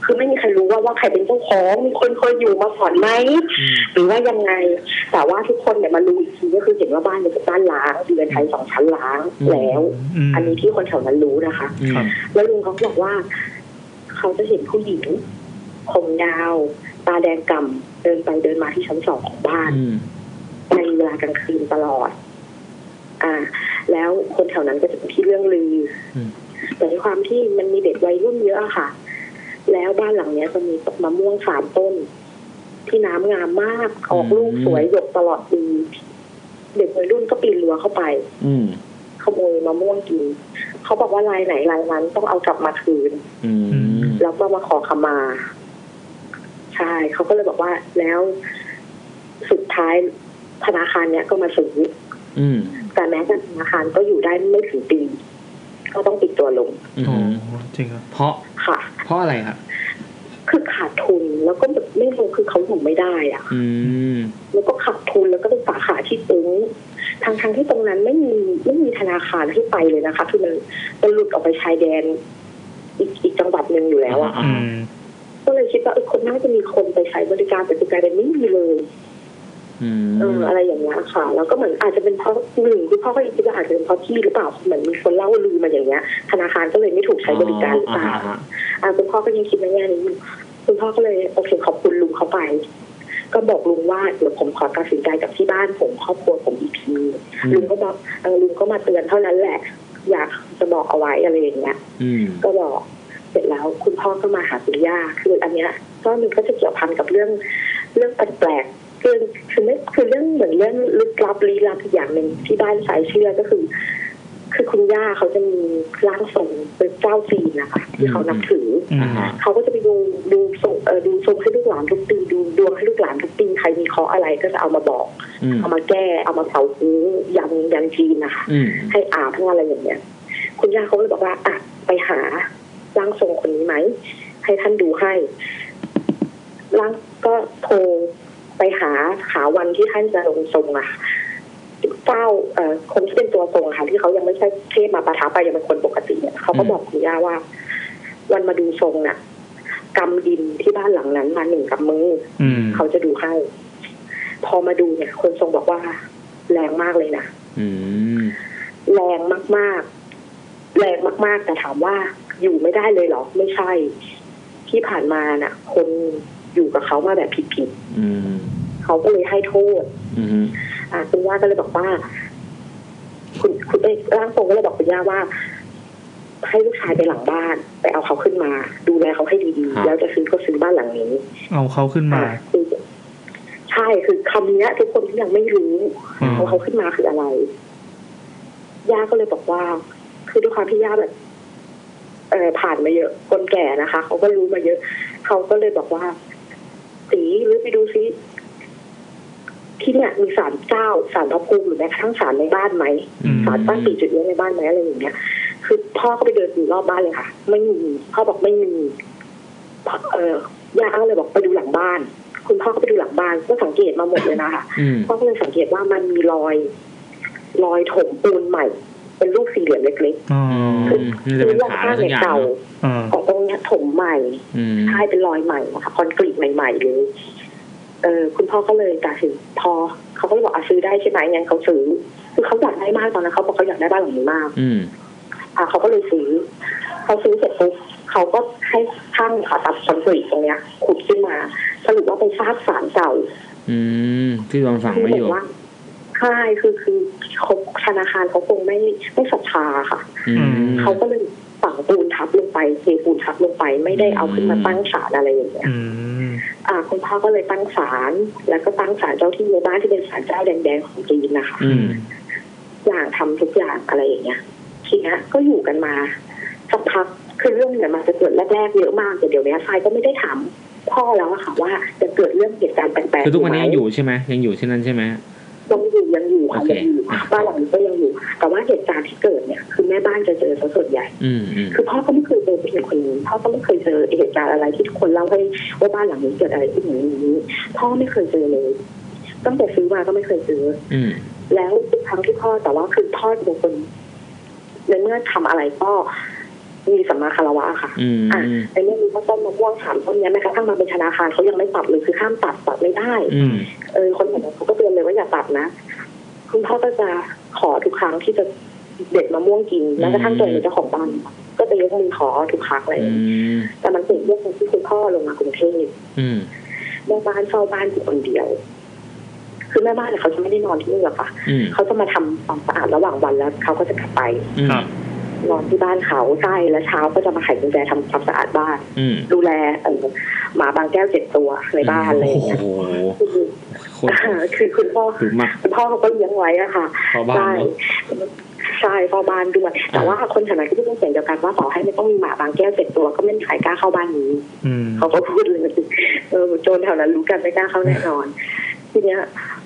Speaker 3: คือไม่มีใครรู้ว่าใครเป็นเจ้าของมีคนเคยอยู่มาก่อนไหมหรือว่ายังไงแต่ว่าทุกคนเนี่ยมารู้อีกทีก็คือเห็นว่าบ้านเนี่ยเป็นบ้านล้างเรือนไทย2 ชั้นล้างแล้วอันนี้ที่คนแถวนั้นรู้นะคะแล้วลุงเขาบอกว่าเขาจะเห็นผู้หญิงผมยาวตาแดงก่ำเดินไปเดินมาที่ชั้น2ของบ้านในเวลากลางคืนตลอดแล้วคนแถวนั้นก็จะเป็นที่เรื่องลือแต่ในความที่มันมีเด็กวัยรุ่นเยอะค่ะแล้วบ้านหลังนี้จะมีมะม่วง3 ต้นที่น้ำงามมากออกลูกสวยหยกตลอดปีเด็กวัยรุ่นก็ปีนรั้วเข้าไปขโมยมะม่วงกินเขาบอกว่ารายไหนรายนั้นต้องเอากลับมาคืนแล้วก็มาขอขมาใช่เขาก็เลยบอกว่าแล้วสุดท้ายธนาคารเนี้ยก็มาซื้อแต่แม้แต่ธนาคารก็อยู่ได้ไม่ถึงปีก็ต้องปิดตัวลง
Speaker 1: จริงครับ
Speaker 2: เพราะ
Speaker 3: ค่ะ
Speaker 2: เพราะอะไรครับ
Speaker 3: คือขาดทุนแล้วก็แบบไม่ลงคือเขาอยู่ไม่ได้อ่ะแล้วก็ขาดทุนแล้วก็เป็นสาขาที่ตึงทางที่ตรงนั้นไม่มีธนาคารให้ไปเลยนะคะคือมันหลุดออกไปชายแดนอีกจังหวัดนึงอยู่แล้วอ่ะก็เลยคิดว่าคนน่าจะมีคนไปใช้บริการแต่กลายเป็นไม่มีเลยอะไรอย่างเงี้ยค่ะแล้วก็เหมือนอาจจะเป็นเพราะคุณพ่อก็คิดว่าอาจจะเป็นเพราะที่หรือเปล่าเหมือนมีคนเล่าลือมาอย่างเงี้ยธนาคารก็เลยไม่ถูกใช้บริการหรือเปล่าคุณพ่อก็ยังคิดในแง่นี้คุณพ่อก็เลยโอเคขอบคุณลุงเขาไปก็บอกลุงว่าเดี๋ยวผมขอตัดสินใจกับที่บ้านผมครอบครัวผมอีกทีลุงก็บอกลุงก็มาเตือนเท่านั้นแหละอยากจะบอกเอาไว้อะไรอย่างเงี้ยก็บอกเสร็จแล้วคุณพ่อก็มาหาคุณย่าคืออันเนี้ยก็มันก็จะเกี่ยวพันกับเรื่องแปลกคือเรื่องเหมือนเรื่องลึกลับลี้ลับอีกอย่างหนึ่งที่บ้านสายเชื่อก็คือคุณย่าเขาจะมีร่างทรงเป็นเจ้าจีนนะคะที่เขานับถือเขาก็จะไปดูทรงให้ลูกหลานทุกปีดูดวงให้ลูกหลานทุกปีใครมีเคราะห์อะไรก็จะเอามาบอกเอามาแก้เอามาเผาหูยันจีนนะคะให้อาบทั้งอะไรอย่างเงี้ยคุณย่าเขาเลยบอกว่าไปหาร่างทรงคนนี้ไหมให้ท่านดูให้ร่างก็โทรไปหาวันที่ท่านจะลงทรงคนที่เป็นตัวทรงค่ะที่เขายังไม่ใช่เทพมาประทับไปยังเป็นคนปกติเนี่ยเขาก็บอกคุณย่าว่าวันมาดูทรงน่ะกำดินที่บ้านหลังนั้นมา1 กำมือเขาจะดูให้พอมาดูเนี่ยคนทรงบอกว่าแรงมากเลยนะแรงมากแต่ถามว่าอยู่ไม่ได้เลยเหรอไม่ใช่ที่ผ่านมาน่ะคนอยู่กับเขามาแบบผิดเขาก็เลยให้โทษคุณย่าก็เลยบอกว่าคุณร่างทรงก็เลยบอกคุณย่าว่าให้ลูกชายไปหลังบ้านไปเอาเขาขึ้นมาดูแลเขาให้ดีๆแล้วจะซื้อบ้านหลังนี้
Speaker 1: เอาเขาขึ้นมา
Speaker 3: ใช่คือคำนี้ทุกคนที่ยังไม่รู้เอาเขาขึ้นมาคืออะไรย่าก็เลยบอกว่าคือด้วยความที่ย่าแบบผ่านมาเยอะคนแก่นะคะเขาก็รู้มาเยอะเขาก็เลยบอกว่าสีหรือไปดูซิที่เนี่ยมีศาลเจ้าศาลพระภูมิหรือแม้กระทั่งศาลในบ้านไหมศาลตั้ง4 จุดในบ้านไหมอะไรอย่างเงี้ยคือพ่อก็ไปเดินดูรอบบ้านเลยค่ะไม่มีพ่อบอกไม่มีย่าก็เลยบอกไปดูหลังบ้านคุณพ่อก็ไปดูหลังบ้านก็สังเกตมาหมดเลยนะคะพ่อก็เลยสังเกตว่ามันมีรอยถมปูนใหม่เป็นรูปสี่เหลี่ยมเล็กๆคือหลังบ้านเก่าของตรงนี้ถมใหม่ใช่เป็นรอยใหม่นะคะคอนกรีตใหม่ๆเลยคุณพ่อก็เลยตัดสินพอเขาก็เลยบอกซื้อได้ใช่ไหมงั้นเขาซื้อคือเขาอยากได้มากตอนนั้นเขาบอกเขาอยากได้บ้านหลังนี้มากเขาก็เลยซื้อเสร็จปุ๊บเขาก็ให้ช่างตัดคอนกรีตตรงเนี้ยขุดขึ้นมาสรุปว่าเป็นซากศาลเก่า
Speaker 2: ที่วางฝังไว้อยู่
Speaker 3: ใช่คือธนาคารเขาคงไม่ศรัทธาค่ะเขาก็เลยฝังปูนทับลงไปเทปูนทับลงไปไม่ได้เอาขึ้นมาตั้งศาลอะไรอย่างเงี้ยคุณพ่อก็เลยตั้งศาลแล้วก็ตั้งศาลเจ้าที่ในบ้านที่เป็นศาลเจ้าแดงๆของจีนนะคะอย่างทำทุกอย่างอะไรอย่างเงี้ยทีนี้ก็อยู่กันมาสักพักคือเรื่องเนี่ยมันจะเกิดแรกๆเยอะมากแต่เดี๋ยวนี้ทรายก็ไม่ได้ถามพ่อแล้วอะค่ะว่าจะเกิดเรื่องเหตุการณ์แปลกๆ
Speaker 2: คือทุกวันนี้ยังอยู่ใช่ไหมยังอยู่ที่นั่นใช่ไหม
Speaker 3: ยังอยู่ค่ะยังอยู่บ้านหลังนี้ก็ยังอยู่แต่ว่าเหตุการณ์ที่เกิดเนี่ยคือแม่บ้านจะเจอซะส่วนใหญ่คือพ่อก็ไม่เคยเจอเป็นคนนี้พ่อก็ไม่เคยเจอเหตุการณ์อะไรที่ทุกคนเล่าให้ว่าบ้านหลังนี้เกิดอะไรขึ้นอย่างนี้พ่อไม่เคยเจอเลยตั้งแต่ซื้อมาก็ไม่เคยเจอแล้วทุกครั้งที่พ่อแต่ว่าคือพ่อเป็นคนในเมื่อทำอะไรก็มีสัมมาคารวะค่ะในเรื่องนี้ก็ต้นมะม่วง3ต้นนี้แม้กระทั่งมาเป็นธนาคารเขายังไม่ตัดเลยคือห้ามตัดไม่ได้คนแบบนั้นเขาก็เตือนเลยว่าอย่าตัดนะคุณพ่อก็จะขอทุกครั้งที่จะเด็ดมะม่วงกินแล้วกระทั่งตัวเจ้าของบ้านก็จะยกมือขอทุกครั้งเลยแต่มันเป็นเรื่องที่คุณพ่อลงมากรุงเทพแม่บ้านเฝ้าบ้านอยู่คนเดียวคือแม่บ้านเขาจะไม่ได้นอนที่นี่หรอกค่ะเขาจะมาทำความสะอาดระหว่างวันแล้วเขาก็จะกลับไปนอนที่บ้านเขาใช่แล้วเช้าก็จะมาไขกุญแจทำความสะอาดบ้านดูแลหมาบางแก้ว7 ตัวในบ้านอะไรอย่างเงี้ยคือคุณพ่อเขาก็เลี้ยงไว้อะค่ะใช่เฝ้าบ้านด้วยแต่ว่าคนแถวนั้นก็จะต้องเสียงเดียวกันว่าต่อให้ไม่ต้องมีหมาบางแก้ว7 ตัวก็ไม่มีใครกล้าเข้าบ้านนี้เขาก็พูดเลยโจรแถวนั้นรู้กันไม่กล้าเข้าแน่นอนทีเนี้ย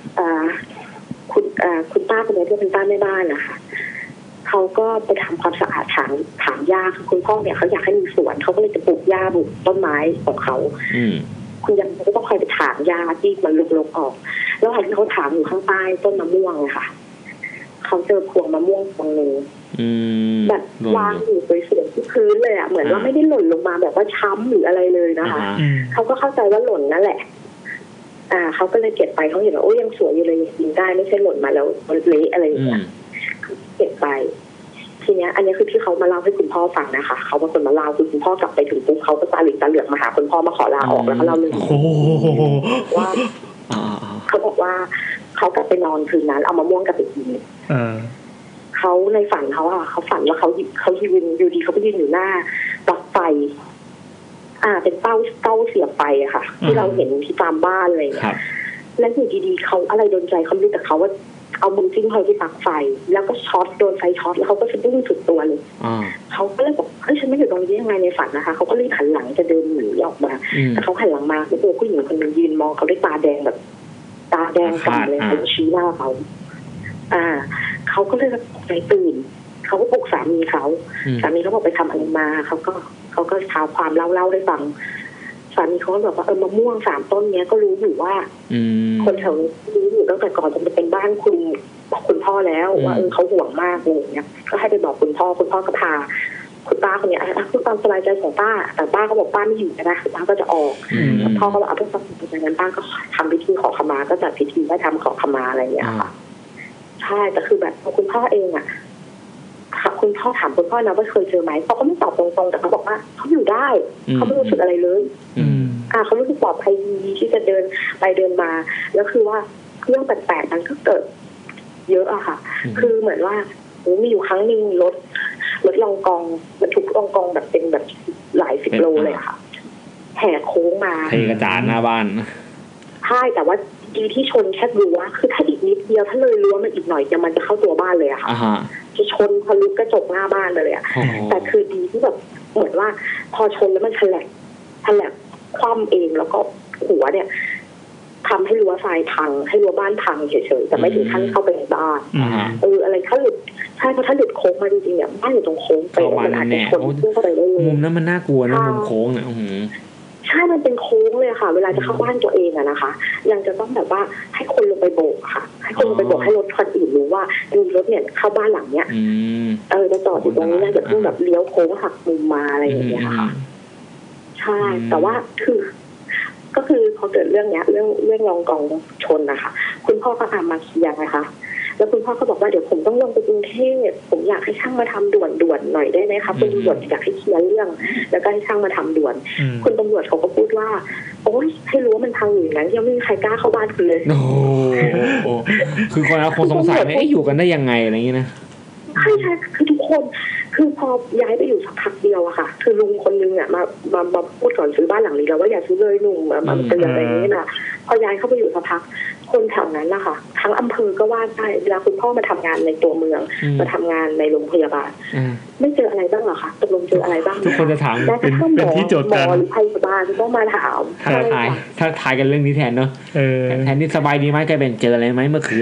Speaker 3: คุณป้าคนนี้ที่เป็นป้าแม่บ้านนะคะเขาก็ไปทำความสะอาดถางหญ้าคุณพ่อเนี่ยเขาอยากให้มีสวนเขาก็เลยจะปลูกหญ้าปลูกต้นไม้ของเขาคุณยังก็ต้องคอยไปถางหญ้าที่มันลุกๆออกแล้วที่เขาถางอยู่ข้างใต้ต้นมะม่วงเลยค่ะเขาเจอพวงมะม่วงพวงนึงแบบวางอยู่สวยๆที่พื้นเลยอ่ะเหมือนว่าไม่ได้หล่นลงมาแบบว่าช้ำหรืออะไรเลยนะคะเขาก็เข้าใจว่าหล่นนั่นแหละเขาก็เลยเก็บไปเขาเห็นว่าโอ้ยังสวยอยู่เลยกินได้ไม่ใช่หล่นมาแล้วเละอะไรอย่างเงี้ยเก็บไปทีเนี้ยอันนี้คือที่เขามาเล่าให้คุณพ่อฟังนะคะเขาเป็นคนมาเล่าคือคุณพ่อกลับไปถึงปุ๊บเขาก็ตาเหลือกมาหาคุณพ่อมาขอลาออกแล้วก็เล่าเรื่องว่าเขาบอกว่าเขากลับไปนอนคืนนั้นเอามะม่วงกลับไปกินเขาในฝันเขาเขาฝันว่าเขายืนอยู่ดีเขาไปยืนอยู่หน้าปลั๊กไฟเป็นเต้าเสียบไฟอะค่ะที่เราเห็นที่ตามบ้านอะไรอย่างเงี้ยแล้วอยู่ดีๆเขาอะไรโดนใจเขาไม่รู้แต่เขาว่าเอามือจิ้มเข้าที่ปลั๊กไฟแล้วก็ช็อตโดนไฟช็อตแล้วเขาก็สะดุ้งสุดตัวเลยเขาก็เลยบอกเฮ้ยฉันไม่อยู่ตรงนี้ยังไงในฝันนะคะเขาก็เลยหันหลังจะเดินหนีออกมาแต่เขาหันหลังมาแล้วเจอผู้หญิงคนนึงยืนมองเขาด้วยตาแดงแบบตาแดงสั่นเลยเขาชี้หน้าเขาเขาก็เลยตกใจตื่นเขาก็ปลุกสามีเขาบอกไปทำอะไรมาเขาก็เท้าความเล่าให้ฟังสามีเขาก็บอกว่ามะม่วง3 ต้นเนี้ยก็รู้อยู่ว่าคนแถวนี้รู้อยู่ตั้งแต่ก่อนจะเป็นบ้านคุณพ่อแล้วว่าเขาห่วงมากเลยเนี้ยก็ให้ไปบอกคุณพ่อก็พาคุณป้าคนเนี้ยเพื่อความสบายใจของป้าแต่ป้าก็บอกป้าไม่อยู่นะป้าก็จะออกพ่อก็บอกเพื่อความสบายใจงั้นป้าก็ทำพิธีขอขมาก็จัดพิธีได้ทำขอขมาอะไรอย่างเงี้ยค่ะใช่แต่คือแบบคุณพ่อเองคุณพ่อถามคุณพ่อนะว่าเคยเจอไหมเขาก็ไม่ตอบตรงๆแต่เขาบอกว่าเขาอยู่ได้เขาไม่รู้สึกอะไรเลยเขารู้สึกปลอดภัยดีที่จะเดินไปเดินมาแล้วคือว่าเรื่องแปลกๆนั้นก็เกิดเยอะอะค่ะคือเหมือนว่ามีอยู่ครั้งนึงรถลองกองบรรทุกลองกองแบบเป็นแบบหลาย10 โลเลยค่ะแหกโค้งมา
Speaker 2: เทกระจาดหน้าบ้าน
Speaker 3: ใช่แต่ว่าดีที่ชนแค่รั้วคือถ้าอีกนิดเดียวถ้าเลยรั้วมันอีกหน่อยมันจะเข้าตัวบ้านเลยอะค่ะจะชนทะลุกระจกหน้าบ้านเลยอะแต่คือดีที่แบบเหมือนว่าพอชนแล้วมันฉลับคว่ำเองแล้วก็หัวเนี่ยทำให้รั้วทรายพังให้รั้วบ้านพังเฉยๆแต่ไม่ถึงขั้นเข้าไปในบ้านอะไรถ้าหลุดใช่เพราะถ้าหลุดโค้งมาจริงๆเนี่ยบ้านอยู่ตรงโค้งไปมันอาจจะชนเข้าไปได้เลย
Speaker 2: มุมนั้นมันน่ากลัวนะมุมโค้งเนี่ย
Speaker 3: ใช่มันเป็นโค้งเลยค่ะเวลาจะเข้าบ้านตัวเองอะนะคะยังจะต้องแบบว่าให้คนลงไปโบกค่ะให้คนลงไปโบกให้รถคันอื่นรู้ว่ามีรถเนี่ยเข้าบ้านหลังเนี้ยจะจอดอยู่ตรงนี้นะอย่าเพิ่งแบบเลี้ยวโค้งหักมุมมาอะไรอย่างเงี้ยค่ะใช่แต่ว่าก็คือพอเกิดเรื่องเนี้ยเรื่องรองกองชนนะคะคุณพ่อก็มาเคลียร์นะคะแล้วคุณพ่อก็บอกว่าเดี๋ยวผมต้องลงไปกรุงเทพผมอยากให้ช่างมาทำด่วนหน่อยได้ไหมคะคุณตำรวจอยากให้เคลียร์เรื่องแล้วก็ให้ช่างมาทำด่วนคุณตำรวจเขาก็พูดว่าโอ๊ยให้รู้ว่ามันพังอยู่นั้นยังไม่มีใครกล้าเข้าบ้านคุณเลย
Speaker 2: โอ้คือคนเราคงสงสัยไหมอยู่กันได้ยังไงอะไรอย่างนี้นะ
Speaker 3: ใช่คือทุกคนคือพอย้ายไปอยู่สักพักเดียวอะค่ะคือลุงคนนึงอะมาพูดก่อนซื้อบ้านหลังนี้แล้วว่าอย่าซื้อเลยหนุ่มมาเตือนอะไรอย่างนี้นะพอย้ายเข้าไปอยู่สักพักคนแถวนั้นนะคะทั้งอำเภอก็ว่าได้เวลาคุณพ่อมาทำงานในตัวเมืองมาทำงานในโรงพยาบาลไม่เจออะไรบ้างหรอคะตกลงเจออะไรบ้าง
Speaker 2: ทุกคนจะถาม
Speaker 1: เป็นที่โจทย์กัน
Speaker 3: หมอหรือพยาบาลต้องมาถาม
Speaker 2: ถ้าทายกันเรื่องนี้แทนเนาะแทนที่สบายดีไหมกลายเป็นเจออะไรไหมเมื่อคืน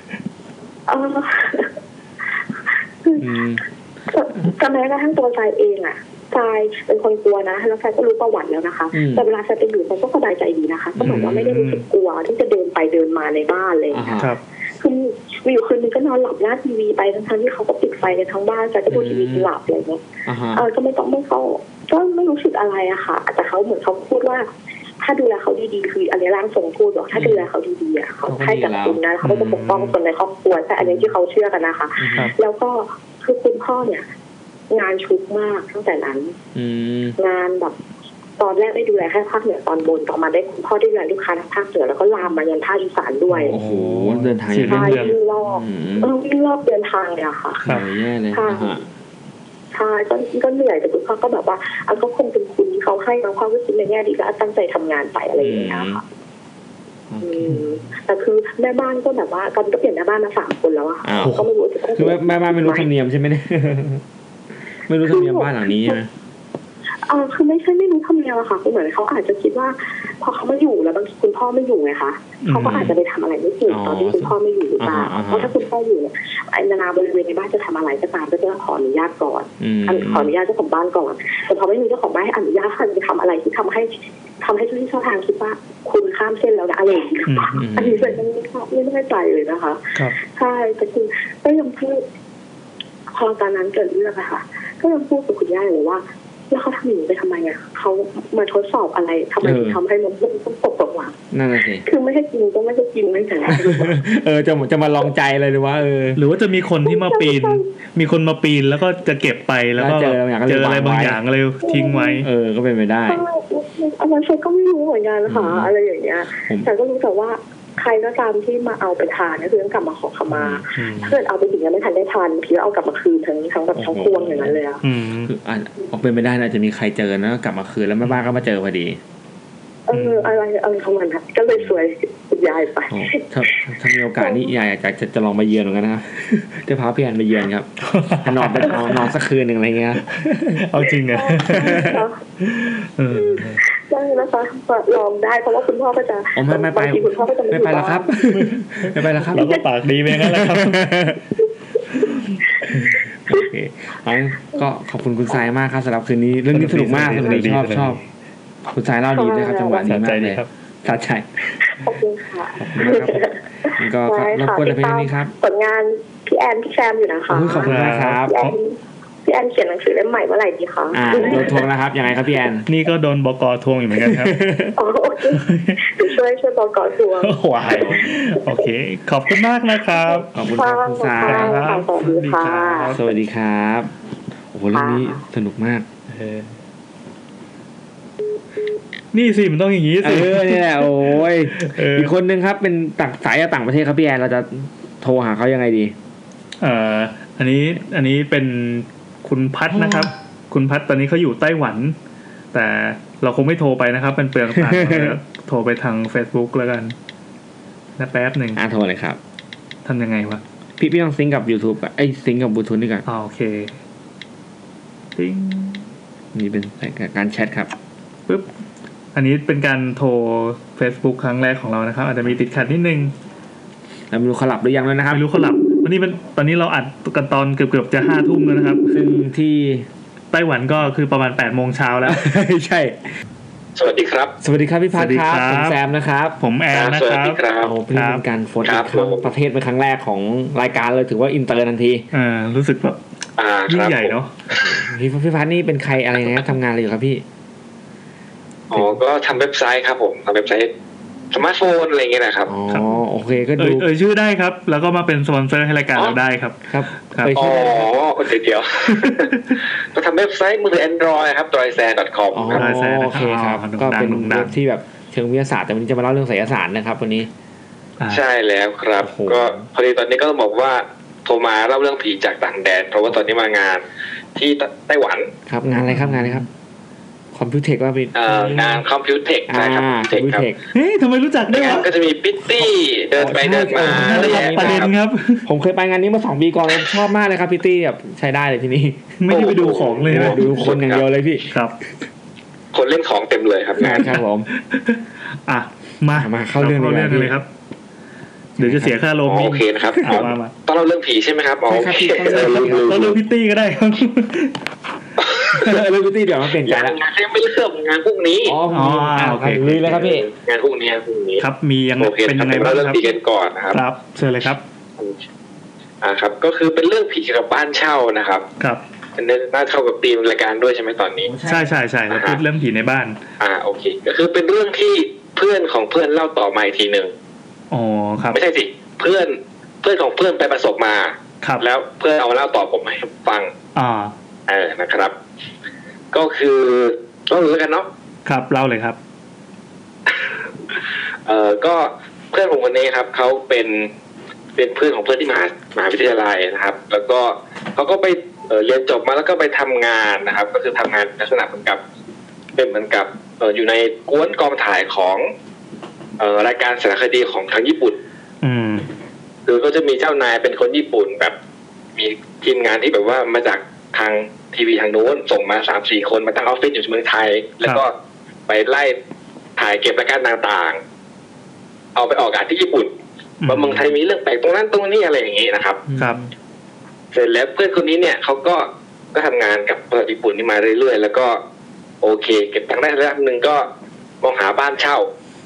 Speaker 3: แต่แม้กระทั่งตัวทรายเองอะทรายเป็นคนกลัวนะแล้วทรายก็รู้ประวัติแล้วนะคะแต่เวลาทรายไปอยู่ทรายก็สบายใจดีนะคะก็เหมือนว่าไม่ได้รู้สึกกลัวที่จะเดินไปเดินมาในบ้านเลยนะคะคือมีอยู่คืนนึงก็นอนหลับหน้าทีวีไปทั้งที่เขาก็ปิดไฟกันทั้งบ้านจะดูทีวีหลับอะไรเงี้ยก็ไม่เขาก็ไม่รู้สึกอะไรอะค่ะแต่เขาเหมือนเขาพูดว่าถ้าดูแลเขาดีๆคืออันนี้ร่างทรงพูดบอกถ้าดูแลเขาดีๆอะเขาให้กับคุณนะเขาก็จะปกป้องคนในครอบครัวแต่อันนี้ที่เขาเชื่อกันนะคะแล้วก็คือคุณพ่อเนี่ยงานชุกมากตั้งแต่นั้นงานแบบตอนแรกได้ดูแลแค่ภาคเหนือตอนบนต่อมาได้คุณพ่อได้ดูแลลูกค้าทั้งภาคเหนือแล้วก็ลามมายันภาคอีสานด้วย
Speaker 2: โอ้โหเดินทาง
Speaker 3: วิ่งรอบเดินทางเลยค่ะ
Speaker 2: แย่เลย
Speaker 3: ใช่ก็เหนื่อยแต่คุณพ่อก็แบบว่าก็คงเป็นคุณที่เขาให้เราความรู้สึกในแง่ดีก็ตั้งใจทำงานไปอะไรอย่างเงี้ยค่ะแต่คือแม่บ้านก็แบบว่าตอนนี้ก็เปลี่ยนแม่บ้านมา3 คนแล้วอะก็ไม่รู้จะต้อง
Speaker 2: คือแม่บ้านไม่รู้ธรรมเนียมใช่ไหมเนี่ยไม่รู้ธรรมเนียมบ้านหลังนี้ใช่ไหม
Speaker 3: คือไม่ใช่ไม่รู้ทำเนียมอะค่ะคือเหมือนเขาอาจจะคิดว่าพอเขามาอยู่แล้วบางทีคุณพ่อไม่อยู่ไงคะเขาก็อาจจะไปทำอะไรไม่ถูกตอนที่คุณพ่อไม่อยู่หรือเปล่าเพราะถ้าคุณพ่ออยู่เนี่ยไอ้นานาบริเวณในบ้านจะทำอะไรก็ตามก็จะขออนุญาตก่อนขออนุญาตเจ้าของบ้านก่อนแต่พอไม่มีเจ้าของบ้านให้อนุญาตเขาจะทำอะไรที่ทำให้ทุกที่ช่องทางคิดว่าคุณข้ามเส้นแล้วนะอะไรอย่างเงี้ยอันนี้เป็นไม่แน่ใจเลยนะคะใช่แต่คือก็ยังพูดพอตอนนั้นเกิดเรื่องอะค่ะก็ยังพูดกับคุณย่าเลยว่าแล้วเขาทำอย่างนี้ไปทำไมอ่ะเขามาทดสอบอะไรทำไมถึงทำให้มันต้องตกหวัง
Speaker 2: นั่นแหละสิ
Speaker 3: คือไม่ใช่จริงก็ไม่ใช่จริงไม่ใช่
Speaker 2: จะมาลองใจเลยหรือว่า
Speaker 1: หรือว่าจะมีคนที่มาปีนมีคนมาปีนแล้วก็จะเก็บไปแล้วก็เจออะไรบางอย่างอะไรทิ้งไว้
Speaker 2: ก็เป็นไปได้
Speaker 3: อันนั้นฉันก็ไม่รู้เหมือนกันค่ะอะไรอย่างเงี้ยแต่ก็รู้แต่ว่าใครก็ตามที่มาเอาไปทานก็คือต้องกลับมาขอขมาถ้าเกิดเอาไปถึงแล้วไม่ทันได้ทานพี่เอากลับมาคืนทั้งแบบทั้งพวงอย่างนั้นเลยอ่ะ
Speaker 2: คือออกเป็นไม่ได้นะจะมีใครเจอนะกลับมาคืนแล้วแม่บ้านก็มาเจอพอดี
Speaker 3: อะไรของมันค่ะก็เลยสวยยายไป
Speaker 2: ถ้ามีโอกาสนี่ยายอยากจะลองมาเยือนเหมือนกันนะจะพาพี่แอนมาเยือนครับนอนสักคืนหนึ่งอะไรเงี้ย
Speaker 1: เอาจริงไง
Speaker 3: ได้นะคะลองได้เพราะว่าคุณพ่อก็จะ
Speaker 2: ไม่ไป
Speaker 3: คุณพ่อก็จะ
Speaker 2: ไม่ไปแล้วครับไม่ไปแล้วครับ
Speaker 1: เราก็ปากดีไปงั้นแหละครับ
Speaker 2: โอเคก็ขอบคุณคุณทรายมากครับสำหรับคืนนี้เรื่องนี้สนุกมากเลยชอบคุณทรายเล่าดีด้วยครับจังหวะนี้มากเลยสะใจ
Speaker 3: ขอบคุณค่ะ
Speaker 2: ก็รบกวนแต่เพียงนี้ครับ
Speaker 3: ผลงานพี่แอนพี่แซมอยู่นะคะ
Speaker 2: ขอบคุณมากครับ
Speaker 3: พี่แอนเขียนหนังสือเล่มใหม่เมื่อไหร่ดีคะ
Speaker 2: โดนทวงนะครับยังไงครับพี่แอน
Speaker 1: นี่ก็โดนบก.ทวงอยู่เหมือนกันครับ
Speaker 3: โอเคช่วยบก.ทวง
Speaker 1: โอเคขอบคุณมากนะครับ
Speaker 2: ขอบคุณครับคุณทรายสวัสดีครับโอ้โหเรื่องนี้สนุกมาก
Speaker 1: นี่สิมันต้องอย่างนี้สิ
Speaker 2: นี่แหละโอ้ยอีกคนนึงครับเป็นสายต่างประเทศครับพี่แอนเราจะโทรหาเขายังไงดี
Speaker 1: อันนี้เป็นคุณพัฒนะครับคุณพัฒตอนนี้เขาอยู่ไต้หวันแต่เราคงไม่โทรไปนะครับเป็นเปลืองตังค์โทรไปทาง Facebook แล้วกันนะแป๊บนึง
Speaker 2: โทรเลยครับ
Speaker 1: ทำยังไงวะ
Speaker 2: พี่ต้องซิงก์กับ YouTube ซิงก์กับบลูทูธนี่กัน
Speaker 1: โอเคซิง
Speaker 2: นี่เป็นการแชทครับ
Speaker 1: ปึ๊บอันนี้เป็นการโทร Facebook ครั้งแรกของเรานะครับอาจจะมีติดขัดนิดนึง
Speaker 2: แล้วไม่รู้เขาหลับหรือยังเลยนะครับ
Speaker 1: ไม่รู้เขาหลับวันนี้ตอนนี้เราอัดกันตอนเกือบจะ 5:00 นแล้วนะครับ
Speaker 2: ซึ่งที่
Speaker 1: ไต้หวันก็คือประมาณ 8:00 นแล้ว
Speaker 2: ใช่
Speaker 4: สวัสดีครับ
Speaker 2: สวัสดีครับพี่พัฒน์ครับผมแซมนะครับ
Speaker 1: ผมแอนนะครับ
Speaker 2: โอ้เป็นการโฟนอีกครั้งประเทศเป็นครั้งแรกของรายการเลยถือว่าอินเตอร์ทันที
Speaker 1: รู้สึกแบบยิ่งใหญ่เนาะ
Speaker 2: พี่พัฒน์นี่เป็นใครอะไรนะทำงานอะไรอยู่ครับพี่
Speaker 4: ก็ทำเว็บไซต์ครับผมทำเว็บไซต์สมาร์ทโฟนอะไรเงี้ยนะครับ
Speaker 2: โอเคก็ดู
Speaker 1: ชื่อได้ครับแล้วก็มาเป็นสปอนเซอร์ให้รายการเราได้ครับ
Speaker 2: ครับ
Speaker 4: เดี๋ยวก็ทำเว็บไซต์มือถือ Android ครับ droidsan.com
Speaker 2: โอเคครับก็เป็นเว็บที่แบบเชิงวิทยาศาสตร์แต่วันนี้จะมาเล่าเรื่องไสยศาสตร์นะครับวันนี้
Speaker 4: ใช่แล้วครับก็พอดีตอนนี้ก็ต้องบอกว่าโทรมาเล่าเรื่องผีจากต่างแดนเพราะว่าตอนนี้มางานที่ไต้หวัน
Speaker 2: ครับงานอะไรครับคอมพิวเทคว่าเป็น
Speaker 4: งานคอมพิวเทคใช่ครับ
Speaker 2: คอมพิวเทค
Speaker 1: เฮ้ยทำไมรู้จักด้วย
Speaker 4: ก็จะมีพิตตี้เดินไปเดินมา
Speaker 1: ประเด็นครับ
Speaker 2: ผมเคยไปงานนี้มา2 ปีก่อนชอบมากเลยครับพิตตี้แบบใช้ได้เลยที่นี่
Speaker 1: ไม่ได้ไปดูของเลย
Speaker 2: ดูคนอย่างเดียวเลยพี่
Speaker 1: ครับ
Speaker 4: คนเล่นของเต็มเลยครับ
Speaker 2: งานครับผม
Speaker 1: มาเข้าเรื่องเลยครับเดี๋ยวจะเสียค่าโลม
Speaker 4: โอเคนะครับตอนเราเรื่องผีใช่ไหมครับ
Speaker 2: โอเค
Speaker 1: ตอนเรื่องพิตตี้ก็ได้ครับ
Speaker 2: เรื่องพิตตี้เดี๋ยวมาเปลี่ยนใจแล้ว
Speaker 4: งานไม่เริ่มงานพรุ่งนี้
Speaker 2: โอเคเลยแล้วครับพี่
Speaker 4: งานพรุ่งนี้
Speaker 1: ครับมียังเป็นยังไง
Speaker 4: บ้างครับเรื่องผีกันก่อนนะครับ
Speaker 1: เชิญเลยครับ
Speaker 4: ครับก็คือเป็นเรื่องผีเกี่ยวกับบ้านเช่านะครับ
Speaker 1: ครับ
Speaker 4: อันนี้น่าเข้ากับธีมรายการด้วยใช่ไหมตอนนี้
Speaker 1: ใช่เราพูดเรื่องผีในบ้าน
Speaker 4: โอเคก็คือเป็นเรื่องที่เพื่อนของเพื่อนเล่าต่อมาอีกทีนึง
Speaker 1: อ๋อครับ
Speaker 4: ไม่ใช่สิเพื่อนของเพื่อนไปประสบมาแล้วเพื่อนเอามาเล่าต่อผมให้ฟังนะครับ ก็คือเล่าเลยกันเนาะ
Speaker 1: ครับเล่าเลยครับ
Speaker 4: ก็เพื่อนผมคนนี้ครับเขาเป็นเพื่อนของเพื่อนที่มหาวิทยาลัยนะครับแล้วก็เขาก็ไปเรียนจบมาแล้วก็ไปทำงานนะครับก็คือทำงานลักษณะเหมือนกับอยู่ในกวนกองถ่ายของรายการสารคดีของทางญี่ปุ่นคือก็จะมีเจ้านายเป็นคนญี่ปุ่นแบบมีทีมงานที่แบบว่ามาจากทางทีวีทางโน้นส่งมา 3-4 คนมาตั้งออฟฟิศอยู่เมืองไทยแล้วก็ไปไล่ถ่ายเก็บรายการต่างๆเอาไปออกอากาศที่ญี่ปุ่นว่าเมืองไทยมีเรื่องแปลกตรงนั้นตรงนี้อะไรอย่างงี้นะครับ
Speaker 1: ครับ
Speaker 4: เสร็จแล้วเพื่อนคนนี้เนี่ยเขาก็ทำงานกับบริษัทญี่ปุ่นนี่มาเรื่อยๆแล้วก็โอเคเก็บตังค์ได้ระดับนึงก็มองหาบ้านเช่า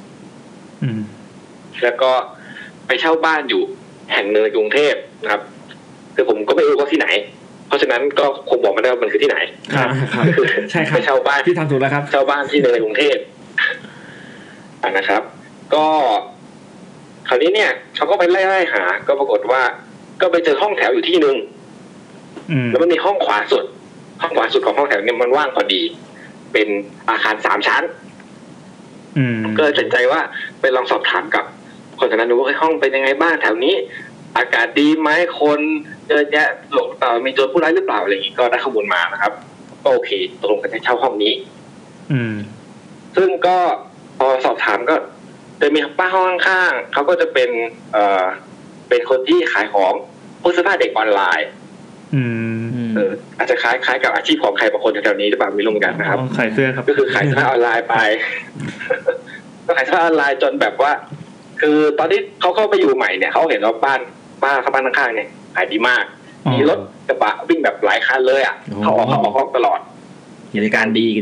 Speaker 4: แล้วก็ไปเช่าบ้านอยู่แห่งหนึ่งในกรุงเทพนะครับคือผมก็ไม่รู้ว่าที่ไหนเพราะฉะนั้นก็คงบอกไม่ได้ว่ามันคือที่ไหน
Speaker 1: ครับใช่ครับ
Speaker 4: ไปเช่าบ้าน
Speaker 1: ที่ทำถูกแล้วครับ
Speaker 4: เช่าบ้านที่ในกรุงเทพนะครับก็คราวนี้เนี่ยเขาก็ไปไล่หาก็ปรากฏว่าก็ไปเจอห้องแถวอยู่ที่นึงแล้วมันมีห้องขวาสุดของห้องแถวเนี่ยมันว่างพอดีเป็นอาคาร3 ชั้นก็เลยตัดใจว่าไปลองสอบถามกับคนแถวนั้นดูว่าห้องเป็นยังไงบ้างแถวนี้อากาศดีไหมคนเยอะแยะหลงมีโจรผู้ร้ายหรือเปล่าอะไรอย่างนี้ก็ได้ข้อมูลมานะครับก็โอเคตกลงกันให้เช่าห้องนี้ซึ่งก็พอสอบถามก็จะมีป้าห้องข้างๆเขาก็จะเป็นคนที่ขายของพวกเสื้อผ้าเด็กออนไลน์อาจจะคล้ายกับอาชีพของใครบางคนแถวนี้หรือเปล่าไม่รู้เหมือนกันนะครับ
Speaker 1: ขายเสื้อครับ
Speaker 4: ก็คือขายเสื้อออนไลน์ไปก็ขายเสื้อออนไลน์จนแบบว่าคือตอนที่เขาเข้าไปอยู่ใหม่เนี่ยเขาเห็นว่าบ้านข้างๆเนี่ยขายดีมากมีรถกระบะวิ่งแบบหลายคันเลยอ่ะเขาออกตลอด
Speaker 2: กิจการดี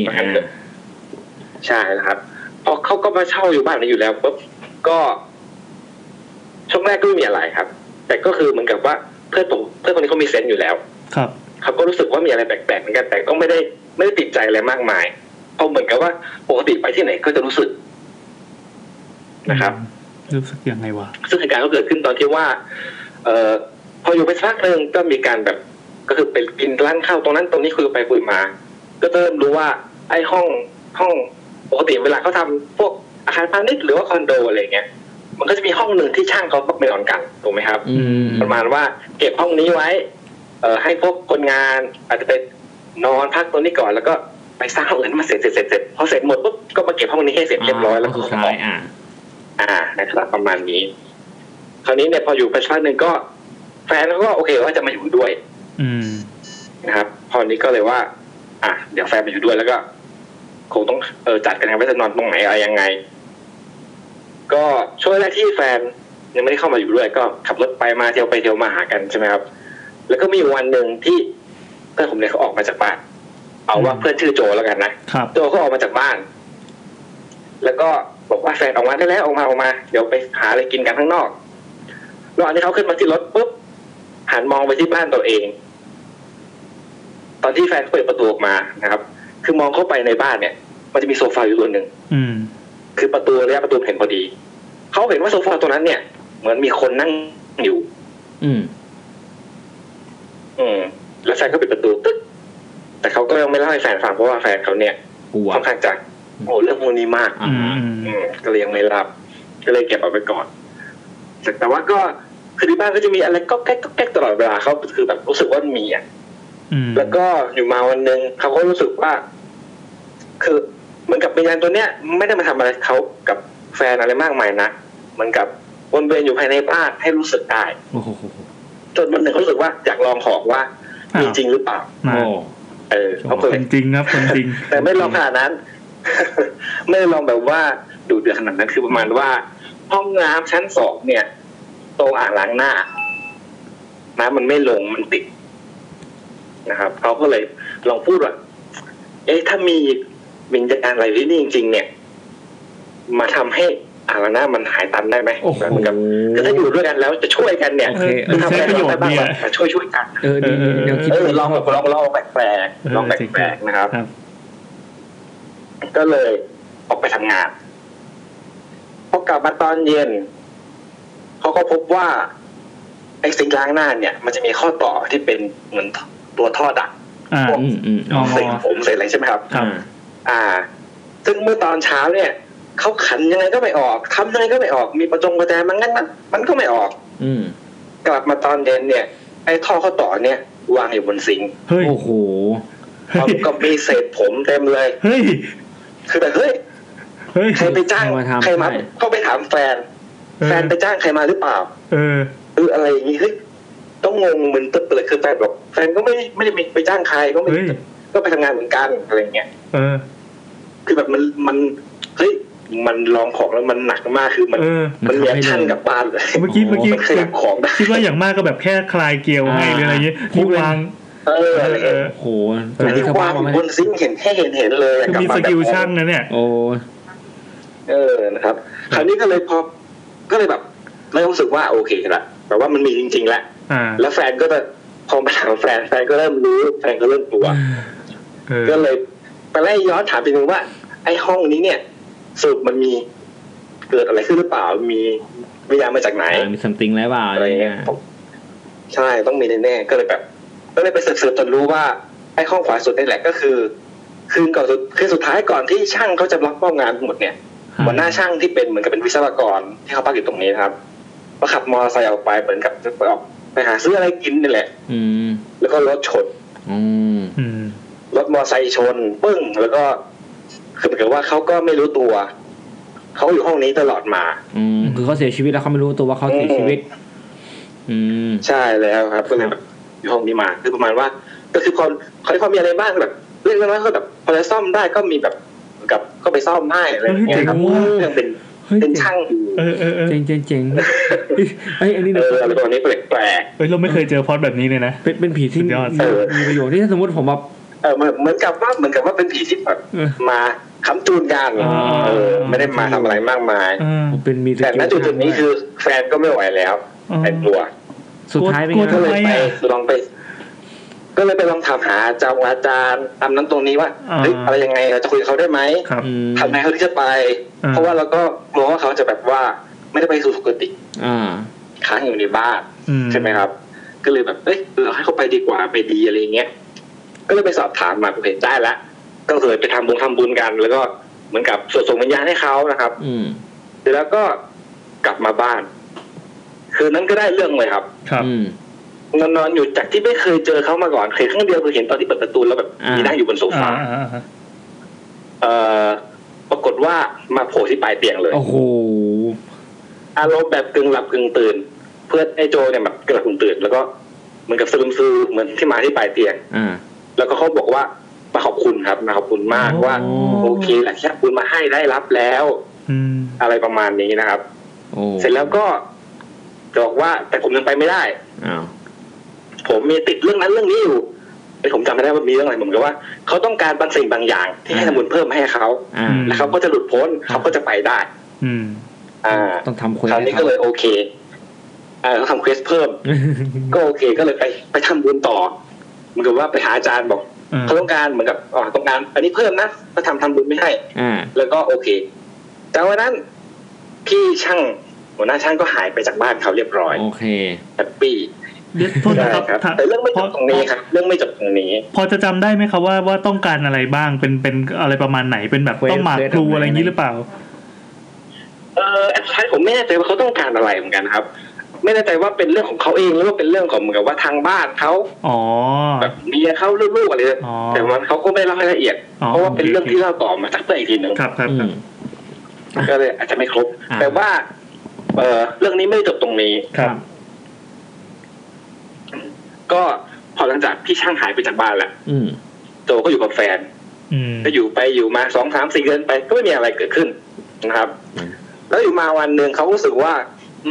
Speaker 4: ใช่นะครับพอเขาก็มาเช่าอยู่บ้านนี้อยู่แล้วปุ๊บก็ช่วงแรกก็ไม่มีอะไรครับแต่ก็คือเหมือนกับว่าเพื่อนคนนี้เขามีเซนส์อยู่แล้ว
Speaker 1: ครับ
Speaker 4: เขาก็รู้สึกว่ามีอะไรแปลกๆเหมือนกันแต่ก็ไม่ได้ติดใจอะไรมากมายเพราะเหมือนกับว่าปกติไปที่ไหนก็จะรู้สึกนะครับ
Speaker 1: รู้สึกยังไงวะ
Speaker 4: ซึ่งเหตุการณ์ก็เกิดขึ้นตอนที่ว่าพออยู่ไปสักนึงก็มีการแบบก็คือไปกินร้านข้าวตรงนั้นตรงนี้คุยไปคุยมาก็เริ่มรู้ว่าไอ้ห้องปกติเวลาเขาทำพวกอาคารพาณิชย์หรือว่าคอนโดอะไรเงี้ยมันก็จะมีห้องหนึ่งที่ช่างเขาต้องไปนอนกันถูกไหมครับประมาณว่าเก็บห้องนี้ไว้ให้พวกคนงานอาจจะไปนอนพักตรงนี้ก่อนแล้วก็ไปสร้างห้องอื่นมาเสร็จพอเสร็จหมดปุ๊บก็มาเก็บห้องนี้ให้เสร็จเรียบร้อยแล้วก็
Speaker 2: ขาย
Speaker 4: นะครับประมาณนี้คราวนี้เนี่ยพออยู่ไปสักนึงก็แฟนเขาก็โอเคว่าจะมาอยู่ด้วยนะครับพอนี้ก็เลยว่าเดี๋ยวแฟนมาอยู่ด้วยแล้วก็คงต้องจัดกันว่าจะนอนตรงไหนอะไรยังไงก็ช่วงแรกที่แฟนยังไม่ได้เข้ามาอยู่ด้วยก็ขับรถไปมาเที่ยวไปเที่ยวมาหากันใช่ไหมครับแล้วก็มีวันหนึ่งที่เพื่อนผมเนี่ยเขาออกมาจากบ้านเอาว่าเพื่อนชื่อโจแล้วกันนะโจเขาออกมาจากบ้านแล้วก็บอกว่าแฟนออกมาได้แล้วออกมาเดี๋ยวไปหาอะไรกินกันข้างนอกระหว่างที่เขาขึ้นมาที่รถปุ๊บหันมองไปที่บ้านตัวเองตอนที่แฟนเปิดประตูออกมานะครับคือมองเข้าไปในบ้านเนี่ยมันจะมีโซฟาอยู่ตัวหนึ่งคือประตูเห็นพอดีเขาเห็นว่าโซฟาตัวนั้นเนี่ยเหมือนมีคนนั่งอยู่แล้วแฟนก็ปิดประตูตึ๊กแต่เขาก็ยังไม่เล่าให้แฟนฟังเพราะว่าแฟนเขาเนี่ยค่อนข้างจะเรื่องพวกนี้มากก็เลยยังไม่รับก็เลยเก็บเอาไปก่อนแต่ว่าก็คือที่บ้านก็จะมีอะไรก็แก๊กตลอดเวลาเขาคือแบบรู้สึกว่ามีแล้วก็อยู่มาวันนึงเขาก็รู้สึกว่าคือเหมือนกับวิญญาณตัวเนี้ยไม่ได้มาทำอะไรเขากับแฟนอะไรมากมายนะเหมือนกับวนเวียนอยู่ภายในบ้านให้รู้สึกได้จนวันหนึ่งเขารู้สึกว่าอยากลองของว่ามีจริงหรือเปล่า
Speaker 1: เขาเป็นจริงครับเป็นจริง
Speaker 4: แต่ไม่ลองขนาดนั้นไม่ลองแบบว่าดูเดือดขนาดนั้นคือประมาณว่าห้องน้ำชั้น2เนี่ยตรงอ่างล้างหน้าน้ำมันไม่ลงมันติดนะครับเขาก็เลยลองพูดว่าถ้ามีวิญญาณอะไรที่นี่จริงๆเนี่ยมาทำให้วันหน้ามันหายตันได้ไหม
Speaker 2: เหมือนกับ
Speaker 4: คือถ้าอยู่ด้วยกันแล้วจะช่วยกันเนี่ย
Speaker 1: ทำประโยชน์ดี
Speaker 4: ช่วยกันลองแบบลองแปลกๆลองแปลกๆนะครับก็เลยออกไปทำงานพอกลับมาตอนเย็นเขาก็พบว่าไอ้ซิงค์ล้างหน้าเนี่ยมันจะมีข้อต่อที่เป็นเหมือนตัวท่อดักพวกเศษผมเศษอะไรใช่ไหมครับซึ่งเมื่อตอนเช้าเนี่ยเขาขันยังไงก็ไม่ออกทำยังไงก็ไม่ออกมีประแจมันงั้นมันก็ไม่ออกกลับมาตอนเย็นเนี่ยไอ้ท่อข้อต่อเนี่ยวางอยู่บนซิงค์
Speaker 2: โอ้โห
Speaker 4: ก็มีเศษผมเต็มเลยคือแบบเฮ้ยใครไปจ้างใครมาก็ไปถามแฟนไปจ้างใครมาหรือเปล่าอะไรอย่างงี้เฮ้ยต้องงงเหมือนตึ๊บเลยคือแฟนบอกแฟนก็ไม่ได้ไปจ้างใครก็ไม่ก็ไปทำงานเหมือนกันอะไรเงี้ยคือแบบมันเฮ้ยมันลองของแล้วมันหนักมากคือมันมีชั่นกับบ้านเลย
Speaker 1: เมื่อกี้
Speaker 4: ขยับของได้
Speaker 1: คิดว่าอย่างมากก็แบบแค่คลายเกลียวให้หรืออะไรเงี้ยนี่วาง
Speaker 2: โห
Speaker 4: อันนี้วางบนซิงค์เห็นเลย
Speaker 1: มีสกิลช่างนะเนี่ย
Speaker 2: โอ้
Speaker 4: นะครับคราวนี้ก็เลยก็เลยแบบไม่รู้สึกว่าโอเคละแต่ว่ามันมีจริงๆแล้วแล้วแฟนก็จะพอมาถามแฟนก็เริ่มรู้แฟนก็เริ่มกลัวก็เลยไปไล่ย้อนถามไปนึงว่าไอ้ห้องนี้เนี่ยสรุปมันมีเกิดอะไรขึ้นหรือเปล่ามีวิญญาณมาจากไหน
Speaker 2: มี something แล้วเปล่า
Speaker 4: อะไรเงี้ยใช่ต้องมีแน่ๆก็เลยไปสืบจนรู้ว่าไอ้ห้องขวาสุดนี่แหละก็คือคืนสุดท้ายก่อนที่ช่างเขาจะรับมอบงานหมดเนี่ยหัวหน้าช่างที่เป็นเหมือนกับเป็นวิศวกรที่เขาพักอยู่ตรงนี้ครับก็ขับมอเตอร์ไซค์ออกไปเหมือนกับจะออกไปหาซื้ออะไรกินนี่แหละแล้วก็รถชนรถมอเตอร์ไซค์ชนปึ้งแล้วก็คือเหมือนกับว่าเขาก็ไม่รู้ตัวเขาอยู่ห้องนี้ตลอดมา
Speaker 2: คือเขาเสียชีวิตแล้วเขาไม่รู้ตัวว่าเขาเสียชีวิต
Speaker 4: ใช่แล้วครับก็เลยแบบอยู่ห้องนี้มาคือประมาณว่าก็คือพอมีอะไรบ้างแบบเรื่องน้อยๆก็แบบพอจะซ่อมได้ก็มีแบบกับก็ไปซ่อมให้อะไรอย่างเงี้ยครับเรื่องเป็นช่าง
Speaker 2: เจ๋งไอ้อันนี้
Speaker 4: อะไรตัวนี้แปลก
Speaker 1: เราไม่เคยเจอพอดแบบนี้เลยนะ
Speaker 2: เป็นผีที่มีประโยชน์ที่สมมติผมแบบ
Speaker 4: เหมือนกับว่าเป็นผีที่แบบมาค้ำจูนกันไม่ได้มาทำอะไรมากมายแต่ณจุดนี้คือแฟนก็ไม่ไหวแล้วไอ้ตัว
Speaker 2: สุดท้าย
Speaker 4: ก็เลยไปลองไปก็เลยไปลองถามหาอาจารย์ตามนั้นตรงนี้ว่าเฮ้ยอะไรยังไงเราจะคุยกับเขาได้ไหมทำไงเขาที่จะไปเพราะว่าเราก็กลัวว่าเขาจะแบบว่าไม่ได้ไปสู่สุคติค้างอยู่ในบ้านใช่ไหมครับก็เลยแบบเอ้ยเราให้เขาไปดีกว่าไปดีอะไรเงี้ยก็เลยไปสอบถามมาเห็นได้แล้วก็เลยไปทำบุญกันแล้วก็เหมือนกับส่งวิญญาณให้เขานะครับเสร็จแล้วก็กลับมาบ้านคืนนั้นก็ได้เรื่องเลยครับนอนอยู่จากที่ไม่เคยเจอเขามาก่อนเคยครั้งเดียวคือเห็นตอนที่เปิดประตูแล้วแบบมีนั่งอยู่บนโซฟาปรากฏว่ามาโผล่ที่ปลายเตียงเลย
Speaker 2: โอ้โห
Speaker 4: อารมณ์แบบกึ่งหลับกึ่งตื่นเพื่อนไอ้โจเนี่ยแบบกึ่งหลับกึ่งตื่นแล้วก็เหมือนกับซึมเหมือนที่มาที่ปลายเตียงแล้วก็เขาบอกว่ามาขอบคุณครับมาขอบคุณมากว่าโอเคแหละที่คุณมาให้ได้รับแล้วอะไรประมาณนี้นะครับเสร็จแล้วก็บอกว่าแต่ผมยังไปไม่ได้ผมมีติดเรื่องนั้นเรื่องนี้อยู่แต่ผมจำไม่ได้ว่ามีเรื่องอะไรเหมือนกับว่าเขาต้องการบางสิ่งบางอย่างที่ให้สมุนเพิ่มให้เขาแล้วเขาก็จะหลุดพ้นเขาก็จะไปได้
Speaker 2: ต้องทำเควส
Speaker 4: คราวนี้ก็เลยโอเคเขาทำเควสเพิ่มก็โอเคก็เลยไปทำบุญต่อเหมือนกับว่าไปหาอาจารย์บอกเขาต้องการเหมือนกับต้องการอันนี้เพิ่มนะก็ทำบุญไม่ให้แล้วก็โอเคแต่วันนั้นพี่ช่างหัวหน้าช่างก็หายไปจากบ้านเขาเรียบร้อย
Speaker 2: โอเค
Speaker 4: แฮปปี้
Speaker 1: โทษนะครับ
Speaker 4: แต่เรื่องไม่จบตรงนี้ครับเรื่องไม่จบตรงนี้
Speaker 1: พอจะจำได้ไหมครับว่าต้องการอะไรบ้างเป็นอะไรประมาณไหนเป็นแบบต้องหมากพลูอะไรอย่างนี้หรือเปล่า
Speaker 4: ใช่ผมไม่แน่ใจว่าเขาต้องการอะไรเหมือนกันครับไม่แน่ใจว่าเป็นเรื่องของเขาเองหรือว่าเป็นเรื่องของเหมือนกับว่าทางบ้านเขาแบบเมียเขาลูกๆอะไรแต่มันเขาก็ไม่เล่าให้ละเอียดเพราะว่าเป็นเรื่องที่เล่าต่อมาจากเพื่อนอีกทีนึง
Speaker 1: ครับ
Speaker 4: ก็เลยอาจจะไม่ครบแต่ว่าเรื่องนี้ไม่จบตรงนี้
Speaker 1: ครับ
Speaker 4: ก็พอหลังจากพี่ช่างหายไปจากบ้านแหละโจก็อยู่กับแฟนก็อยู่มา 2-3-4 เดือนไปก็ไม่มีอะไรเกิดขึ้นนะครับแล้วอยู่มาวันนึงเขารู้สึกว่า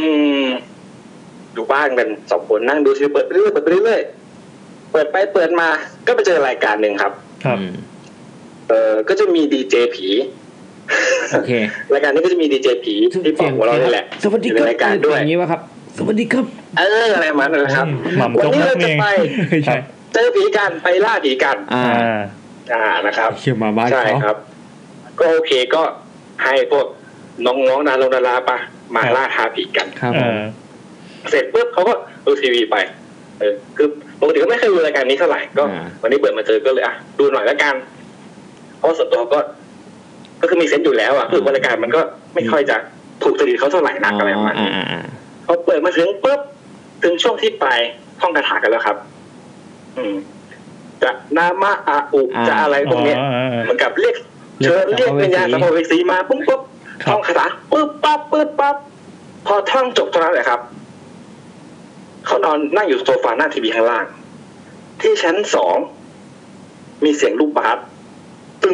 Speaker 4: อยู่บ้านกัน2 คนนั่งดูทีวีเปิดไปเรื่อยเปิดไปเปิดมาก็ไปเจอรายการนึงครับก็จะมีดีเจผี
Speaker 2: โอเค
Speaker 4: รายการนี้ก็จะมีดีเจผีที่ปอกหัวเราเนี่ยแหละ
Speaker 2: สวัสดีครับ
Speaker 4: รายการด้วย
Speaker 2: อย่างนี้วะครับสวัสดีครับ
Speaker 4: อะไรมานะครับวันนี้เราจะไปเจอผีกันไปล่าผีกันนะครับใช่ครับก็โอเคก็ให้พวกน้องๆดาราปะมาล่าท้าผีกันเสร็จปุ๊บเขาก็ดูทีวีไปคือปกติก็ไม่เคยดูรายการนี้เท่าไหร่ก็วันนี้เปิดมาเจอก็เลยดูหน่อยแล้วกันเพราะส่วนตัวก็คือมีเซนส์อยู่แล้วคือรายการมันก็ไม่ค่อยจะถูกจริตเขาเท่าไหร่นักอะไรประมาณนี้พอเปิดมาถึงปุ๊บถึงช่วงที่ไปท่องคาถากันแล้วครับจะนามะอาอุจะอะไรพวกนี้เหมือนกับเรียกเชิญเรียกวิญญาณสัมภเวสีมาปุ๊บท่องคาถาปุ๊บปั๊บพอท่องจบเท่านั้นแหละครับเขานอนนั่งอยู่โซฟาหน้าทีวีข้างล่างที่ชั้น2มีเสียงลูกบาสตึ้ง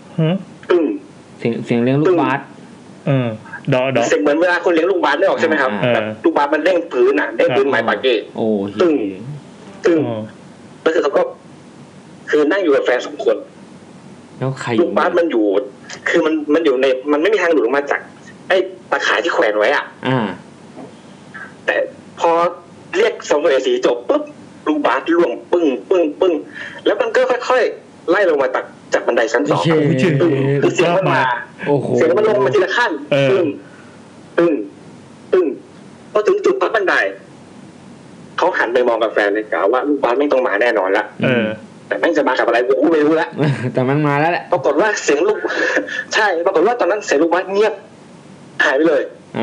Speaker 2: เสียงเลี้ยงลูกบาส
Speaker 1: ดอ
Speaker 4: เสียงเหมือนเวลาคนเลี้ยงลูกบาสได้ออกใช่ไหมครับแบบลูกบาสมันเด้งพื้นเด้งพื้นไม้ปาเก้ตึ้งแล้วคือเขาก็คือนั่งอยู่กับแฟน2คน
Speaker 2: แล้วใคร
Speaker 4: ลูกบาสมันอยู่คือมันอยู่ในมันไม่มีทางหลุดออกมาจากไอ้ตะข่ายที่แขวนไว้แต่พอเรียกสัมภเวสีจบปุ๊บลูกบาสล่วงปึ้งแล้วมันก็ค่อยๆไล่ลงมาจากบันไดชั้น2คือเสียงมันมาเสียงมันลงมาทีละขั้นปึ้งพอถึงจุดพักบันไดเขาหันไปมองกับแฟนเลยกล่าวว่าลูกบาสไม่ต้องมาแน่นอนละแต่แม่งจะมากับอะไรกูไม่รู้ละ
Speaker 2: แต่มันมาแล้วแหละ
Speaker 4: ปรากฏว่าเสียงลูกใช่ปรากฏว่าตอนนั้นเสียงลูกบาสเงียบหายไปเลย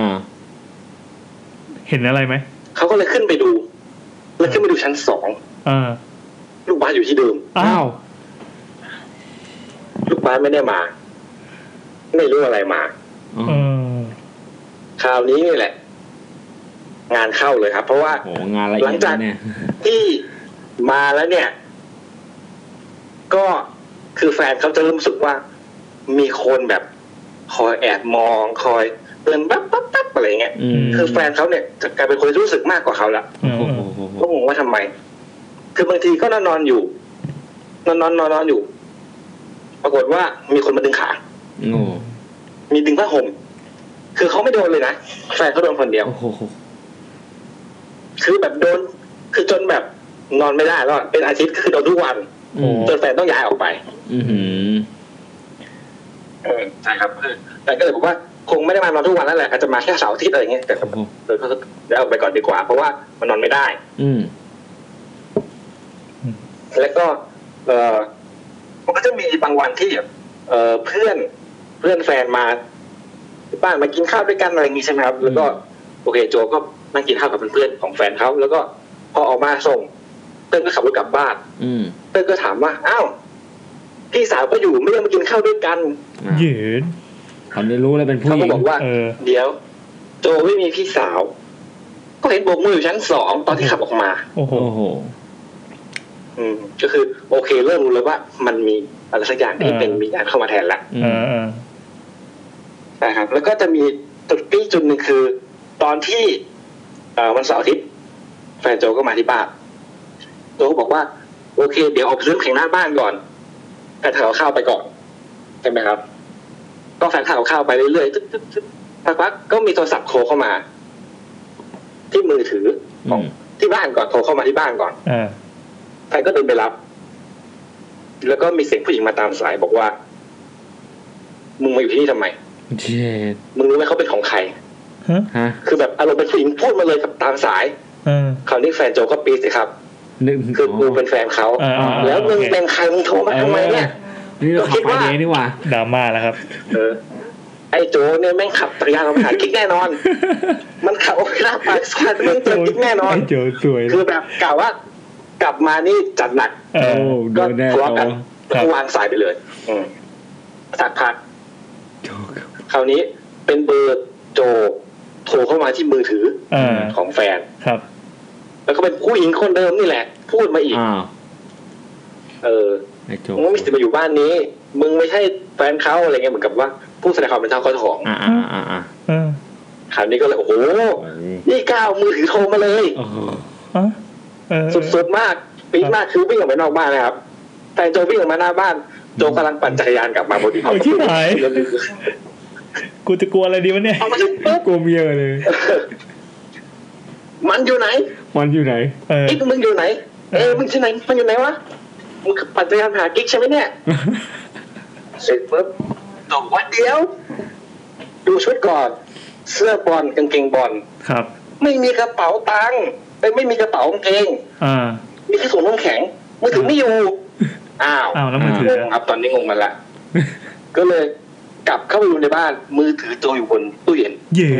Speaker 1: เห็นอะไรไหม
Speaker 4: เขาก็เลยขึ้นไปดูแล้วขึ้นไปดูชั้น2ลูกบาสอยู่ที่เดิมลูกบาสไม่ได้มาไม่รู้อะไรมาคราวนี้นี่แหละงานเข้าเลยครับเพราะว่าหลังจากที่มาแล้วเนี่ยก็คือแฟนเขาจะรู้สึกว่ามีคนแบบคอยแอบมองคอยเดินปั๊บอะไรเงี้ยคือแฟนเขาเนี่ยจะกลายเป็นคนรู้สึกมากกว่าเขาละก็งงว่าทำไมคือบางทีก็นอนอยู่นอนอยู่ปรากฏว่ามีคนมาดึงขามีดึงผ้าห่มคือเขาไม่โดนเลยนะแฟนเขาโดนคนเดียวคือแบบโดนคือจนแบบนอนไม่ได้แล้วเป็นอาทิตย์คือโดนทุกวันจนแฟนต้องย้ายออกไปใช่ครับแต่ก็เลยบอกว่าคงไม่ได้มานอนทุกวันนั่นแหละอาจจะมาแค่เสาร์อาทิตย์อะไรอย่างเงี้ยแต่เขาจะเอาไปก่อนดีกว่าเพราะว่ามันนอนไม่ได้แล้วก็มันก็จะมีบางวันที่เพื่อนแฟนมาบ้านมากินข้าวด้วยกันอะไรอย่างงี้ใช่ไหมครับแล้วก็โอเคโจก็นั่งกินข้าวกับเพื่อนๆของแฟนเขาแล้วก็พอออกมาส่งเติ้ลก็ขับรถกลับบ้านเติ้ลก็ถามว่าอ้าวพี่สาวก็อยู่ไม่ได้มากินข้าวด้วยกัน
Speaker 1: ยืน
Speaker 2: เขาไม่รู้เลยเป็นผู้หญิง
Speaker 4: เขาบอกว่าเดี๋ยวโจไม่มีพี่สาวก็เห็นโบกมืออยู่ชั้น2ตอนที่ขับออกมา
Speaker 1: โอ้โห
Speaker 4: ก็คือโอเคเริ่มรู้แล้วว่ามันมีอะไรสักอย่างที่เป็นมีการเข้ามาแทนละใช่ครับแล้วก็จะมีจุดหนึ่งคือตอนที่วันเสาร์อาทิตย์แฟนโจก็มาที่บ้านโจก็บอกว่าโอเคเดี๋ยวออกไปซื้อแข่งหน้าบ้านก่อนแฟนทำกับข้าวไปก่อนใช่ไหมครับก็แฟนทำกับข้าวไปเรื่อยๆพักๆก็มีโทรศัพท์โทรเข้ามาที่มือถือของที่บ้านก่อนโทรเข้ามาที่บ้านก่อนแฟนก็เดินไปรับแล้วก็มีเสียงผู้หญิงมาตามสายบอกว่ามึงมาอยู่ที่นี่ทำไมมึงรู้ไหมเขาเป็นของใครคือแบบอารมณ์เป็นผู้หญิงพูดมาเลยกับตามสายคราวนี้แฟนโจก็ปี๊ดสิครับคือกูเป็นแฟนเขาแล้วมึงเป็นใครมึงโทรมาทำไมเนี่ย
Speaker 2: ก็คิดว่านี่ว่า
Speaker 1: ดราม่าแล้วครับ
Speaker 4: ไอ้โจเนี่ยแม่งขับจักรยานมาหากิ๊กแน่นอนมันขับไปหน้าปากซอยมันเจอกิ๊กแน่นอน
Speaker 1: โจสวย
Speaker 4: คือแบบกล่าวว่ากลับมานี่จัดหนักก็ทะเลาะกันแล้ววางสายไปเลยสักพักคราวนี้เป็นเบอร์โจโทรเข้ามาที่มือถือของแฟน
Speaker 1: ครับ
Speaker 4: แล้วก็เป็นผู้หญิงคนเดิมนี่แหละพูดมาอีกมึงไม่มีสิทธิ์มาอยู่บ้านนี้มึงไม่ใช่แฟนเขาอะไรเงี้ยเหมือนกับว่าผู้แสดงความเป็นเจ้าของคราวนี้ก็เลยโอ้โหนี่ก้าวมือถือโทรมาเลยสุดๆมากปี๊ดมากคือวิ่งออกไปนอกบ้านนะครับแฟนโจวิ่งออกมาหน้าบ้านโจกำลังปั่นจักรยานกลับมาบนที่เขา
Speaker 1: ที่ไหนกูจะกลัวอะไรดีวะเนี่ย
Speaker 2: กลัวเมียเลย
Speaker 4: มันอยู่ไหนกิ๊กมึงอยู่ไหนมึงที่ไหนมันอยู่ไหนวะมึงปั่นจักรยานหากิ๊กใช่ไหมเนี่ยเสร็จปุ๊บตอบว่าเดียวดูชุดก่อนเสื้อบอลกางเกงบอล
Speaker 1: ครับ
Speaker 4: ไม่มีกระเป๋าตังค์ไม่มีกระเป๋ากางเกงมีแค่ถุงน้ำแข็งมือถือไม่อยู่อ้าว
Speaker 1: แล้วมือถือ
Speaker 4: ครับตอนนี้งงมันละก็เลยกลับเข้าไปดูในบ้านมือถือโจอยู่บนตู้เย็น
Speaker 1: เย้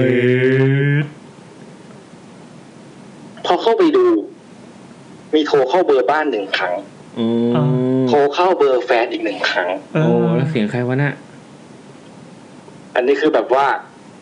Speaker 4: พอเข้าไปดูมีโทรเข้าเบอร์บ้าน1 ครั้งโทรเข้าเบอร์แฟนอีก1 ครั้ง
Speaker 2: โอ้แล้วเสียงใครวะน่ะ
Speaker 4: อันนี้คือแบบว่า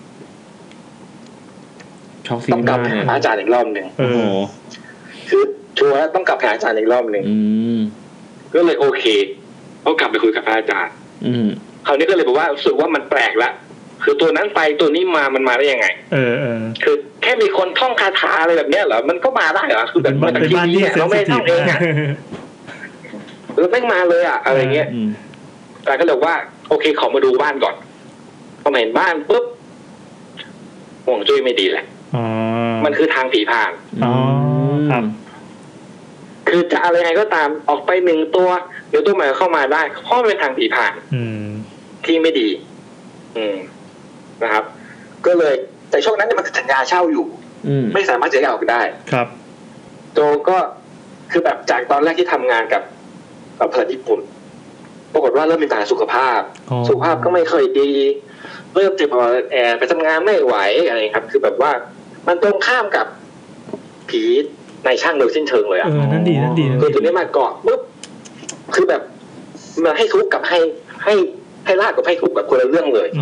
Speaker 4: ต้องกลับหาอาจารย์อีกรอบนึงคือชัวร์ต้องกลับหาอาจารย์อีกรอบนึงก็เลยโอเคก็กลับไปคุยกับอาจารย์คราวนี้ก็เลยบอกว่ารู้สึกว่ามันแปลกละคือตัวนั้นไปตัวนี้มันมาได้ยังไงคือแค่มีคนท่องคาถาอะไรแบบนี้เหรอมันก็มาได้เหรอคือแบบมันที่นี่เราไม่ท่องเองอ่ะแม่งมาเลยอ่ะอะไรเงี้ยแต่ก็เลยว่าโอเคขอมาดูบ้านก่อนพอเห็นบ้านปุ๊บห่วงจุ้ยไม่ดีแหละมันคือทางผีผ่าน
Speaker 1: ครับ
Speaker 4: คือจะอะไรไงก็ตามออกไป1 ตัวเดี๋ยวตัวใหม่เข้ามาได้เพราะมันเป็นทางผีผ่านที่ไม่ดีนะครับก็เลยแต่ช่วงนั้นมันสัญญาเช่าอยู่ไม่สามารถจะย้ายออกได้
Speaker 1: ครับ
Speaker 4: โจก็คือแบบจากตอนแรกที่ทำงานกับเพื่อนญี่ปุ่นปรากฏว่าเริ่มมีปัญหาสุขภาพก็ไม่ค่อยดีเริ่มเจ็บคอแอร์ไปทำงานไม่ไหวอะไรครับคือแบบว่ามันตรงข้ามกับผีในช่างโดยสิ้นเชิงเลยอ่ะ
Speaker 1: นั่นดี
Speaker 4: คือตัวนี้มาเกาะปุ๊บคือแบบมาให้ทุกข์กับให้ลากกับให้ทุกข์แบบคนละเรื่องเลย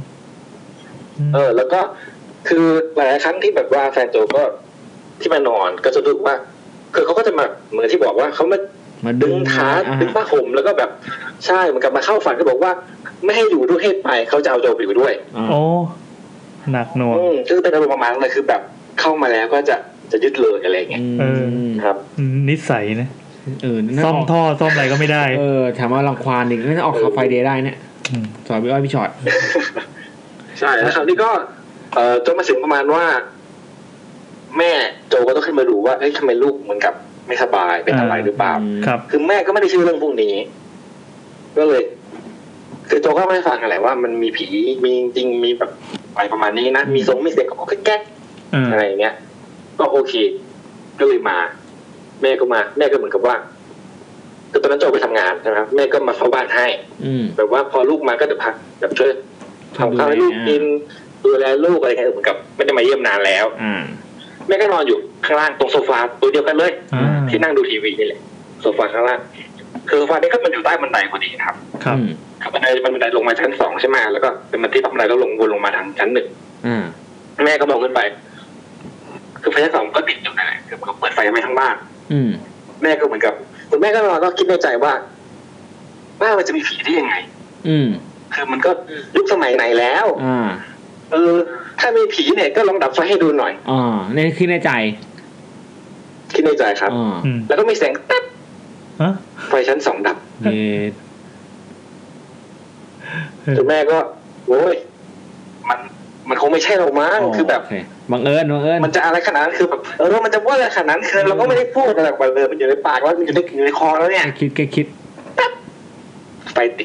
Speaker 4: แล้วก็คือหลายครั้งที่แบบว่าแฟนโจก็ที่มานอนก็จะรู้ว่าคือเขาก็จะมาเหมือนที่บอกว่าเขามาดึงขาดึงผ้าห่มแล้วก็แบบใช่เหมือนกับมาเข้าฝันก็บอกว่าไม่ให้อยู่ด้วยให้ไปเขาจะเอาโจไปอยู่ด้วย
Speaker 1: โอ้หนักหน่วง
Speaker 4: คือเป็นอารมณ์ประมาณนั้นคือแบบเข้ามาแล้วก็จะยึดเลยอะไรอย่างเงี้ยครับ
Speaker 1: นิสัยนะซ่อมท่อซ่อมอะไรก็ไม่ได้
Speaker 2: ถามว่ารังควานอีกน่าจะออกขับไฟเดย์ได้เนี่ยสอนพี่อ้อยพี่ช็อต
Speaker 4: ใช่แล้วคราวนี้ก็จนมาถึงประมาณว่าแม่โจก็ต้องขึ้นมาดูว่าเฮ้ยทำไมลูกเหมือนกับไม่สบายเป็นอะไรหรือเปล่าคือแม่ก็ไม่ได้เชื่อเรื่องพวกนี้ก็เลยคือโจก็ไม่ฟังอะไรว่ามันมีผีมีจริงมีแบบอะไรประมาณนี้นะมีทรงมีเสียงก็แก๊กอะไรอย่างเงี้ยก็โอเคก็เลยมาแม่ก็มาแม่ก็เหมือนกับว่าคือตอนนั้นโจไปทำงานนะครับแม่ก็มาเฝ้าบ้านให้แบบว่าพอลูกมาก็จะพักแบบช่วยทำข้าวให้ลูกกินดูแลลูกอะไรกันเหมือนกับไม่ได้มาเยี่ยมนานแล้วแม่ก็นอนอยู่ข้างล่างตรงโซฟาตัวเดียวกันเลยที่นั่งดูทีวีนี่แหละโซฟาข้างล่างคือโซฟานี้ก็มันอยู่ใต้บันไดพอดีครับบันไดลงมาชั้น2ใช่ไหมแล้วก็เป็นมันที่บันไดก็วนลงมาทางชั้น1แม่ก็มองขึ้นไปคือไฟชั้น2ก็ติดอยู่นั่นแหละคือมันเปิดไฟไว้ทั้งบ้านแม่ก็เหมือนกับคุณแม่ก็นอนก็คิดในใจว่ามันจะมีผีได้ยังไงคือมันก็ยุคสมัยไหนแล้วถ้ามีผีเนี่ยก็ลองดับไฟให้ดูหน่อย
Speaker 2: นี่คิดในใจ
Speaker 4: ครับแล้วก็มีเสียงแต๊บไฟชั้น2ดับคุณแม่ก็โอ้ยมันคงไม่ใช่หรอกมั้งคือแบบ
Speaker 2: บังเอิญ
Speaker 4: มันจะอะไรขนาดนั้นคือแบบมันจะว่าอะไรขนาดนั้นคือเราก็ไม่ได้พูดอะไรแบบเลยมันอยู่ในปากแล้วมันอยู่ในคอแล้วเนี่ย
Speaker 2: คิด
Speaker 4: ไฟติด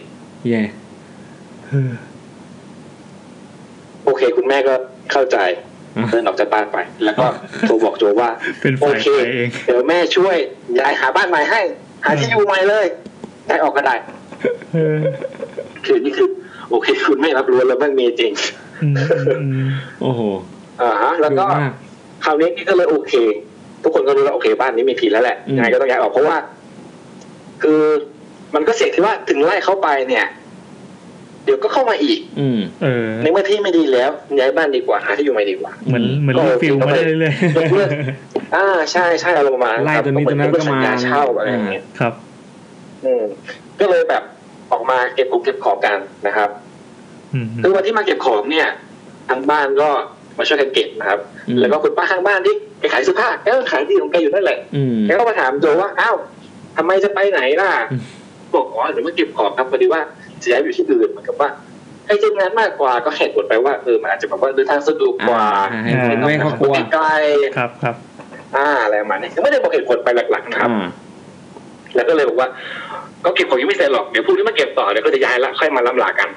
Speaker 4: โอเคคุณแม่ก็เข้าใจเดินออกจากบ้านไปแล้วก็โทรบอกโจว่าโอเคเดี๋ยวแม่ช่วยย้ายหาบ้านใหม่ให้หาที่อยู่ใหม่เลยย้ายออกก็ได้คือนี่คือโอเคคุณแม่รับรู้แล้วมันมีจริง
Speaker 2: โอ้โห
Speaker 4: แล้วก็คราวนี้ก็เลยโอเคทุกคนก็รู้แล้วโอเคบ้านนี้มีผีแล้วแหละยังไงก็ต้องย้ายออกเพราะว่าคือมันก็เสี่ยงที่ว่าถึงไล่เข้าไปเนี่ยเดี๋ยวก็เข้ามาอีกในเมื่อที่ไม่ดีแล้วย้ายบ้านดีกว่าหาที่อยู่ใหม่ดีกว่า
Speaker 1: เหมือนฟิลมาได้เลย
Speaker 4: ใช่เราประมาณ
Speaker 2: ไล่ตัวนี้ตัวนั้นก็มา
Speaker 4: เช่าอะไรอย่างเงี้ย
Speaker 1: ครับ
Speaker 4: ก็เลยแบบออกมาเก็บของกันนะครับคือวันที่มาเก็บของเนี่ยทางบ้านก็มาช่วยกันเก็บนะครับแล้วก็คุณป้าข้างบ้านที่แกขายเสื้อผ้าแกก็ขายที่ของแกอยู่นั่นแหละแกก็มาถามโจว่าอ้าวทำไมจะไปไหนล่ะบอกอ๋อเดี๋ยวมาเก็บของครับพอดีว่าจะย้ายอยู่ที่อื่นเหมือนกับว่าให้เจ้างานมากกว่าก็แหกกฎไปว่ามันอาจจะแบบว่าเดินทางสะดวกกว่า
Speaker 2: ไม่เขากลัว
Speaker 4: ใกล้
Speaker 1: ครับ
Speaker 4: อะไรประมาณนี้ไม่ได้บอกเหตุผลไปหลักๆนะครับแล้วก็เลยบอกว่าก็เก็บของยังไม่เสร็จหรอกเดี๋ยวพรุ่งนี้มาเก็บต่อเดี๋ยวก็จะย้ายละค่อยมาล้ำลากัน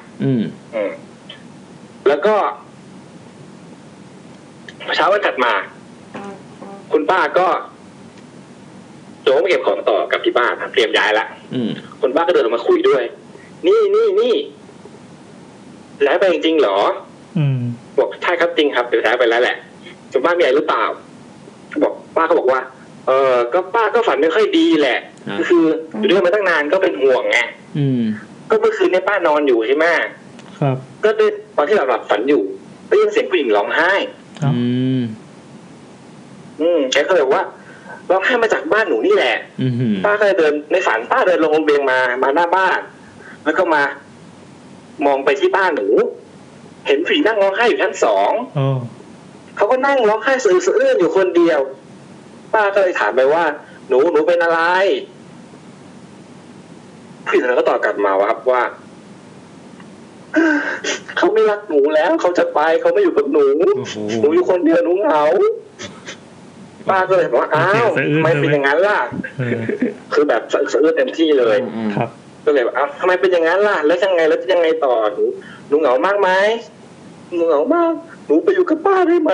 Speaker 4: แล้วก็เช้าวันถัดมาคุณป้าก็โจมาเก็บของต่อกับที่บ้านเตรียมย้ายละคุณป้าก็เดินออกมาคุยด้วยนี่ย้ายไปจริงๆเหรอบอกใช่ครับจริงครับเดี๋ยวย้ายไปแล้วแหละคุณป้ามีอะไรหรือเปล่าบอกป้าก็บอกว่าก็ป้าก็ฝันไม่ค่อยดีแหละคืออยู่ด้วยมาตั้งนานก็เป็นห่วงไงก็เมื่อคืนนี้ป้านอนอยู่ใช่ไหม
Speaker 1: ครับ
Speaker 4: ก็ด้วยตอนที่หลับฝันอยู่ได้ยินเสียงผู้หญิงร้องไห้แกก็เลยว่าร้องไห้มาจากบ้านหนูนี่แหละป้าก็เลยเดินในฝันป้าเดินลงระเบียงมาหน้าบ้านแล้วก็มามองไปที่บ้านหนูเห็นผู้หญิงนั่งร้องไห้อยู่ชั้น2เขาก็นั่งร้องไห้สะอื้นอยู่คนเดียวป้าก็เลยถามไปว่าหนูเป็นอะไรผู้หญิงก็ตอบกลับมาว่าเขาไม่รักหนูแล้วเขาจะไปเขาไม่อยู่กับหนูอยู่คนเดียวหนูเหงาป้าก็เลยบอกว่าอ้าวไม่เป็นอย่างนั้นล่ะคือแบบสะอื้นเต็มที่เลย
Speaker 1: ครับ
Speaker 4: ก็เลยบอกอ้าวทำไมเป็นอย่างนั้นล่ะแล้วยังไงต่อหนูเหงามากไหมหนูเหงามากหนูไปอยู่กับป้าได้ไหม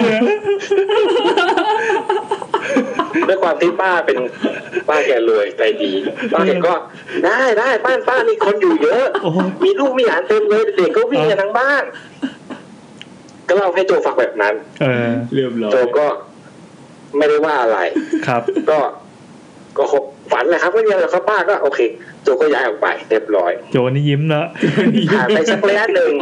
Speaker 4: ด้วยความที่ป้าเป็นป้าแกรวยใจดีป้าแกก็ได้บ้านป้านี่คนอยู่เยอะมีลูกมีหลานเต็มเลยเด็กก็วิ่งกันทั้งบ้านก็เล่าให้โจฟังแบบนั้น
Speaker 2: เรียบร้อย
Speaker 4: โจก็ไม่ได้ว่าอะไร
Speaker 1: ครับ
Speaker 4: ก็ฝันแหละครับไม่มีอะไรครับป้าก็โอเคโจก็ย้ายออกไปเรียบร้อย
Speaker 1: โจนี่ยิ้มแล้ว
Speaker 4: ผ่านไปสักระยะหนึ่ง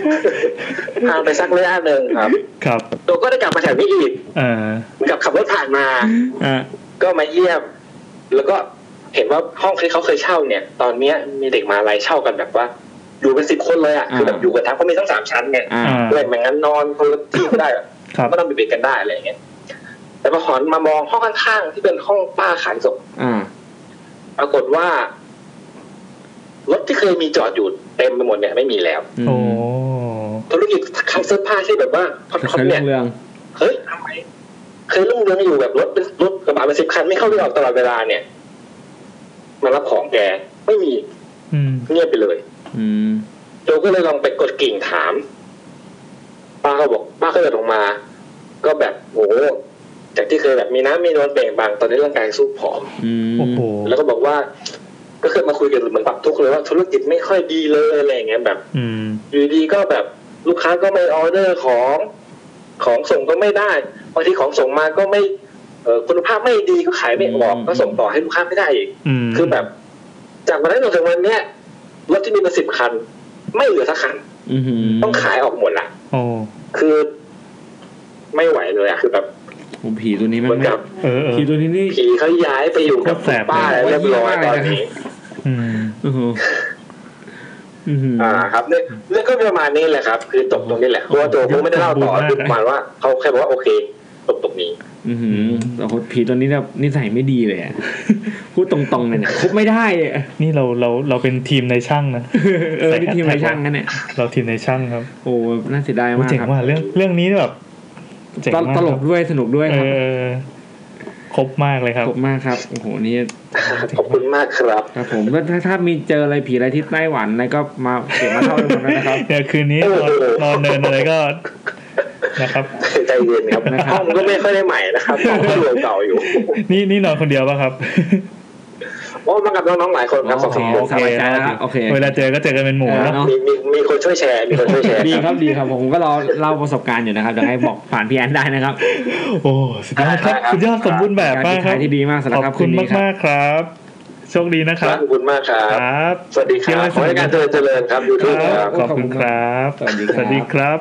Speaker 4: ครับโจก็ได้กลับมาแถวนี้อีกกับขับรถผ่านมาก็มาเยี่ยมแล้วก็เห็นว่าห้องที่เขาเคยเช่าเนี่ยตอนนี้มีเด็กมาอะไรเช่ากันแบบว่าอยู่เป็น10 คนเลยอ่ะคือแบบอยู่กันทั้งเขามีทั้ง3 ชั้นไงเลยแบบงั้นนอนคนละที่ก็ได้ก็ต้องเบียดกันได้อะไรอย่างเงี้ยแต่พอหันมามองห้องข้างๆที่เป็นห้องป้าขายศพปรากฏว่ารถที่เคยมีจอดอยู่เต็มไปหมดเนี่ยไม่มีแล้วธุรกิจขายเสื้อผ้าที่แบบว่า
Speaker 2: เขาเนี่ย
Speaker 4: เฮ้ยทำไมเคยรุ่งเรืองอยู่แบบรถกระบะเป็น10 คันไม่เข้าไม่ออกตลอดเวลาเนี่ยมารับของแกไม่มีเงียบไปเลยโจก็เลยลองไปกดกิ่งถามป้าก็บอกป้าก็เดินออกมาก็แบบโอ้จากที่เคยแบบมีน้ำมีนวลเบ่งบางตอนนี้ร่างกายสู้ผอมแล้วก็บอกว่าก็เคยมาคุยกันเหมือนปรับทุกข์เลยว่าธุรกิจไม่ค่อยดีเลยอะไรอย่างเงี้ยแบบอยู่ดีก็แบบลูกค้าก็ไม่ออเดอร์ของส่งก็ไม่ได้บางทีของส่งมาก็ไม่คุณภาพไม่ดีก็ขายไม่ออกก็ส่งต่อให้ลูกค้าไม่ได้อีกคือแบบจากวันนั้นจนถึงวันเนี้ยรถที่มีมา10 คันไม่เหลือสักคันต้องขายออกหมดละคือไม่ไหวเลยอะคือแบบ
Speaker 2: ผีตัวนี้มัน
Speaker 4: กับ
Speaker 2: ผีตัวนี้นี่
Speaker 4: ผีเขาย้ายไปอยู่กับป้าเรียบร้อยตอนนี้ครับเนี่ยก็ประมาณนี้แหละครับคือจบตรงนี้แหละเพราะว่าโจคงไม่ได้เล่าต่อคือประมาณว่าเขาแค่บอกว่าโอเคจบตรงนี้
Speaker 2: แต่ผีตัวนี้แบบนิสัยไม่ดีเลยอ่ะพูดตรงๆเลยเนี่ยคบไม่ได้อ่ะ
Speaker 1: นี่เราเป็นทีมในช่างนะ
Speaker 2: นี่ทีมในช่างนั่นเนี่ย
Speaker 1: เราทีมในช่างครับ
Speaker 2: โอ้น่าเสียดายมาก
Speaker 1: เจ๋งว่าเรื่องนี้แบบ
Speaker 2: ตลกด้วยสนุกด้วยครับ
Speaker 1: ครบมากเลยครับ
Speaker 2: ครบมากครับโอ้โหนี่
Speaker 4: ขอบคุณมากครับ
Speaker 2: ครับผมถ้ามีเจออะไรผีอะไรที่ไต้หวันอะไรก็มาเขียนมาเล่าให้ผมนะครับ
Speaker 1: เดี๋ยวคืนนี้นอนเดินอะไรก็นะครับ
Speaker 4: ใจเย็นครับห้องก็ไม่ค่อยได้ใหม่นะครับห้องก็เก่าอยู่
Speaker 1: นี่นอนคนเดียวป่ะครับ
Speaker 4: โอ้มากับน้องๆหลายคนครับ2-3 คน
Speaker 2: โอเค
Speaker 1: เวลาเจอก็เจอกันเป็นหมู่เนาะ
Speaker 4: มีคนช่วยแชร์
Speaker 2: ดีครับผมก็รอเล่าประสบการณ์อยู่นะครับเดี๋ยวให้บอกผ่านพี่แอนได้นะครับ
Speaker 1: โอ้สุดยอดครับสุดยอดสมบูรณ์แบบมากครับ
Speaker 2: ที่ดีมากสำหรับ
Speaker 1: ขอบคุณมากๆครับโชคดีนะครับ
Speaker 4: ขอบคุณมากครับสวัสดีครับขอให้การเจริญครับยูทูบครับ
Speaker 1: ขอบคุณครับสวัสดีครับ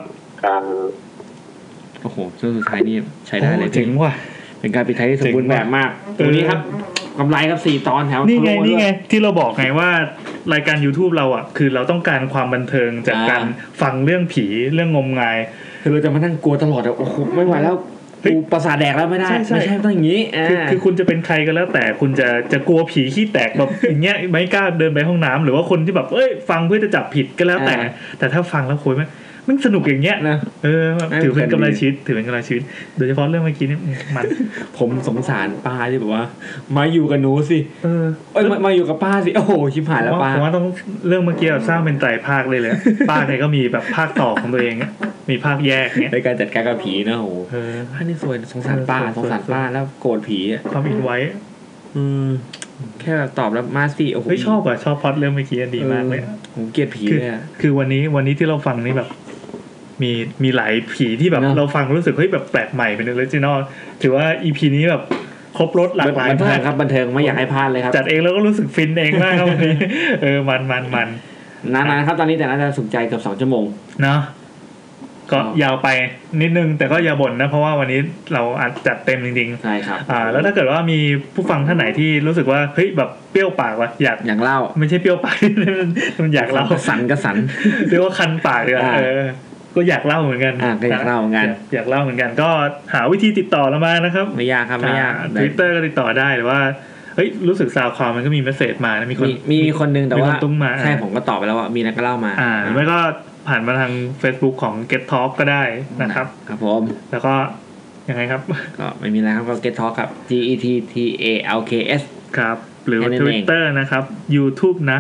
Speaker 2: โอ้โหช่วงสุดท้ายนี่ใช้ได้เลย
Speaker 1: ถึงว่ะ
Speaker 2: เป็นการปิดท้ายที่สมบูรณ์แบบมากตรงนี้ครับกำไรครับ4 ตอนแถว
Speaker 1: นี่ไงที่เราบอกไงว่ารายการ YouTube เราอ่ะคือเราต้องการความบันเทิงจากการฟังเรื่องผีเรื่องงมงาย
Speaker 2: คือเราจะมานั่งกลัวตลอดโอ้โหไม่ไหวแล้วกูประสาทแดกแล้วไม่ได้ไม่ใช่ต้องอย่างนี้
Speaker 1: คือคุณจะเป็นใครก็แล้วแต่คุณจะกลัวผีขี้แตกแบบอย่างเงี้ยไม่กล้าเดินไปห้องน้ำหรือว่าคนที่แบบฟังเพื่อจะจับผิดก็แล้วแต่ถ้าฟังแล้วคุยมันสนุกอย่างเงี้ยนะถือเป็นกำไรชีวิตโดยเฉพาะเรื่องเมื่อกี้นี่มัน
Speaker 2: ผมสงสารป้าที่แบบว่ามาอยู่กับหนูสิมาอยู่กับป้าสิโอ้โหชิบหายแล้วป้า
Speaker 1: ผมว่าต้องเรื่องเมื่อกี้สร้างเป็นไตรภาคเลยป้าเนี่ยก็มีแบบภาคต่อของตัวเองมีภาคแยกเนี่ย
Speaker 2: ในการจัดการกับผีนะโหภาคนี้สวยสงสารป้าแล้วโกรธผี
Speaker 1: ความอินไว้
Speaker 2: แค่แบบตอบแล้วมาสิโอ้โห
Speaker 1: ชอบพล็อตเรื่องเมื่อกี้ดีมากเลย
Speaker 2: ผมเกลียดผีเลย
Speaker 1: คือวันนี้ที่เราฟังนี่แบบมีหลายผีที่แบบเราฟังรู้สึกแบบแปลกใหม่เป็นออริจินอลถือว่า EP นี้แบบครบรสหลากหลาย
Speaker 2: มากครับบันเทิงไม่อยากให้พลาดเลยครับ
Speaker 1: จัดเองแล้วก็รู้สึกฟินเองมากครับวันนี้มัน
Speaker 2: นานๆครับตอนนี้แต่น่าจะสุขใจเกือบ2 ชั่วโมง
Speaker 1: เนาะก็ยาวไปนิดนึงแต่ก็อย่าบ่นนะเพราะว่าวันนี้เราอัดจัดเต็มจริง
Speaker 2: ๆใช่ครับ
Speaker 1: แล้วถ้าเกิดว่ามีผู้ฟังท่านไหนที่รู้สึกว่าเฮ้ยแบบเปรี้ยวปากว่ะอยาก
Speaker 2: เล่า
Speaker 1: ไม่ใช่เปรี้ยวปากมันอยากเล่าก
Speaker 2: ระสัน
Speaker 1: เรียกว่าคันปากเลยก็อยากเล่าเหมือนกัน
Speaker 2: ก็อยากเล่าเหมือนกัน
Speaker 1: ก็หาวิธีติดต่อเรามานะครับ
Speaker 2: ไม่ยากครับไม่ยาก
Speaker 1: Twitter ก็ติดต่อได้หรือว่าเฮ้ยรู้สึกซาวคอมมันก็มีเมสเสจมานะ
Speaker 2: มีคนนึงแต่ว่าใช่ผมก็ตอบไปแล้วว่ามีนักเล่ามา
Speaker 1: หรือไม่ก็ผ่านมาทาง Facebook ของ Get Talk ก็ได้นะครับ
Speaker 2: ครับผม
Speaker 1: แล้วก็ยังไงครับ
Speaker 2: ก็ไม่มีอะไรครับก็ Get Talk ครับ GETTALKS
Speaker 1: ครับหรือ Twitter นะครับ YouTube นะ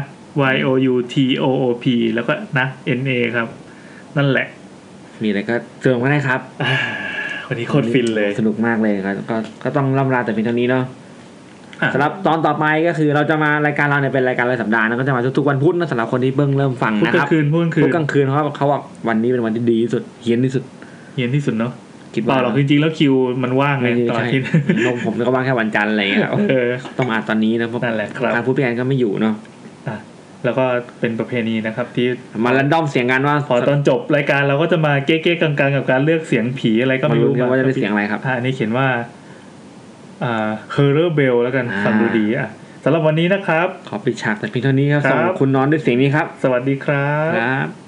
Speaker 1: YOUTOOP แล้วก็นะ NA ครับนั่นแหละ
Speaker 2: มีอะไรก็เติมก็ได้ครับ
Speaker 1: วันนี้โคตรฟินเลย
Speaker 2: สนุกมากเลยครับก็ต้องล่ำลาแต่เพียงเท่านี้เนาะสำหรับตอนต่อไปก็คือเราจะมารายการเราเนี่ยเป็นรายการรายสัปดาห์นะก็จะมาทุกๆวันพุธนะสำหรับคนที่เพิ่งเริ่มฟังนะครับ
Speaker 1: พุธก
Speaker 2: ลางคืนเขาบอกวันนี้เป็นวันที่ดีที่สุดเฮี้ยนที่สุด
Speaker 1: เนาะคิดว่าเราจริงๆแล้วคิวมันว่างไงตอนที่
Speaker 2: ผมก็ว่างแค่วันจันทร์อะไรเงี้ยต้องมาตอนนี้นะเพราะทางผู้พิการก็ไม่อยู่เนาะ
Speaker 1: แล้วก็เป็นประเพณีนะครับที่
Speaker 2: มารันดอมเสียงกันว่า
Speaker 1: พอตอนจบรายการเราก็จะมาเก๊ๆกลางๆกับการเลือกเสียงผีอะไรก็ไม่รู้
Speaker 2: ว่าจะเป็นเสียงอะไรครับ
Speaker 1: อันนี้เขียนว่าHorror Bell แล้วกันฟังดูดีสำหรับวันนี้นะครับ
Speaker 2: ขอปิดฉากแต่เพียงเท่านี้ครับส่งคุณนอนด้วยเสียงนี้ครับ
Speaker 1: สวัสดีครับ